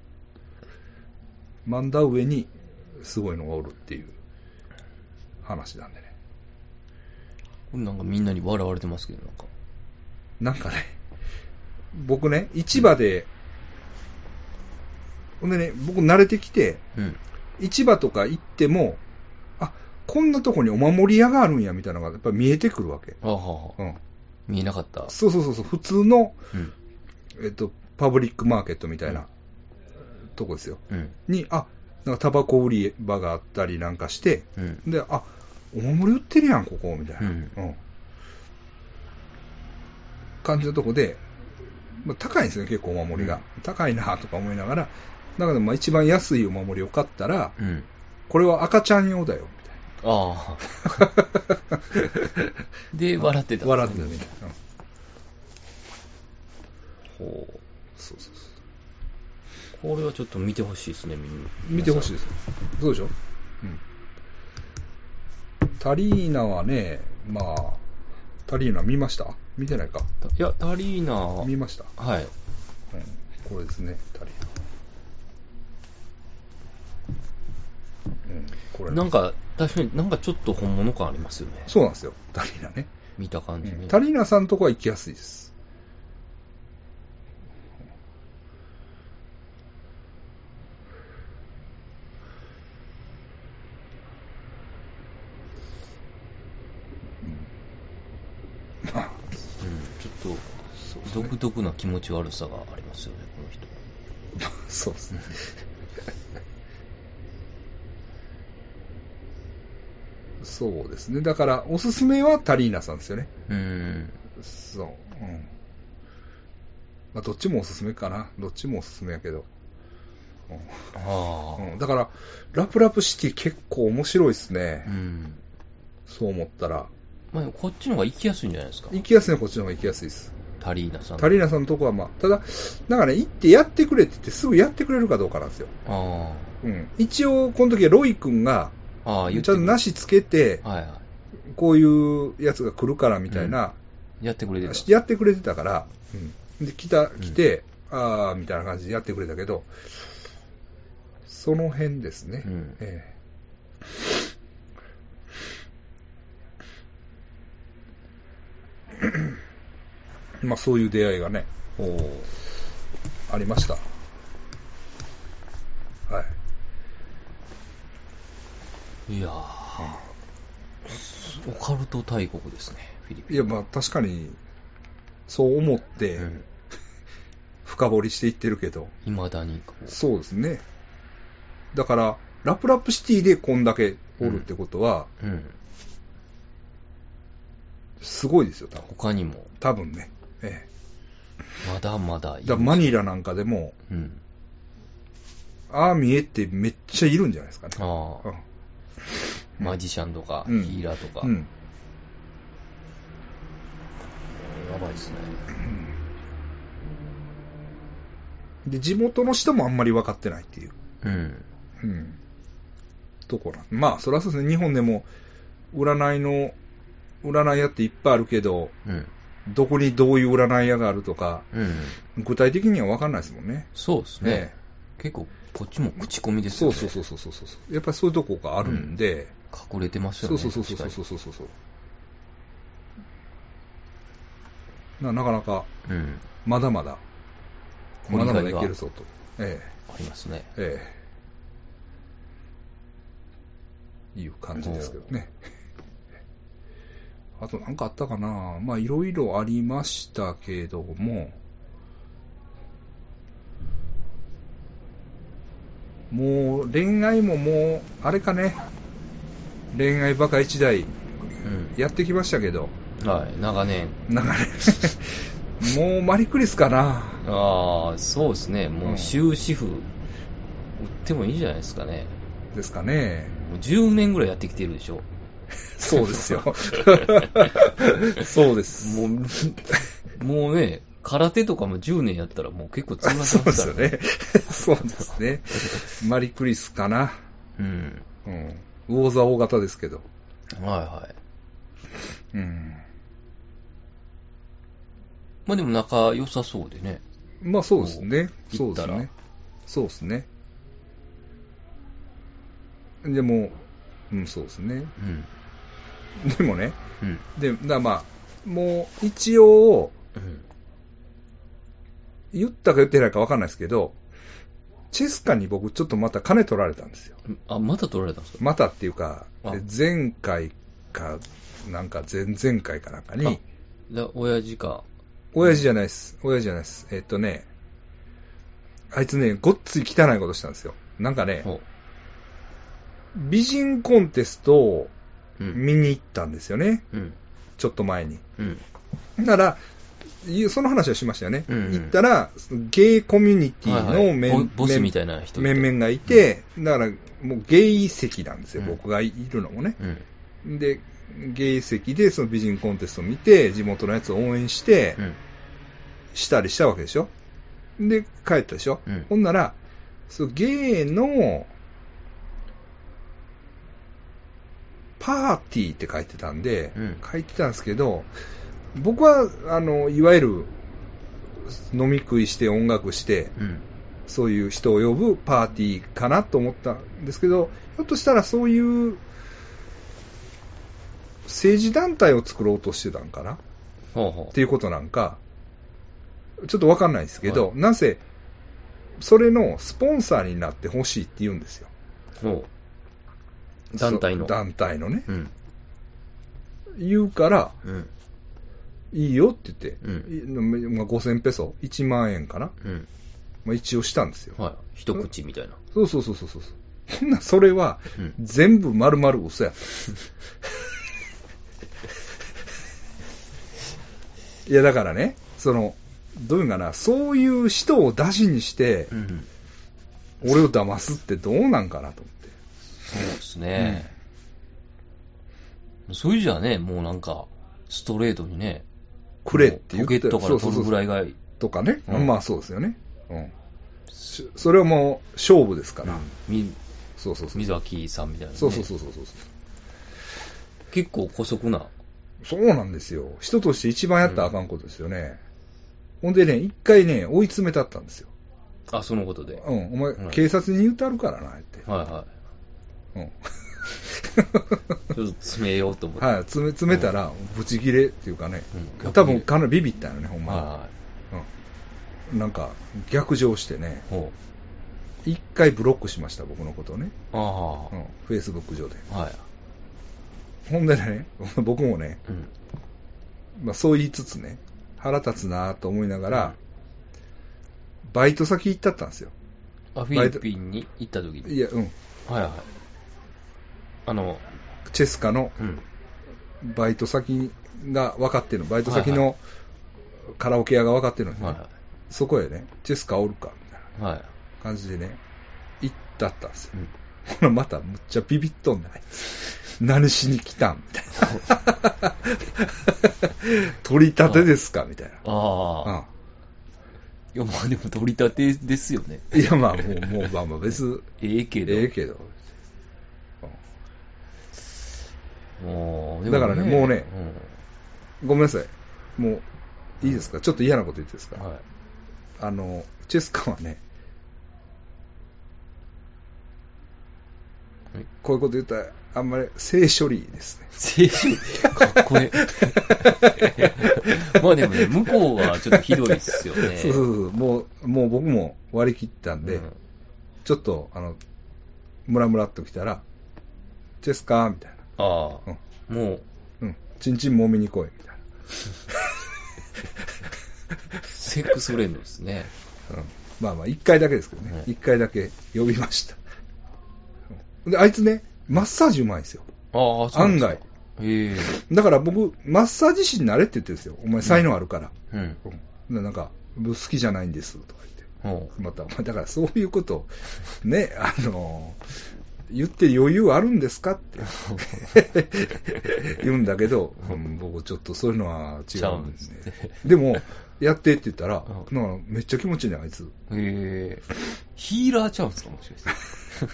マンダ上にすごいのがおるっていう話なんでね。 これなんかみんなに笑われてますけどなんかなんかね僕ね市場で、ほ、うんでね僕慣れてきて、うん、市場とか行ってもあこんなとこにお守り屋があるんやみたいなのがやっぱり見えてくるわけ。あはは、 うん、見えなかった。 そうそうそうそう普通の、うんえっと、パブリックマーケットみたいな、うん、とこですよ、うん、にあなんかタバコ売り場があったりなんかして、うん、であお守り売ってるやんここみたいな、うんうん、感じのとこで、まあ、高いんですね結構お守りが、うん、高いなとか思いながらだからまあ一番安いお守りを買ったら、うん、これは赤ちゃん用だよみたいな。ああ。で笑ってた。 笑ってたみたいな。ほう。そうそうそう。 これはちょっと見てほしいですね、みんな。 見てほしいです。そうでしょ。うん。タリーナはね、まあタリーナ見ました？見てないか。 いやタリーナ見ました。 はい。 うん、これですねタリーナ。うんこれなんか、確かになんかちょっと本物感ありますよね。 そうなんですよ、タリーナね。 見た感じね。 うん、タリーナさんとこは行きやすいです。 まあ、うん、ちょっと、独特な気持ち悪さがありますよね、この人。 そうですね。そうですね。だから、おすすめはタリーナさんですよね。 うん。 そう。うん。まあ、どっちもおすすめかな。どっちもおすすめやけど。うん、ああ、うん。だから、ラプラプシティ結構面白いですね。うん。そう思ったら。 まあ、こっちの方が行きやすいんじゃないですか。 行きやすいのはこっちの方が行きやすいです。 タリーナさん。 タリーナさんのとこはまあ、ただ、なんかね、行ってやってくれって言ってすぐやってくれるかどうかなんですよ。ああ。うん。一応、この時はロイ君が、ああ、ちゃんとなしつけて、はいはい、こういうやつが来るからみたいな、 うん、やってくれてた。 やってくれてたから、うん、で、来た、来て、うん、ああ、みたいな感じでやってくれたけど、その辺ですね。うん、ええまあそういう出会いがね、ありました。はい。 いやー、うん、オカルト大国ですね、フィリピン。 いや、まあ確かに、そう思って、うん、深掘りしていってるけど。 未だに。 そうですね。だから、ラプラプシティでこんだけおるってことは、うんうん、すごいですよ、多分。 他にも。 多分ね。ええ。 まだまだいる。 だマニラなんかでも、うん、ああ見えってめっちゃいるんじゃないですかね。ああ、 うん、マジシャンとか、うん、ヒーラーとか。うん、やばいですね、 うん。で、地元の人もあんまり分かってないっていう。うん。うん。ところ。まあ、そりゃそうですね。日本でも、占いの、占い屋っていっぱいあるけど、うん、どこにどういう占い屋があるとか、うん、具体的には分かんないですもんね。 そうですね。ね、結構、こっちも口コミですよね。 そうそうそうそうそう。やっぱりそういうとこがあるんで。 うん、隠れてますよね。 そうそうそうそうそうそうそう。な, なかなか、うん、まだまだ、まだまだいけるぞと。ええ。 ありますね。 ええ。いう感じですけどね。あと何かあったかな。まあいろいろありましたけども、もう恋愛ももうあれかね、恋愛バカ一台やってきましたけど、 うん、はい、長年長年もうマリクリスかな。 ああ、そうですね。もう終止符打ってもいいじゃないですかね。 ですかね。 もうじゅうねんぐらいやってきてるでしょ。 そうですよ。そうです。 もう、もうね、空手とかもじゅうねんやったらもう結構通らせますからね。そうですね。マリクリスかな。うん。うん。魚座大型ですけど。 はいはい。うん。まあでも仲良さそうでね。 まあそうですね。そうですね。そうですね。でも、うん、そうですね。うん。でもね、うん、で、だまあ、もう一応、うん、言ったか言ってないか分かんないですけど、チェスカに僕ちょっとまた金取られたんですよ。 あ、また取られたんですか？ またっていうか、前回か、なんか前々回かなんかに。 だ親父か。 親父じゃないです。親父じゃないです。えっとね、あいつね、ごっつい汚いことしたんですよ。なんかね、美人コンテストを見に行ったんですよね。うん、ちょっと前に。うん、だから、その話はしましたよね。うんうん、行ったら、ゲイコミュニティのメン、はいはい、 ボスみたいな人面々がいて、うん、だから、もうゲイ席なんですよ、うん、僕がいるのもね。うん、で、ゲイ席でその美人コンテストを見て、地元のやつを応援して、うん、したりしたわけでしょ。で、帰ったでしょ。うん、ほんなら、そのゲイの、パーティーって書いてたんで、うん、書いてたんですけど、僕は、あの、いわゆる、飲み食いして音楽して、うん、 そういう人を呼ぶパーティーかなと思ったんですけど、ひょっとしたらそういう政治団体を作ろうとしてたんかな、ほうほうっていうことなんかちょっと分かんないですけど、はい、なぜそれのスポンサーになってほしいって言うんですよ。ほう団体の団体のね、うん、言うから、うん、いいよって言って、うん、まあ、ごせんペソいちまんえんかな、うん、まあ、一応したんですよ。 はい、一口みたいな。 そうそうそうそうそう。ほんなそれは、うん、全部丸々嘘やった。いやだからね、そのどういうかな、そういう人を出しにして、うん、俺を騙すってどうなんかなと思って。 そうですね。うん、そういうじゃね、もうなんかストレートにね、 くれって言って、 ポケットから取るぐらいがいいとかね、うん、まあそうですよね。うん、それはもう勝負ですから。 うん、そうそうそう、水脇さんみたいな、ね。 そうそうそうそうそう。 結構姑息な。 そうなんですよ。人として一番やったらあかんことですよね。うん、ほんでね、一回ね、追い詰めたったんですよ。 あ、そのことで。 うん、お前、うん、警察に言うたるからな、って。 はいはい。うん。ちょっと詰めようと思って。 はい、詰め、詰めたら、ブチギレっていうかね、うん、多分かなりビビったよね、ほんま。はい、うん。なんか、逆上してね、一回ブロックしました、僕のことをね。ああ。うん、フェイスブック上で。はい。ほんでね、僕もね、うん、まあそう言いつつね、腹立つなと思いながら、うん、バイト先行ったったんですよ。 あ、フィリピンに行った時に。 いや、うん。 はいはい。あの、 チェスカのバイト先が分かってるの。バイト先のカラオケ屋が分かってるの、ね、はいはい、そこへね、チェスカおるかみたいな感じでね、行ったったんですよ。うん、またむっちゃビビっとんない。何しに来たんみたいな。取り立てですかみたいな。ああ。 いや、まあでも取り立てですよね。 いや、まあもう、もう、まあまあ別。 ええけど。 ええけど。 もう、 だからね、もうね、うん、ごめんなさい。もう、いいですか、ちょっと嫌なこと言っていいですか、はい、あの、チェスカはね、はい、こういうこと言ったら、あんまり性処理ですね。 性処理かっこいい。まあでもね、向こうはちょっとひどいですよね。 そうそうそう。もう、もう僕も割り切ったんで、うん、ちょっと、あの、ムラムラっときたら、チェスカーみたいな。ああ、うん、もう、うん、チンチン揉みに来いみたいな。 セックスフレンドですね。 うん、まあまあ、一回だけですけどね。一、うん、回だけ呼びました。で、あいつね、マッサージうまいんですよ。ああ、そう案外。へえ。だから僕、マッサージ師になれって言ってるんですよ。お前才能あるから。うん。うん、なんか、好きじゃないんですとか言って。うん、また、だからそういうことを、ね、あのー、言って余裕あるんですかって言うんだけど、うん、僕ちょっとそういうのは違うんですね。でも、やってって言ったら、うん、なんかめっちゃ気持ちいいね、あいつ。へえ。ヒーラーちゃうんですか、もしかして。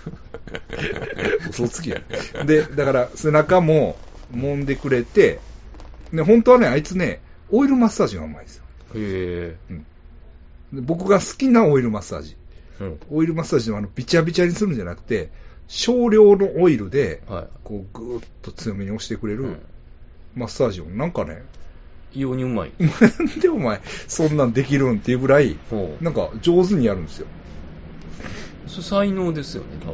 嘘つきや。で、だから背中も揉んでくれて、で、本当はね、あいつね、オイルマッサージがうまいんですよ。へえ、うん。で、僕が好きなオイルマッサージ。うん、オイルマッサージのあの、ビチャビチャにするんじゃなくて、少量のオイルで、はい、こう、ぐーっと強めに押してくれるマッサージを、なんかね、 異様にうまい。 なんでお前、そんなんできるんっていうぐらい、なんか上手にやるんですよ。 それ才能ですよね、多分。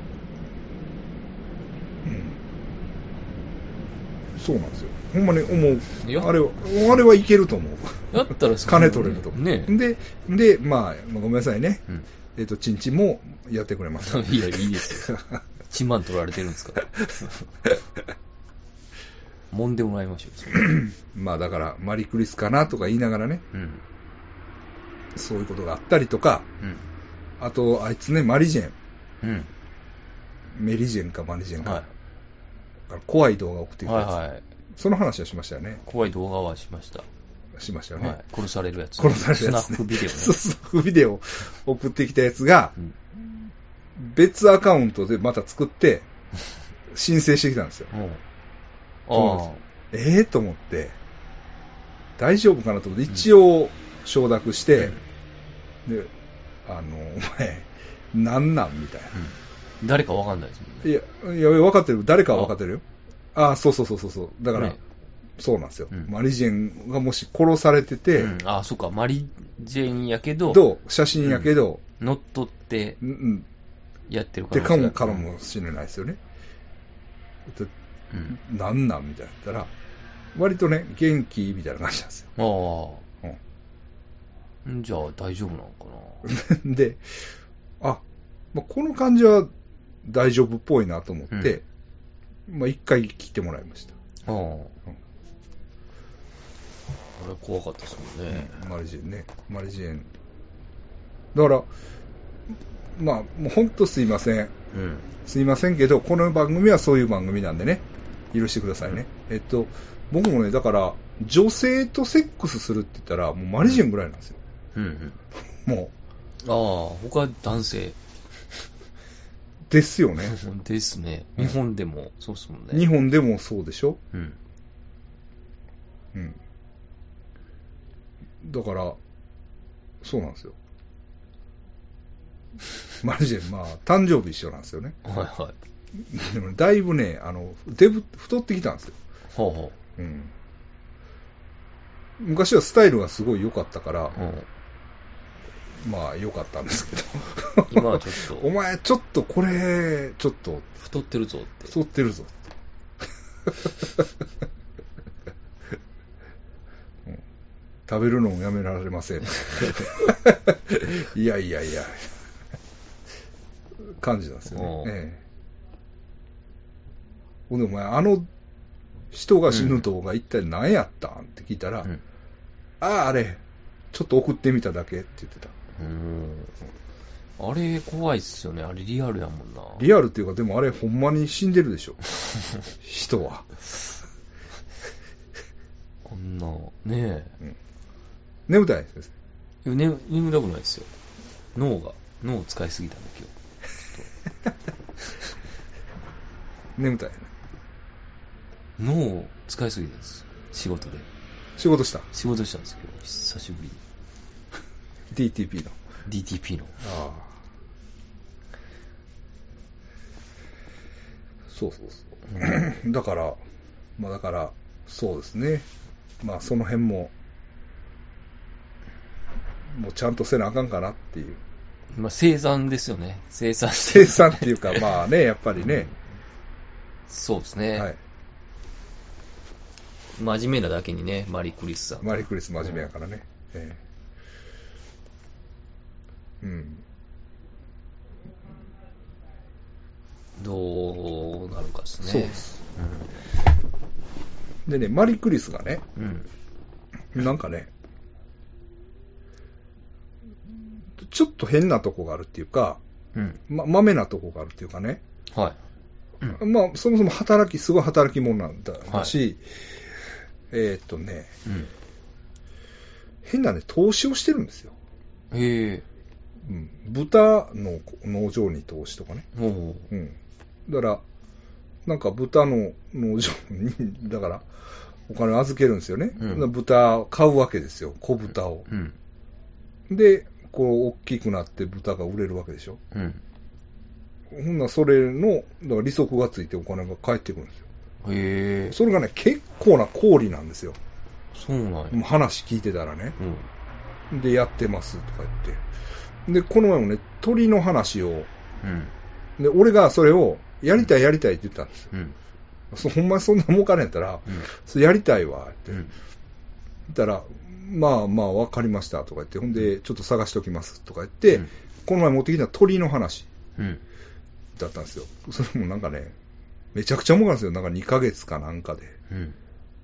うん。そうなんですよ。ほんまに思う。あれは、あれはいけると思う。 やったら金取れると思う。ね。で、で、まあ、ごめんなさいね。うん、えっと、チンチンもやってくれます。 いや、いいですよ。いちまん取られてるんですから。揉んでもらいましょう。まあ、だから、マリクリスかなとか言いながらね。うん、そういうことがあったりとか、うんあと、あいつね、マリジェン。うん。メリジェンかマリジェンか。はい、怖い動画を送ってきたやつ、はいはい。その話はしましたよね。 怖い動画はしました。 しましたよね。はい、 殺されるやつ。 殺されるやつ、ね。 スナップビデオね。 スナップビデオを送ってきたやつが、うん、別アカウントでまた作って、申請してきたんですよ。ああ。ええー、と思って、大丈夫かなと思って、一応承諾して、うん、で、あの、お前、 なんなんみたいな、 うん、誰かわかんないですもんね。 いや、いや分かってる、誰かは分かってるよ。ああ、そうそうそうそうそう、だから、ね、そうなんですよ、うん、マリジェンがもし殺されてて、うん、 ああ、そうか、マリジェンやけど、 どう写真やけど、 うん、乗っ取ってやってる可能性がある。でかもかもしれないですよね。うん、なんなんみたいな言ったら、割とね、元気みたいな感じなんですよ。ああ。 うん。じゃあ大丈夫なのかな。で、あ、まあ、この感じは大丈夫っぽいなと思って、うん、まあ一回聞いてもらいました。ああ。うん、あれ怖かったですもんね。 うん、マリジェンね。マリジェン。だから、まあ、もうほんとすいません。うん。すいませんけど、この番組はそういう番組なんでね、許してくださいね。うん、えっと、僕もね、だから、女性とセックスするって言ったら、もうマリジェンぐらいなんですよ。うんうん。もう。ああ、他は男性。 ですよね。 ですね。日本でもそうですもんね。 日本でもそうでしょ。うん。うん。だから、そうなんですよ。マリジェン、まあ、誕生日一緒なんですよね。はいはい。でもだいぶね、あの、デブ、太ってきたんですよ。ほうほう。うん。昔はスタイルがすごい良かったから、うん、まあ良かったんですけど。 今はちょっと。 お前ちょっとこれ、ちょっと。 太ってるぞって。 太ってるぞって、うん。食べるのもやめられません。いやいやいや。感じなんですよね。ええ。ほんでお前、あの人が死ぬ動画一体何やったんって聞いたら、うん、ああ、あれ、ちょっと送ってみただけって言ってた。 うん、あれ怖いっすよね。あれリアルやもんな。 リアルっていうか、でもあれほんまに死んでるでしょ。人は。 こんな、ねえ。うん、 眠たいですね。ね、眠たくないですよ。脳が、脳を使いすぎたんだ、今日。 眠たいね。 脳を使いすぎたんです。仕事で。 仕事した仕事したんですけど、久しぶりに。 ディーティーピー のディーティーピー の。ああ。 そうそうそう。うん、だから、まあだから、そうですね。まあその辺も、もうちゃんとせなあかんかなっていう。 まあ生産ですよね。生産生産っていうか、まあね、やっぱりね。 そうですね。はい。真面目なだけにね、マリクリスさん。 マリクリス真面目やからね。うん、ええ、うん。 どうなるかですね。 そうです。うん、でね、マリクリスがね、うん、なんかね、ちょっと変なとこがあるっていうか、うん、ま、豆なとこがあるっていうかね。はい。うん、まあ、そもそも働き、すごい働き者なんだ、だし、はい、えー、っとね、うん、変なね、投資をしてるんですよ。へえ。うん。豚の農場に投資とかね。うん。だから、なんか豚の農場に、だから、お金を預けるんですよね。うん、豚を買うわけですよ、小豚を。うん、で、こう、大きくなって豚が売れるわけでしょ。うん。ほんならそれの、だから利息がついてお金が返ってくるんですよ。へえ。それがね、結構な氷なんですよ。 そうなんや。話聞いてたらね。うん。で、やってますとか言って。で、この前もね、鳥の話を、うん。で、俺がそれを、やりたいやりたいって言ったんですよ。うん。そほんまにそんな儲かんやったら、うん、それやりたいわって。うん、言ったら、まあまあわかりましたとか言って、ほんでちょっと探しておきますとか言って、うん、この前持ってきた鳥の話だったんですよ。うん、それもなんかね、めちゃくちゃ儲かるんですよ。なんかにかげつかなんかで。うん、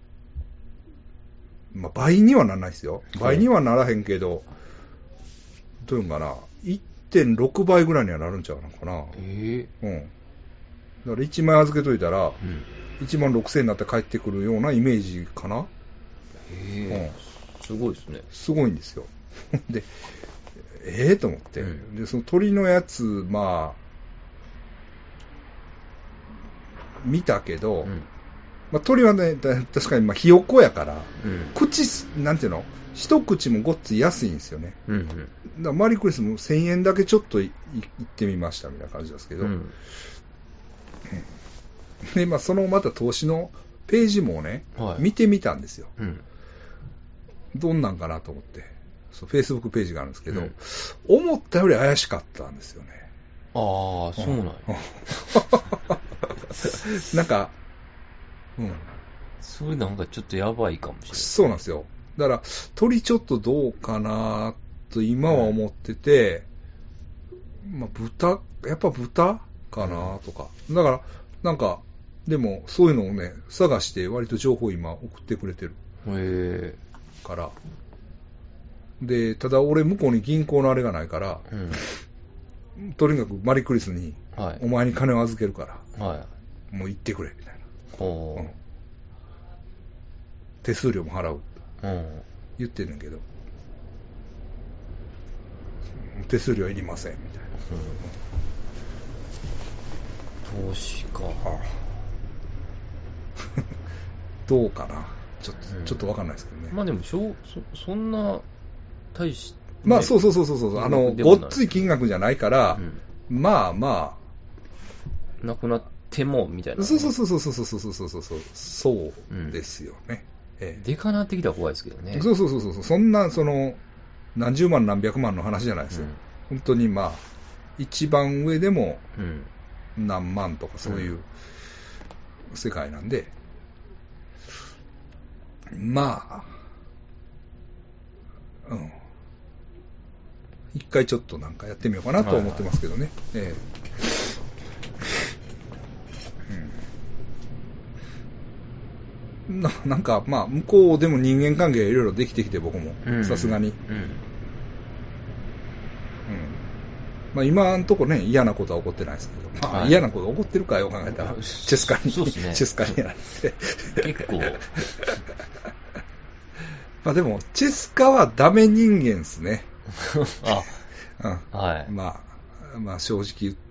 まあ倍にはならないですよ。倍にはならへんけど、どういうのかな、いってんろくばいぐらいにはなるんちゃうのかな。えー、うん。だからいちまい預けといたら、うん、いちまんろくせんえんになって帰ってくるようなイメージかな。 へー、うん、すごいですね。 すごいんですよ。で、ええー、と思って、うん、で、その鳥のやつ、まあ、見たけど、 まあ、鳥はね、確かにまあひよっこやから、うん、口、なんていうの、一口もごっつい安いんですよね。うんうん、だからマリークリスもせんえんだけちょっとい行ってみましたみたいな感じですけど、うん、で、まあ、そのまた投資のページもね、はい、見てみたんですよ。うん、どんなんかなと思って、そう、Facebook ページがあるんですけど、うん、思ったより怪しかったんですよね。 ああ、そうなんや。 なんか、うん。 それなんかちょっとやばいかもしれない。 そうなんですよ。だから、鳥ちょっとどうかなと今は思ってて、うん、まあ、豚、やっぱ豚かなとか。だから、なんか、でも、そういうのをね、探して割と情報今送ってくれてる。へー。から。で、ただ俺向こうに銀行のあれがないから、うん、とにかくマリクリスに、はい、お前に金を預けるから、はい、もう行ってくれ、みたいな。ほう、うん、手数料も払う。うん、言ってんねんけど、手数料はいりません、みたいな。 うん、投資か。 どうかな。ちょっと、うん、ちょっとわかんないですけどね。 まあでも、そ、そんな、大し、ね、 まあそうそうそうそうそう、あの、ごっつい金額じゃないから、うん、まあまあ。なくなっても、みたいな。 そうそうそうそうそうそうそうそうそうそう、そうですよね。 うん、ええ、でかなってきたら怖いですけどね。 そうそうそうそう、そんな、その、何十万何百万の話じゃないですよ。うん、本当にまあ、一番上でも、何万とかそういう世界なんで、まあ、うん。一回ちょっとなんかやってみようかなと思ってますけどね。はいはい、ええ、うん、な, なんか、まあ、向こうでも人間関係がいろいろできてきて、僕も、さすがに。うん。うん。まあ、今んとこね、嫌なことは起こってないですけど、まあ、はい、嫌なこと起こってるかよ、考えたら、チェスカに、そうですね、チェスカにやられて。結構。まあでも、チェスカはダメ人間ですね。あ、うん、はい。まあ、まあ正直言って。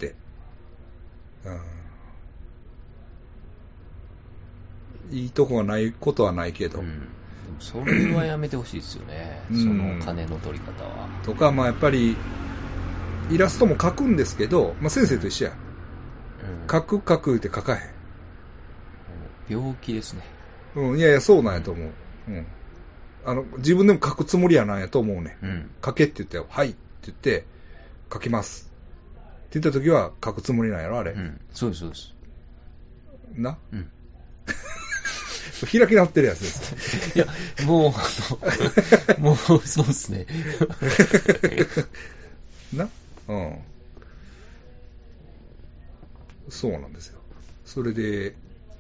うん、いいとこがないことはないけど。うん、 それはやめてほしいですよね。その金の取り方は。 とか、まあやっぱり、イラストも描くんですけど、まあ先生と一緒や。うん、描く描くって描かへん。 病気ですね。 うん、いやいや、そうなんやと思う。うん。あの、自分でも書くつもりやなんやと思うね。うん。書けって言って、はいって言って、書きます。って言った時は書くつもりなんやろ、あれ。うん。 そうです、そうです。 な？うん。開き直ってるやつです。 いや、もう、あの、もう、そうですね。 な？うん。そうなんですよ。それで、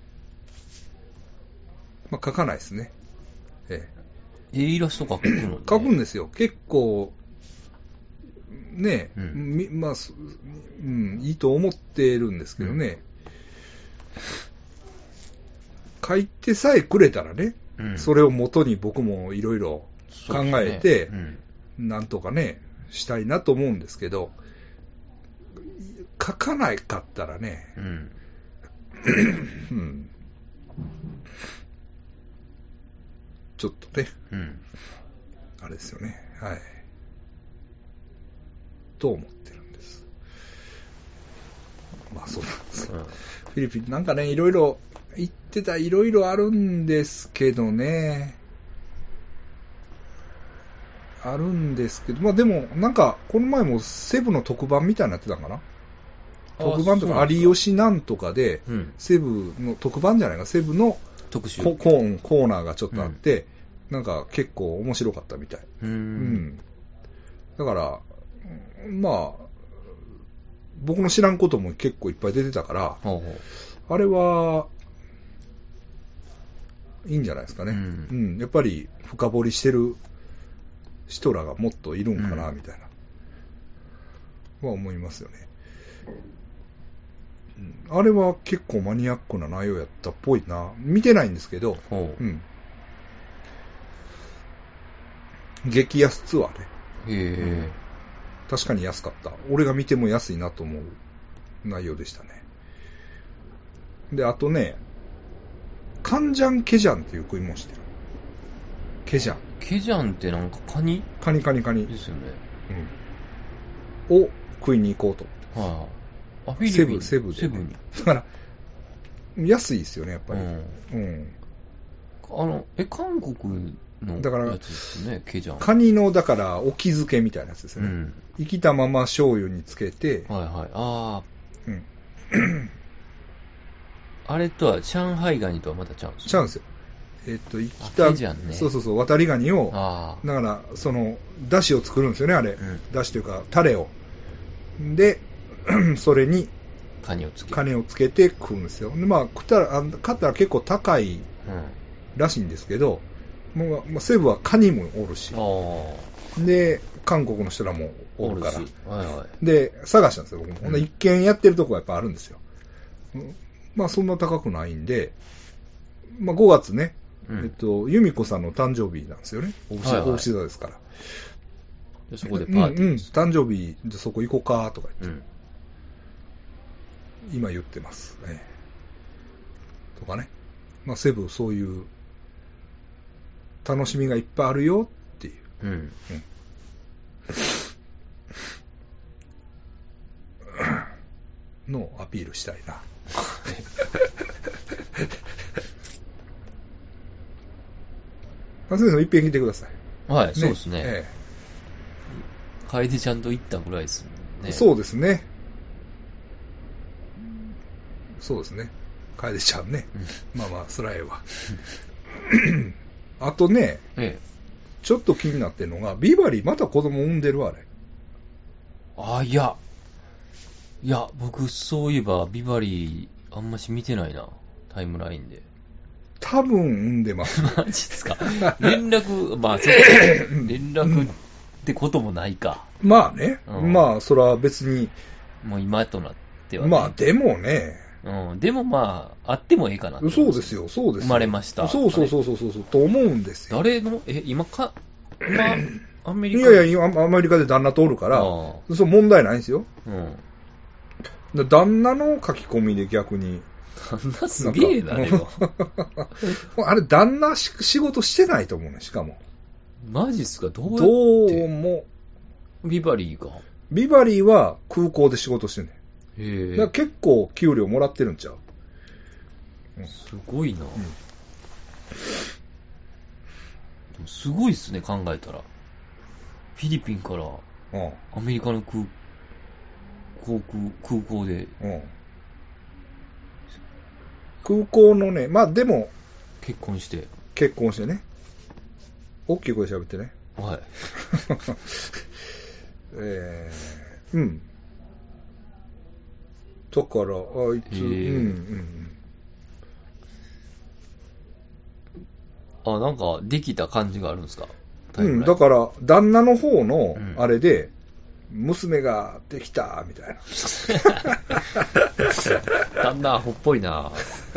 まあ、書かないですね。ええ。 イラスト描くの、ね、 描くんですよ。結構、ね、うん、まあ、うん、いいと思ってるんですけどね。書、うん、いてさえくれたらね、うん、それを元に僕もいろいろ考えて、ね、うん、なんとかね、したいなと思うんですけど、書かないかったらね、うんうん、ちょっとね、うん、あれですよね、はい。と思ってるんです。まあそうなんです。うん、フィリピンなんかね、いろいろ言ってた、いろいろあるんですけどね。あるんですけど、まあでも、なんか、この前もセブの特番みたいになってたんかな。特番とか、有吉なんとかで、うん、セブの特番じゃないか、セブの特集コーン、コーナーがちょっとあって、うん、なんか結構面白かったみたい。うん、うん。だから、まあ、僕の知らんことも結構いっぱい出てたから、ほうほう、あれは、いいんじゃないですかね。うん。うん、やっぱり深掘りしてる人らがもっといるんかな、みたいな、うん、は思いますよね。うん、あれは結構マニアックな内容やったっぽいな。見てないんですけど、うん。激安ツアーで。へえ、うん。確かに安かった。俺が見ても安いなと思う内容でしたね。で、あとね、 カンジャンケジャンっていう食い物してる。ケジャン。 ケジャンってなんかカニカニカニカニ。 ですよね。 うん。を食いに行こうと。 はい、あ。フィリピン。 セブ、セブで、ね。 セブに。 だから、安いですよね、やっぱり。うん。うん、 あの、え、韓国のやつですね、ケジャン。 カニの、だから、お気づけみたいなやつですよね。うん。生きたまま醤油につけて。 はいはい。ああ。 うん。 あれとは、上海ガニとはまたちゃうんですよ。ちゃうんですよ。えっと、生きた、ね、そうそうそう、渡りガニを、だから、その、だしを作るんですよね、あれ。うん、だしというか、タレを。で、それに、 カニをつけて。 カニをつけて食うんですよ。で、まあ、食ったら、買ったら結構高いらしいんですけど、うん、もう、セブはカニもおるし、で、韓国の人らもおるから。はいはい、で、探したんですよ、僕も。うん、一見やってるとこがやっぱあるんですよ。まあ、そんな高くないんで、まあ、ごがつね、うん、えっと、由美子さんの誕生日なんですよね。大牛座ですから。 でそこでパーティー、 うんうん、誕生日でそこ行こうかとか言って、うん、今言ってます、ね。とかね。まあ、セブそういう楽しみがいっぱいあるよっていう。うんうんのをアピールしたいな。先生もいっぺん来てください。 はい、ね、そうですね。ええ、楓ちゃんと行ったぐらいですね。 そうですね。そうですね。楓ちゃんね。まあまあ、そらええわ。あとね、ええ、ちょっと気になってるのが、ビバリーまた子供産んでるあれ。 あ、いや。いや、僕、そういえば、ビバリー、あんまし見てないな。タイムラインで。 多分産んでます。 マジっすか。連絡、まあ、そう連絡ってこともないか。 まあね。うん、まあ、それは別に。 もう今となっては、ね。 まあ、でもね。 うん。でもまあ、あってもいいかな。 そうですよ、そうですよ。 生まれました。 そうそうそうそうそう、と思うんですよ。 誰の、え、今か、今、アメリカいやいや、アメリカで旦那とおるから、そう問題ないんですよ。うん。旦那の書き込みで逆に。 旦那すげえな、でも。 あれ、旦那し仕事してないと思うね、しかも。 マジっすか、どうやってどうも。 ビバリーが。 ビバリーは空港で仕事してんねん。へえ。だから結構給料もらってるんちゃう、 うん、すごいな、うん、でもすごいっすね、考えたら。フィリピンからアメリカの空航空空港で、うん、 空港のね、まあでも結婚して結婚してね、大きい声で喋ってね。 はい。 えー、うん。だからあいつ、うんうんうん。あ、なんかできた感じがあるんですか。 うん、だから旦那の方のあれで、うん、娘ができたみたいな。 旦那アホっぽいな。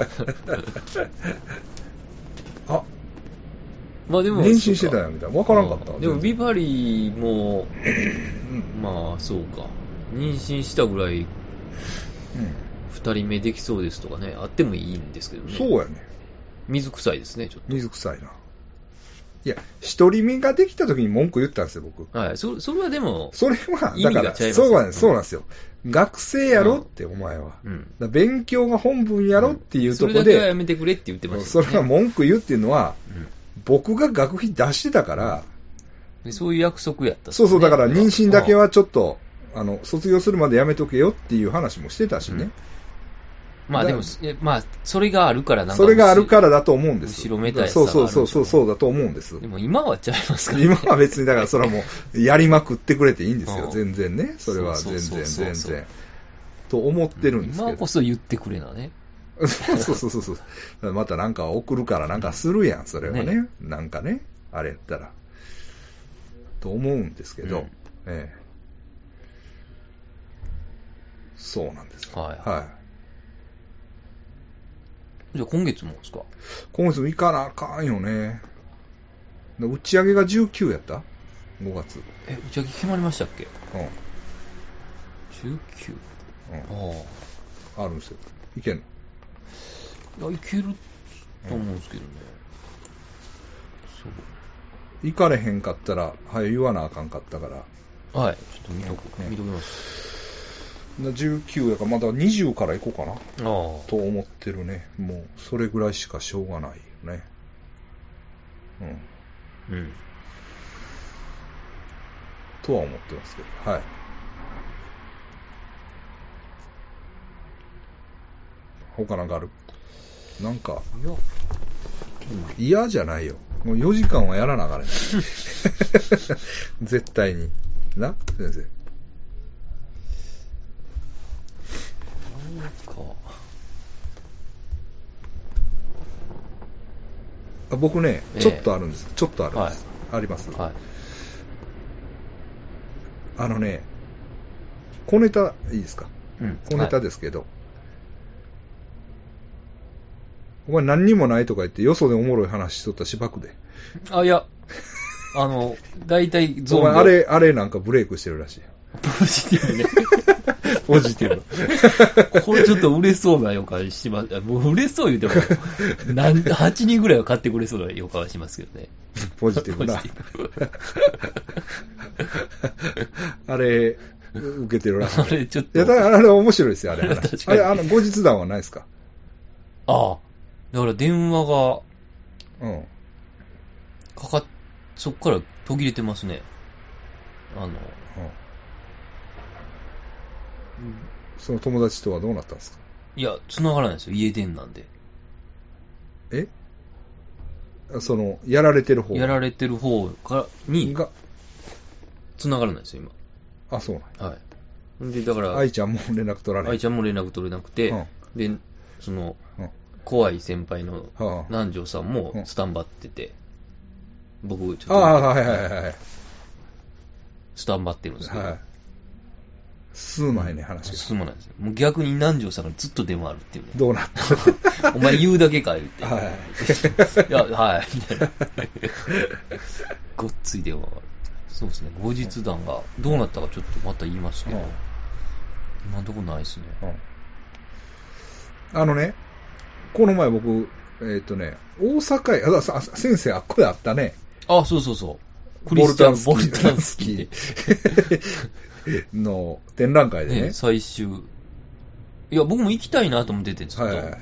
あ、 まあでも妊娠してたよみたいな、分からんかった。 でもビバリーも、うん、まあそうか、妊娠したぐらい、うん、二人目できそうですとかね、あってもいいんですけどね。 そうやね。 水臭いですね、ちょっと。 水臭いな。いや、一人目ができた時に文句言ったんですよ、僕。 はい、そ, それはでも、 それは、だから、そうなんです、そうなんですよ。学生やろって、お前は。うん、だ勉強が本分やろっていうところで、うん、それだけはやめてくれって言ってました、ね。 それは文句言うっていうのは、うん、僕が学費出してたから、 でそういう約束やった、ね。 そうそう、だから妊娠だけはちょっと、あの、卒業するまでやめとけよっていう話もしてたしね。うん、 まあでも、まあ、それがあるからなんか。 それがあるからだと思うんです。 後ろめたいそうそうそうそう、そうだと思うんです。 でも今はちゃいますからね。 今は別に、だからそれはもう、やりまくってくれていいんですよ。全然ね。それは全然、全然。と思ってるんですけど。 今こそ言ってくれなね。 そうそうそうそう。またなんか送るからなんかするやん、それはね。ね、なんかね、あれやったら。と思うんですけど、うん、ええ。そうなんです。 はい。はい。じゃあ今月もですか？ 今月も行かなあかんよね。打ち上げがじゅうくやったごがつ。 え、打ち上げ決まりましたっけ？うん。じゅうく？うん。 ああ。あるんですよ。いけんの？ いや、いけると思うんですけどね。 そう。行かれへんかったら、はい、言わなあかんかったから。 はい、ちょっと見とく、ね、見ときます。 じゅうきゅうやからまだにじゅうから行こうかなと思ってるね。もうそれぐらいしかしょうがないよね。うん。うん。とは思ってますけど、はい。他なんかある？なんか、いや、嫌じゃないよ。もうよじかんはやらなあかんね。絶対に。な？先生。なんか。あ、僕ね、ちょっとあるんです。えー、ちょっとあるんです。はい、あります。はい。あのね、小ネタ、いいですか？うん。小ネタですけど、はい、お前何にもないとか言って、よそでおもろい話しとったしばくで。 あ、いや、あの、大体ゾーンで。お前、あれ、あれなんかブレイクしてるらしい。 ポジティブね。 ポジティブ。 これちょっと売れそうな予感します。もう売れそう言うても、何、はちにんぐらいは買ってくれそうな予感はしますけどね。 ポジティブな。あれ、受けてるらしい。 あれ、ちょっと。 いや、だからあれ面白いですよ、あれ。あれ、あの、後日談はないですか？ ああ。だから電話が、うん。かかっ、そっから途切れてますね。あの、うん。 その友達とはどうなったんですか？ いや、繋がらないですよ、家電なんで。 え？その、やられてる方やられてる方からに、が、繋がらないですよ、今。 あ、そうなんはい。で、だから、 愛ちゃんも連絡取られない。 愛ちゃんも連絡取れなくて、うん、で、その、うん、怖い先輩の南條さんもスタンバってて、うん、僕、ちょっと、 ああ、はいはいはい。 スタンバってるんですけど、はい、 進まへんね、話が。 進まないですよ。もう逆に南條さんがずっと電話あるっていうね。 どうなったお前言うだけか言って。はい。いや、はい。みたいな。ごっつい電話がある。そうですね。後日談がどうなったかちょっとまた言いますけど、うん、今のとこないですね、 うん。あのね、この前僕、えーっとね、大阪へ、あ、先生、あっこであったね。 あ、そうそうそう。クリスチャン・ボルタンスキーの展覧会でね。ね、 最終。いや、僕も行きたいなと思ってて、ずっと。はいはい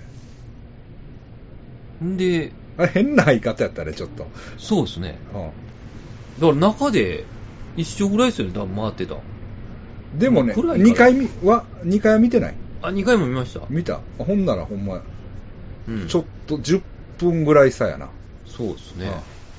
。んで、 あれ変な言い方やったね、ちょっと。 そうですね。うん。だから中で一緒ぐらいですよね、多分回ってた。 でもね、にかいは、にかいは見てない？ あ、にかいも見ました。 見た。ほんならほんま、うん、ちょっとじゅっぷんぐらい差やな。 そうですね。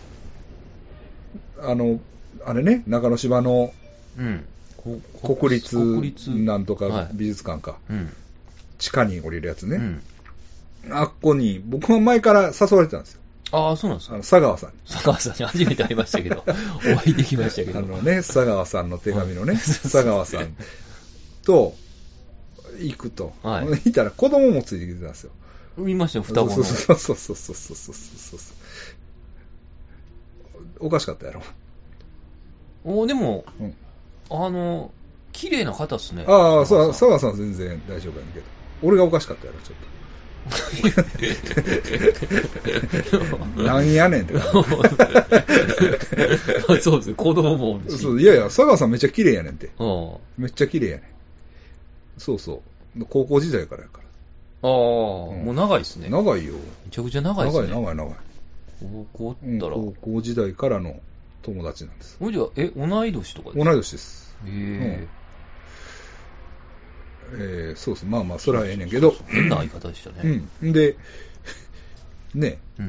あ, あの、あれね、中之島の、うん、国立なんとか美術館か、はいうん、地下に降りるやつね、うん、あっこに僕は前から誘われてたんですよ。 ああ、そうなんですか。 あの佐川さんに佐川さんに初めて会いましたけどお会いできましたけどあのね、佐川さんの手紙のね、佐川さんと行くと、はい、行ったら子供もついてきてたんですよ。 見ましたよ、双子の。 そうそうそうそうそうそうそうそうおかしかったやろ。 おでも、うん、あの綺麗な方っすね。 ああ、そう、佐川さんは全然大丈夫やけど、俺がおかしかったやろ、ちょっと。何やねんってそうですね、子供もおるし。 そう、いやいや、佐川さんめっちゃ綺麗やねんって。めっちゃ綺麗やねん。そうそう。高校時代からやから。 ああ、うん、もう長いですね。 長いよ。 めちゃくちゃ長いですね。 長い長い長い。 高校ったら、うん、 高校時代からの友達なんです。 じゃあ、え、同い年とかですか？ 同い年です。へえ。うん、えー、そうです。まあまあ、それはええねんけど。 変な相方でしたね。 うん。で、ね、うん、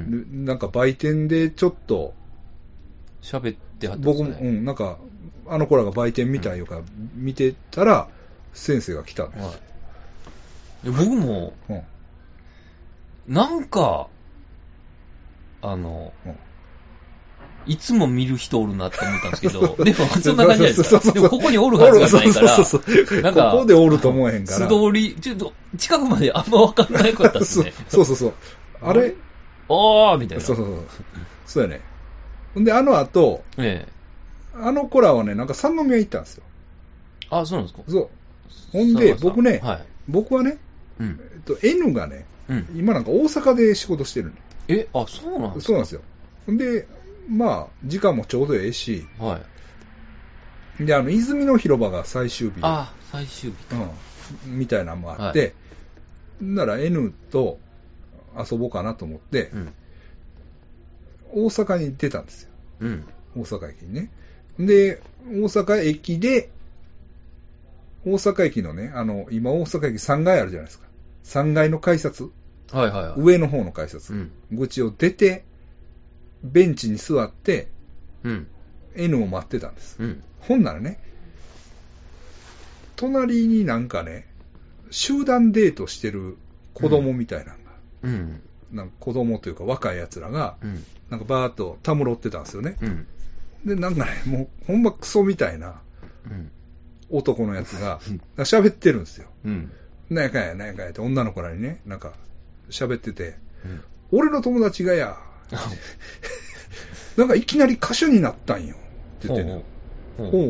なんか売店でちょっと、 喋ってはったんですね。 僕も、うん、なんか、あの子らが売店見たいか、うん、見てたら、先生が来たんです。はいで僕も、うん、なんか、あの、うん、いつも見る人おるなって思ったんですけど、でもそんな感じじゃないですか。でもここにおるはずがないから、 そうそうそうなんか、ここでおると思えへんから。 素通り、ちょっと近くまであんま分かんないかったですね。 そうそうそう。あれあーみたいな。 そうそうそう。そうやね。ほんで、あの後、ええ、あの子らはね、なんか三宮行ったんですよ。 あ、そうなんですか。 そう。ほんで、僕ね、はい、僕はね、うん、えっと、N がね、うん、今なんか大阪で仕事してるね。 え、あ、そうなんですか？ そうなんですよ。で、まあ、時間もちょうどええし、 はい。 で、あの、泉の広場が最終日で。 あ、最終日か。 うん。みたいなのもあって、はい、なら N と遊ぼうかなと思って、うん、大阪に出たんですよ。うん。大阪駅にね。で、大阪駅で、大阪駅のね、あの、今大阪駅さんがいあるじゃないですか。さんがいの改札。 はいはいはい。 上の方の改札。うん、口を出て、ベンチに座って、うん、N を待ってたんです。うん、ほんならね、隣になんかね、集団デートしてる子供みたいなのが、うん、なんか子供というか若い奴らが、うん、なんかバーッとたむろってたんですよね。うん、で、なんかね、もうほんまクソみたいな男のやつが喋ってるんですよ。うん、なんやかんやなんやかんやって女の子らにね、なんか喋ってて、うん、俺の友達がや、なんかいきなり歌手になったんよって言ってね、ほうと思って、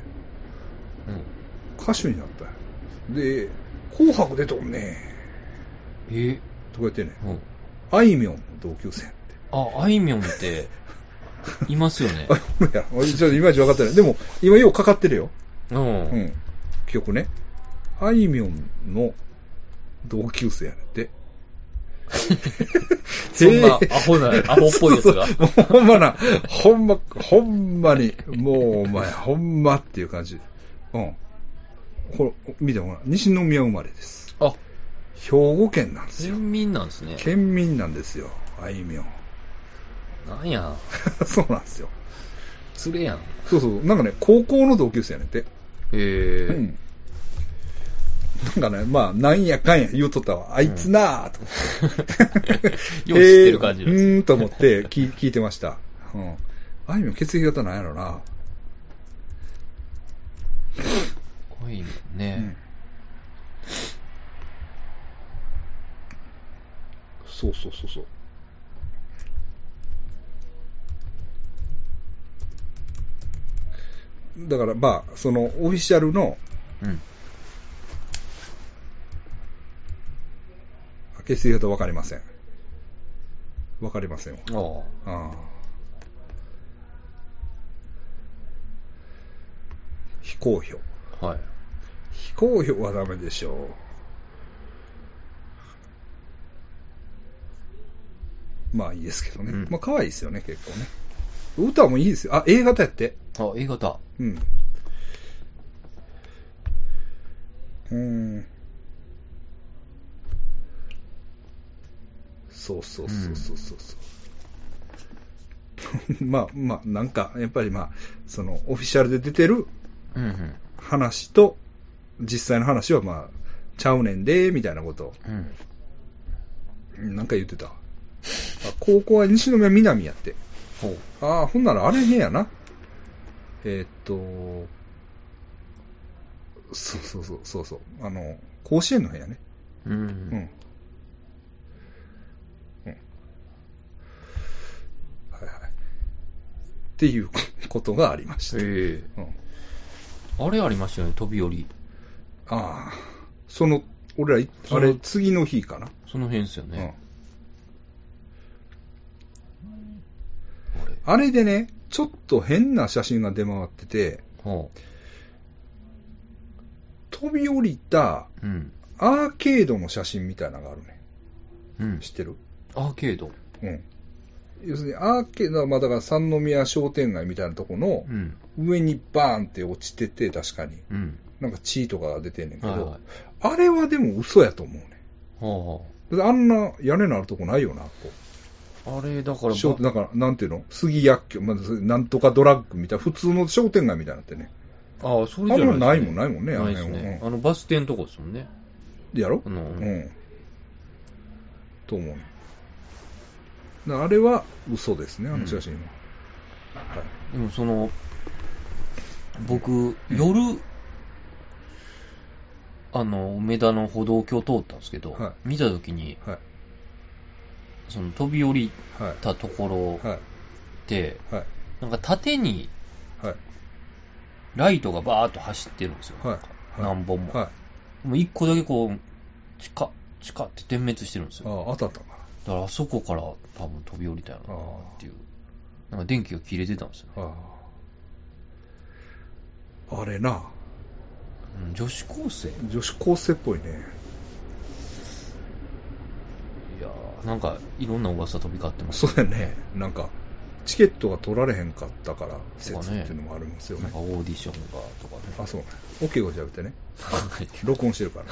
うん、歌手になったんや。で、紅白出とんねえとか言ってね、うん、あいみょんの同級生って。 あ、あいみょんっていますよね。 あ、いや、ちょっといまいち分かってない。でも今ようかかってるよ。うん、うん、曲ね。あいみょんの同級生やねんって。 そんなアホな、アホっぽいやつが。 そうそう、ほんまな、ほんま、ほんまに、もうお前、ほんまっていう感じ。うん。これ、見てもらう。西宮生まれです。あ、兵庫県なんですよ。 県民なんですね。 県民なんですよ、あいみょん。 なんや。 そうなんですよ。 つれやん。 そうそう。なんかね、高校の同級生やねんて。へえ。うん。なんかね、まあ、なんやかんや言うとったわ。あいつなぁ、と思って。よう知ってる感じなんです。 うーんと思って聞聞いてました。うん。あいみょん血液型なんやろな。 あいみょんね、 うん。そうそうそうそう。だからまあ、そのオフィシャルの、うん、血液型分かりません。分かりませんわ。ああ。非公表。はい。非公表はダメでしょう。まあいいですけどね。うん、まあ可愛いですよね、結構ね。歌もいいですよ。あ、A 型やって。 あ、A 型。うん。 うーん。そうそうそうそうそうそう、うん、まあまあなんかやっぱりまあそのオフィシャルで出てる話と実際の話はまあちゃうねんでみたいなことを、うん、なんか言ってた。あ、高校は西宮南やって。ほう。ああ、ほんならあれねやな。えー、っとそうそうそうそうそう、あの甲子園の部屋ね。うん、うんっていうことがありました。へえ、 うん。あれありましたよね、飛び降り。 ああ、その、俺ら、あれ、次の日かな。 その辺ですよね。 うん、あれあれでね、ちょっと変な写真が出回ってて、はあ、飛び降りたアーケードの写真みたいなのがあるね。うん、知ってる？ アーケード？ うん。要するにアーケードはまあだから三宮商店街みたいなとこの上にバーンって落ちてて、確かに、うん、なんか血とかが出てんねんけど、はいはい、あれはでも嘘やと思うね。はあはあ、あんな屋根のあるとこないよな、こう。あれだから商だからなんていうの、杉薬局、まあ、なんとかドラッグみたいな普通の商店街みたいになってね。 ああ、それじゃないですね。 あれはないもんないもんね。 ないですね。あのバス停のとこですもんね。 やろ？うん。うん。と思う。あれは嘘ですね、あの写真は。 うん、はい、でもその僕、うん、夜あの梅田の歩道橋通ったんですけど、はい、見たときに、はい、その飛び降りたところで、はいはい、なんか縦にライトがバーッと走ってるんですよ、はい、何本も、はい、もう一個だけこうチカチカって点滅してるんですよ。 ああ、当たったかだからあそこから多分飛び降りたよなっていう。なんか電気が切れてたんですよね。 ああ。あれな。 うん、女子高生女子高生っぽいね。 いやー、なんかいろんな噂飛び交ってます、 ね。そうやね。なんか、チケットが取られへんかったから説っていうのもあるんですよね。 なんかオーディションがとかね。 あ、そうね。オケゴじゃなくてね。録音してるから。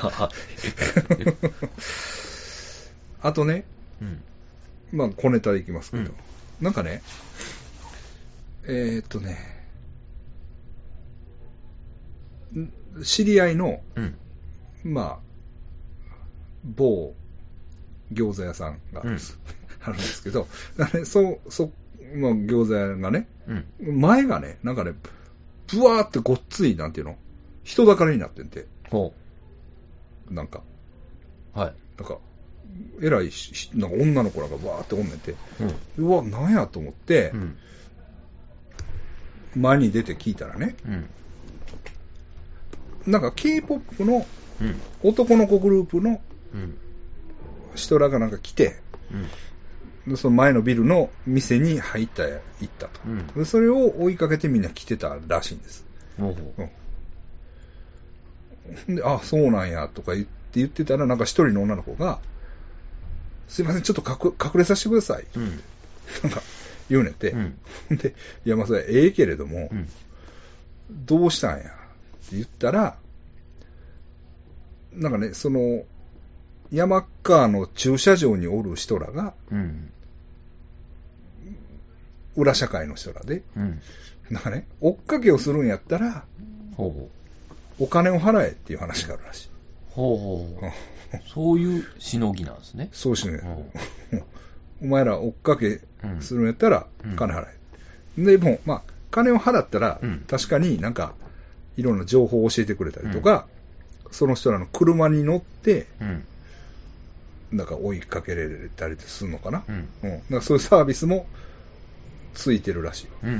あとね、うん、まあ小ネタでいきますけど、うん、なんかね、えー、っとね、知り合いの、うん、まあ某餃子屋さんがあるんです、うん、あるんですけど、そうそまあ、餃子屋がね、うん、前がね、なんかね、ブワーってごっつい、なんていうの人だかりになってんて。ほう。なんか。はい。なんか、えらい、なんか女の子らがわーっておんねんて。うん、うわ、なんやと思って、うん、前に出て聞いたらね、うん、なんか K-ポップ の男の子グループの人らがなんか来て、うんその前のビルの店に入った行ったと、うん、それを追いかけてみんな来てたらしいんです。うん、で、あ、そうなんやとか言って言ってたら、なんか一人の女の子が、すいません、ちょっと隠れさせてくださいって、うん、なんか言うねんて、うん、で、いやまあそれええけれども、うん、どうしたんやって言ったら、なんかね、その山川の駐車場におる人らが、うん、裏社会の人らで、うん、なんかね、追っかけをするんやったら、ほうほうお金を払えっていう話があるらしい。 ほうほうそういうしのぎなんですね。 そうしね。お前ら追っかけするんやったら、金払え。うん、でも、まあ、金を払ったら、うん、確かになんか、いろんな情報を教えてくれたりとか、うん、その人らの車に乗って、うんなんか追いかけられたりするのかな、うんうん、だからそういうサービスもついてるらしいよ。うんうん、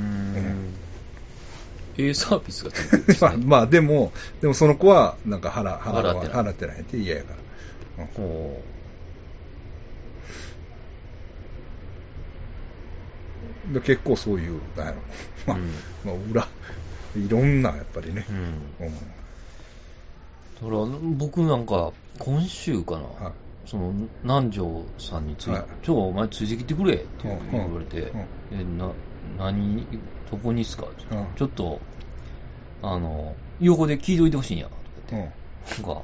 ええサービスがついてるんですね。 まあ、まあでもでもその子はなんか払払払ってない払ってないって嫌やから。うん、で結構そういうなんやろ、まあ、うんまあ、裏いろんなやっぱりね。うんうん、 だから僕なんか今週かな。はいその南條さんについて、はい、ちょ、お前ついてきてくれって言われて、うんうん、えな何、どこにっすか、うん、ちょっと、あの、横で聞いといてほしいんや、とか言って、うん、なんか、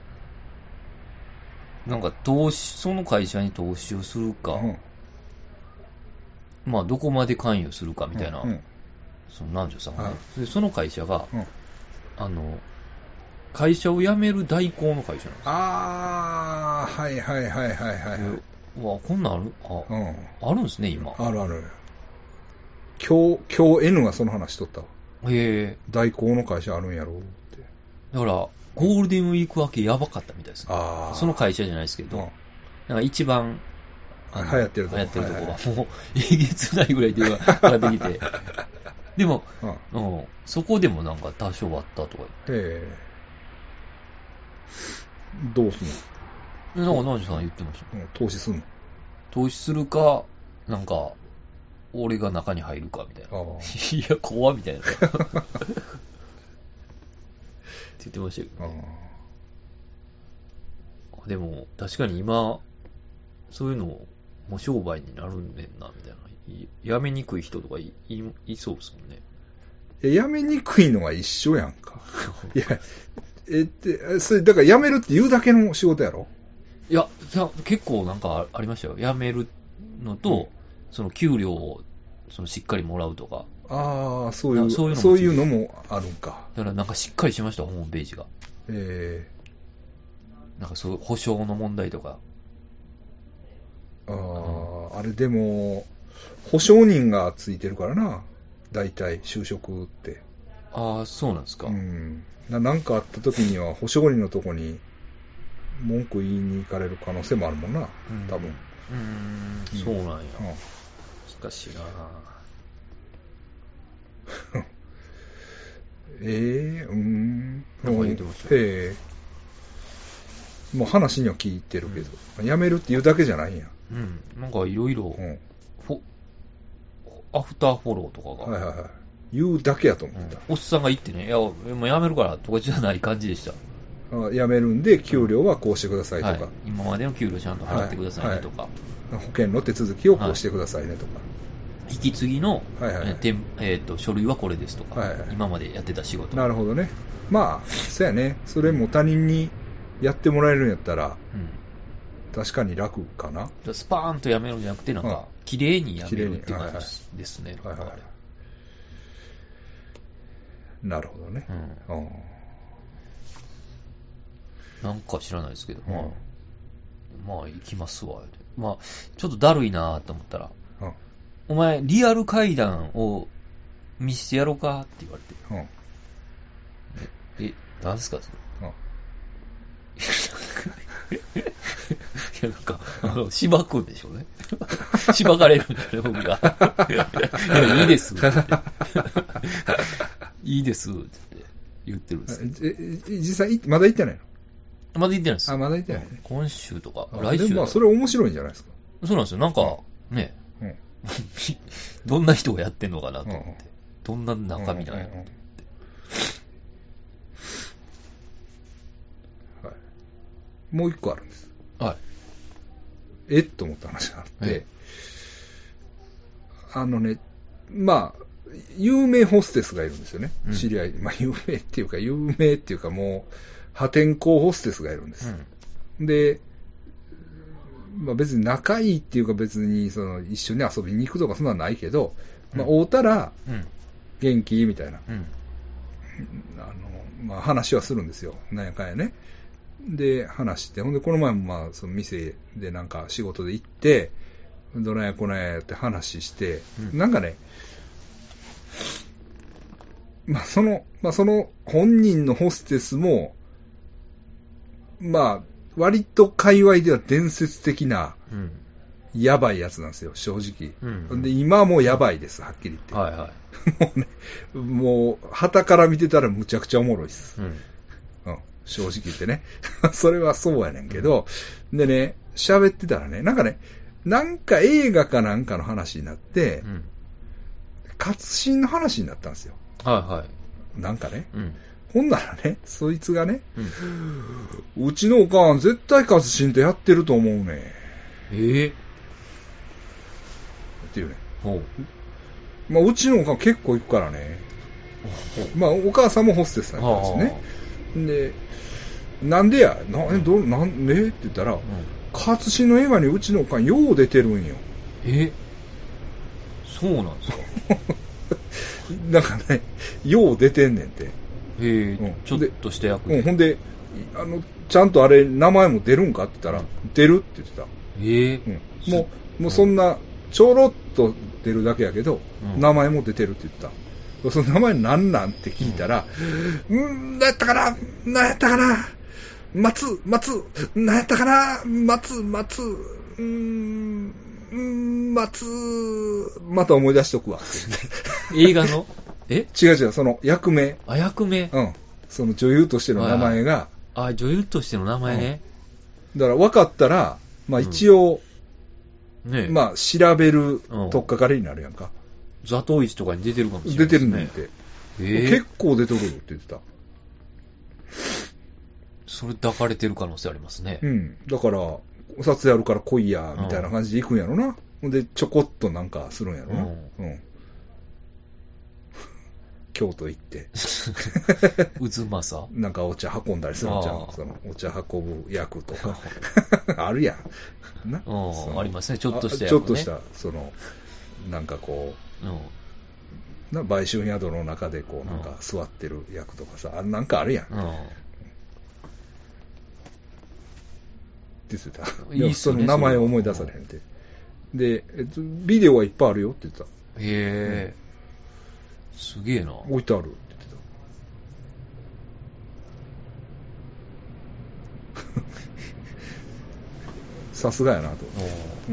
なんか投資、その会社に投資をするか、うん、まあ、どこまで関与するかみたいな、うんうん、その南條さんがね、でその会社が、うん、あの、会社を辞める代行の会社なんですよ。 ああ、はいはいはいはいはい。 うわ、こんなんあるあ、うん、あるんですね、今。 あるある。今日、今日 N がその話しとったわ。へえ。代行の会社あるんやろうって。 だから、ゴールデンウィーク明けやばかったみたいですね。あその会社じゃないですけど、うん、なんか一番、 流行ってるとこ。 流行ってるとこが、はいはい、もう、えげつないぐらい電話かかってきて。でも、うん、うん、そこでもなんか多少あったとか言って。へえ。 どうすんの？なんか、ナンジさん言ってました。 うん、投資すんの？ 投資するか、なんか、俺が中に入るか、みたいな。いや、怖みたいな。って言ってましたけどね。でも、確かに今、そういうのもう商売になるんねんな、みたいな。やめにくい人とか い, い, いそうですもんね。 いや、やめにくいのは一緒やんか。いや、えって、それ、だから辞めるって言うだけの仕事やろ？ いや、結構なんかありましたよ。辞めるのと、うん、その給料をそのしっかりもらうとか。 ああ、そういう、そういうのも、そういうのもあるんか。 だからなんかしっかりしました、ホームページが。ええー。なんかそういう保証の問題とか。 ああ、うん、あれでも、保証人がついてるからな。大体、就職って。 ああ、そうなんですか。 うん。なんかあった時には保証人のとこに文句言いに行かれる可能性もあるもんな、多分。 うん、うん、そうなんや。難しいなええー、うん。 なんか言ってましたよ。 ええー。もう話には聞いてるけど、うん、辞めるって言うだけじゃないんや。 うん。なんかいろいろ、アフターフォローとかが。 はいはいはい。言うだけやと思ってた。 うん、おっさんが言ってね、いや、もうやめるからとかじゃない感じでした。 辞めるんで給料はこうしてくださいとか、はい、 今までの給料ちゃんと払ってくださいねとか、 はいはい、保険の手続きをこうしてくださいねとか、はい、引き継ぎの、 はいはいはい、 ええー、と書類はこれですとか、はいはい、今までやってた仕事。 なるほどね。まあそうやね。それも他人にやってもらえるんやったら、うん、確かに楽かな。 スパーンと辞めるんじゃなくて、なんか綺麗に辞めるって感じですね。 はいはいはい、なるほどね。うん、 なんか知らないですけど、うん、まあ、まあ、行きますわ。まあ、ちょっとだるいなと思ったら、うん、お前、リアル階段を見せてやろうかって言われて、うん、え、え、何ですかそれ。うん、いや、なんか、あの、しばくんでしょうね。しばかれるんだよね、僕が。いや、いいですって。いいですって言ってるんですよ。 え、実際、まだ行ってないの？ まだ行ってないです。 あ、まだ行ってないね。 今週とか、来週。 でもまあ、それ面白いんじゃないですか。 そうなんですよ。なんか、うん、ね、うん、どんな人がやってんのかなと思って。うん、どんな中身なんやろと思って。 はい。もう一個あるんです。 はい。 えっと思った話があって、あのね、まあ、有名ホステスがいるんですよね。うん、知り合い。まあ、有名っていうか、有名っていうか、もう、破天荒ホステスがいるんです。うん、で、まあ、別に仲いいっていうか別にその一緒に遊びに行くとかそんなのないけど、うん、まあ、会うたら元気みたいな、うん、あのまあ、話はするんですよ。なんやかんやね。で、話して、ほんでこの前もまあその店でなんか仕事で行って、どないやこないやって話して、うん、なんかね、まあその、まあその本人のホステスも、まあ、割と界隈では伝説的な、やばいやつなんですよ、正直。うんうん、で、今はもうやばいです、はっきり言って。はいはい、もうね、もう、旗から見てたらむちゃくちゃおもろいです。うんうん、正直言ってね。それはそうやねんけど、うん、でね、喋ってたらね、なんかね、なんか映画かなんかの話になって、うん、活心の話になったんですよ。はいはい。なんかね。うんほんならね、そいつがね、うん、うちのおかん絶対活心ってやってると思うね。えぇ、っていうね。ほう。まあ、うちのおかん結構行くからね。まあ、お母さんもホステスなんですよね。で、なんでや、な、ど、なんでって言ったら、うん、活心の映画にうちのおかんよう出てるんよ。 えそうなんですかなんかね、よう出てんねんて。 へえ、うん、ちょっとした役で、 うん、ほんであのちゃんとあれ名前も出るんかって言ったら、うん、出るって言ってた。へえ、うん、もうもうそんなちょろっと出るだけやけど、うん、名前も出てるって言った。その名前何なんって聞いたら、うん、ん何やったかな何やったかな松松何やったかな松松うーん松また思い出しとくわ映画のえ違う違う、その役名。 あ、役名うん。その女優としての名前が。 はいはい、あ、女優としての名前ね。 うん、だから分かったら、まあ一応、うんね、まあ調べるとっかかりになるやんか。 座頭市とかに出てるかもしれない、ね。 出てるねんて。えー、結構出てくるって言ってた。 それ抱かれてる可能性ありますね。 うん。だから、お札やるから来いや、みたいな感じで行くんやろな。ほんで、ちょこっとなんかするんやろな。うん。うん京都行って渦政なんかお茶運んだりするんじゃん。そのお茶運ぶ役とかあるやんな。 ありますね、ちょっとした役、ね、 ちょっとしたそのなんかこう、な売春宿の中でこうなんか座ってる役とかさ、あなんかあるやん。って言ってた。いいっすよね、その名前を思い出されへんて。で、えっと、ビデオはいっぱいあるよって言ってた。へえ。うんすげえな。 置いてあるって言ってた。さすがやなと。うん。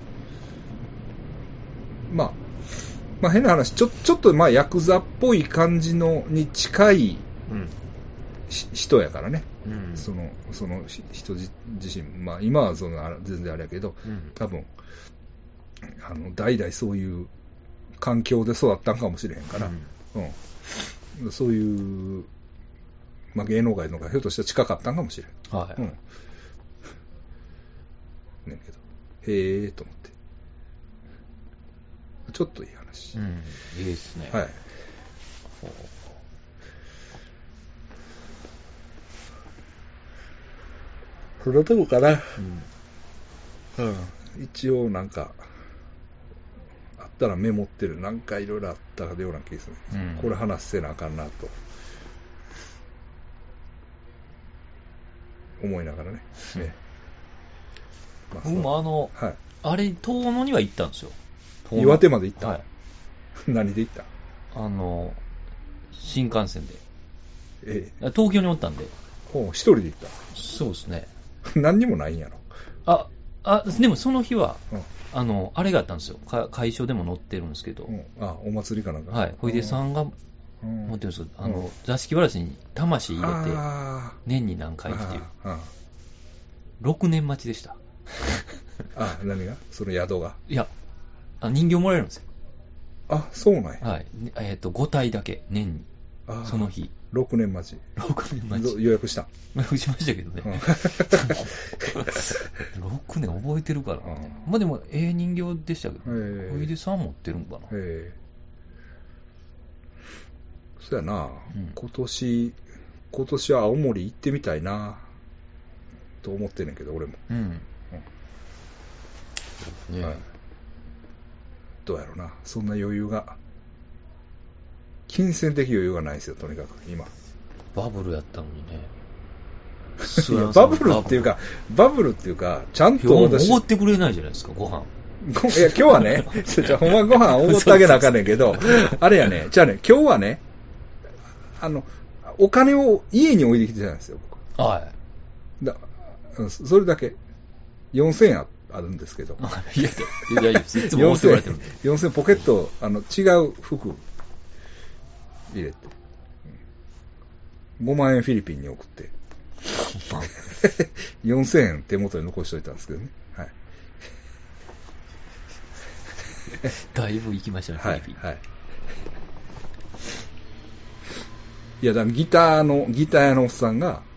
まあ、まあ変な話、ちょ、ちょっとまあヤクザっぽい感じのに近い人やからね、 うん、 そのその人自身、まあ、今はその全然あれやけど、うん、多分あの代々そういう環境で育ったんかもしれへんから、うんうん、そういう、まあ、芸能界の方がひょっとしたら近かったんかもしれん。はい、うん、ねんけど、へえと思って、ちょっといい話。 うん、いいですね。 はい。そのとこかな。うん。うん、一応なんかあったらメモってる。なんかいろいろあったらような気がする、うん。これ話せなあかんなと思いながらね。うん、ね。 まあ、僕もあの、はい、あれ遠野には行ったんですよ。 岩手まで行った。はい、何で行った？ あの新幹線で。 ええ、東京におったんで。 ほう、一人で行った。 そうですね。 何にもないんやろ。 あ、あ、でもその日は、うん、あの、あれがあったんですよ。か会所でも載ってるんですけど。うん、 あ、お祭りかなんか。 はい。小出さんが持ってるんですよ。あの、座敷わらしに魂入れて、年に何回っていう。ろくねん待ちでした。 あ、何が？その宿が？ いや、あ、人形もらえるんですよ。 あ、そうなんや。 はい。えっと、ご体だけ、年に。その日。 ろくねん待ち。 ろくねん待ち。 予約した？ 予約しましたけどね。うん、ろくねん覚えてるから、ね。うん、まあでも、ええ人形でしたけど、ね、小出さん持ってるんかな。 えー、そうやな、うん、今年、今年は青森行ってみたいな、と思ってんねんけど、俺も。うん。うん、はい、どうやろうな、そんな余裕が。金銭的余裕がないですよ、とにかく今。 バブルやったのにね。 いやバブルっていうか、バブルっていうか、ちゃんと私。おごってくれないじゃないですか、ご飯。 いや、今日はね、じゃほんまご飯おごってあげなあかんねんけど、あれやね、じゃあね、今日はね、あの、お金を家に置いてきてたんですよ、僕。 はい。 だそれだけ。よんせんえん あ, あるんですけど。 いや、いやいや、いつも思ってもらってるんで。 よんせんえんポケット、あの、違う服。入れてごまんえんフィリピンに送ってよんせんえん手元に残しておいたんですけどね、はい、 だいぶ行きましたね、フィリピン、はいはい、 いやだからギターのギター屋のおっさんが、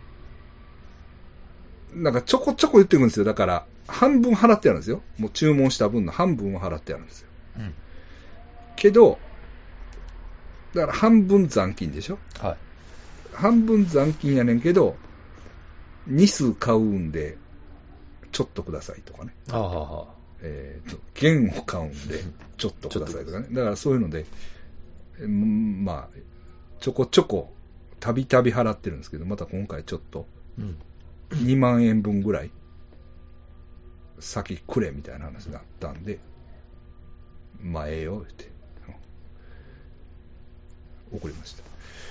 うん、なんかちょこちょこ言ってくるんですよ。だから半分払ってあるんですよ。もう注文した分の半分を払ってあるんですよ、うん、けどだから半分残金でしょ、はい、半分残金やねんけどに数買うんでちょっとくださいとかね、 ああ、 えーと弦を買うんでちょっとくださいとかね。だからそういうので、えまあちょこちょこたびたび払ってるんですけど、また今回ちょっとにまんえんぶんぐらい先くれみたいな話があったんで、まあええよって送りました。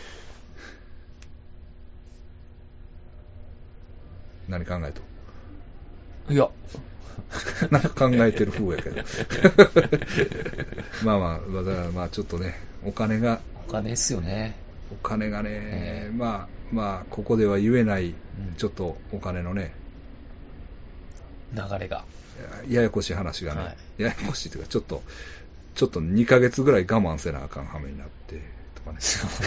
何考えと？ いやなんか考えてる風やけどまあまあだからまあちょっとね、お金がお金っすよね。 お金がね、えー、まあまあここでは言えないちょっとお金のね、 うん、流れがややこしい話がね、はい、ややこしいというかちょっとちょっとにかげつぐらい我慢せなあかんはめになってとかね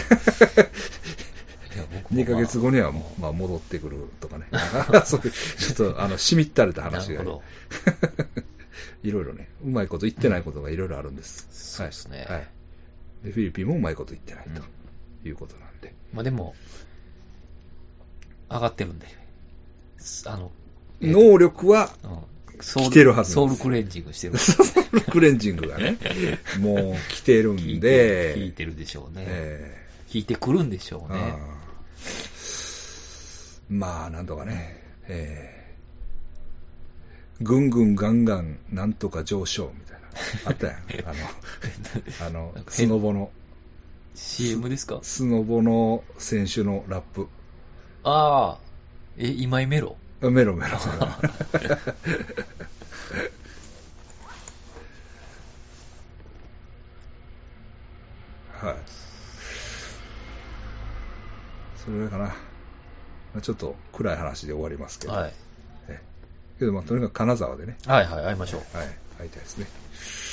にかげつごにはまあ戻ってくるとかねそういうちょっとあのしみったれた話が、ね、いろいろね、うまいこと言ってないことがいろいろあるんです、 うん、そうですね、 はい、でフィリピンもうまいこと言ってないということなんで、 うん、まあでも上がってるんであの、 えー、能力は、うん、来てるはずソウルクレンジングしてるソウルクレンジングがねもう来てるんで聞いてるでしょうね、えー、聞いてくるんでしょうね。 まあなんとかね、えー、ぐんぐんガンガンなんとか上昇みたいなあったやんあのあのスノボのシーエム ですか？ スノボの選手のラップ。 ああ、え今井メロメロメロはい、それかな。 ちょっと暗い話で終わりますけど。はい。けど、まあ、とにかく金沢でね。 はいはい、会いましょう。 はい、会いたいですね。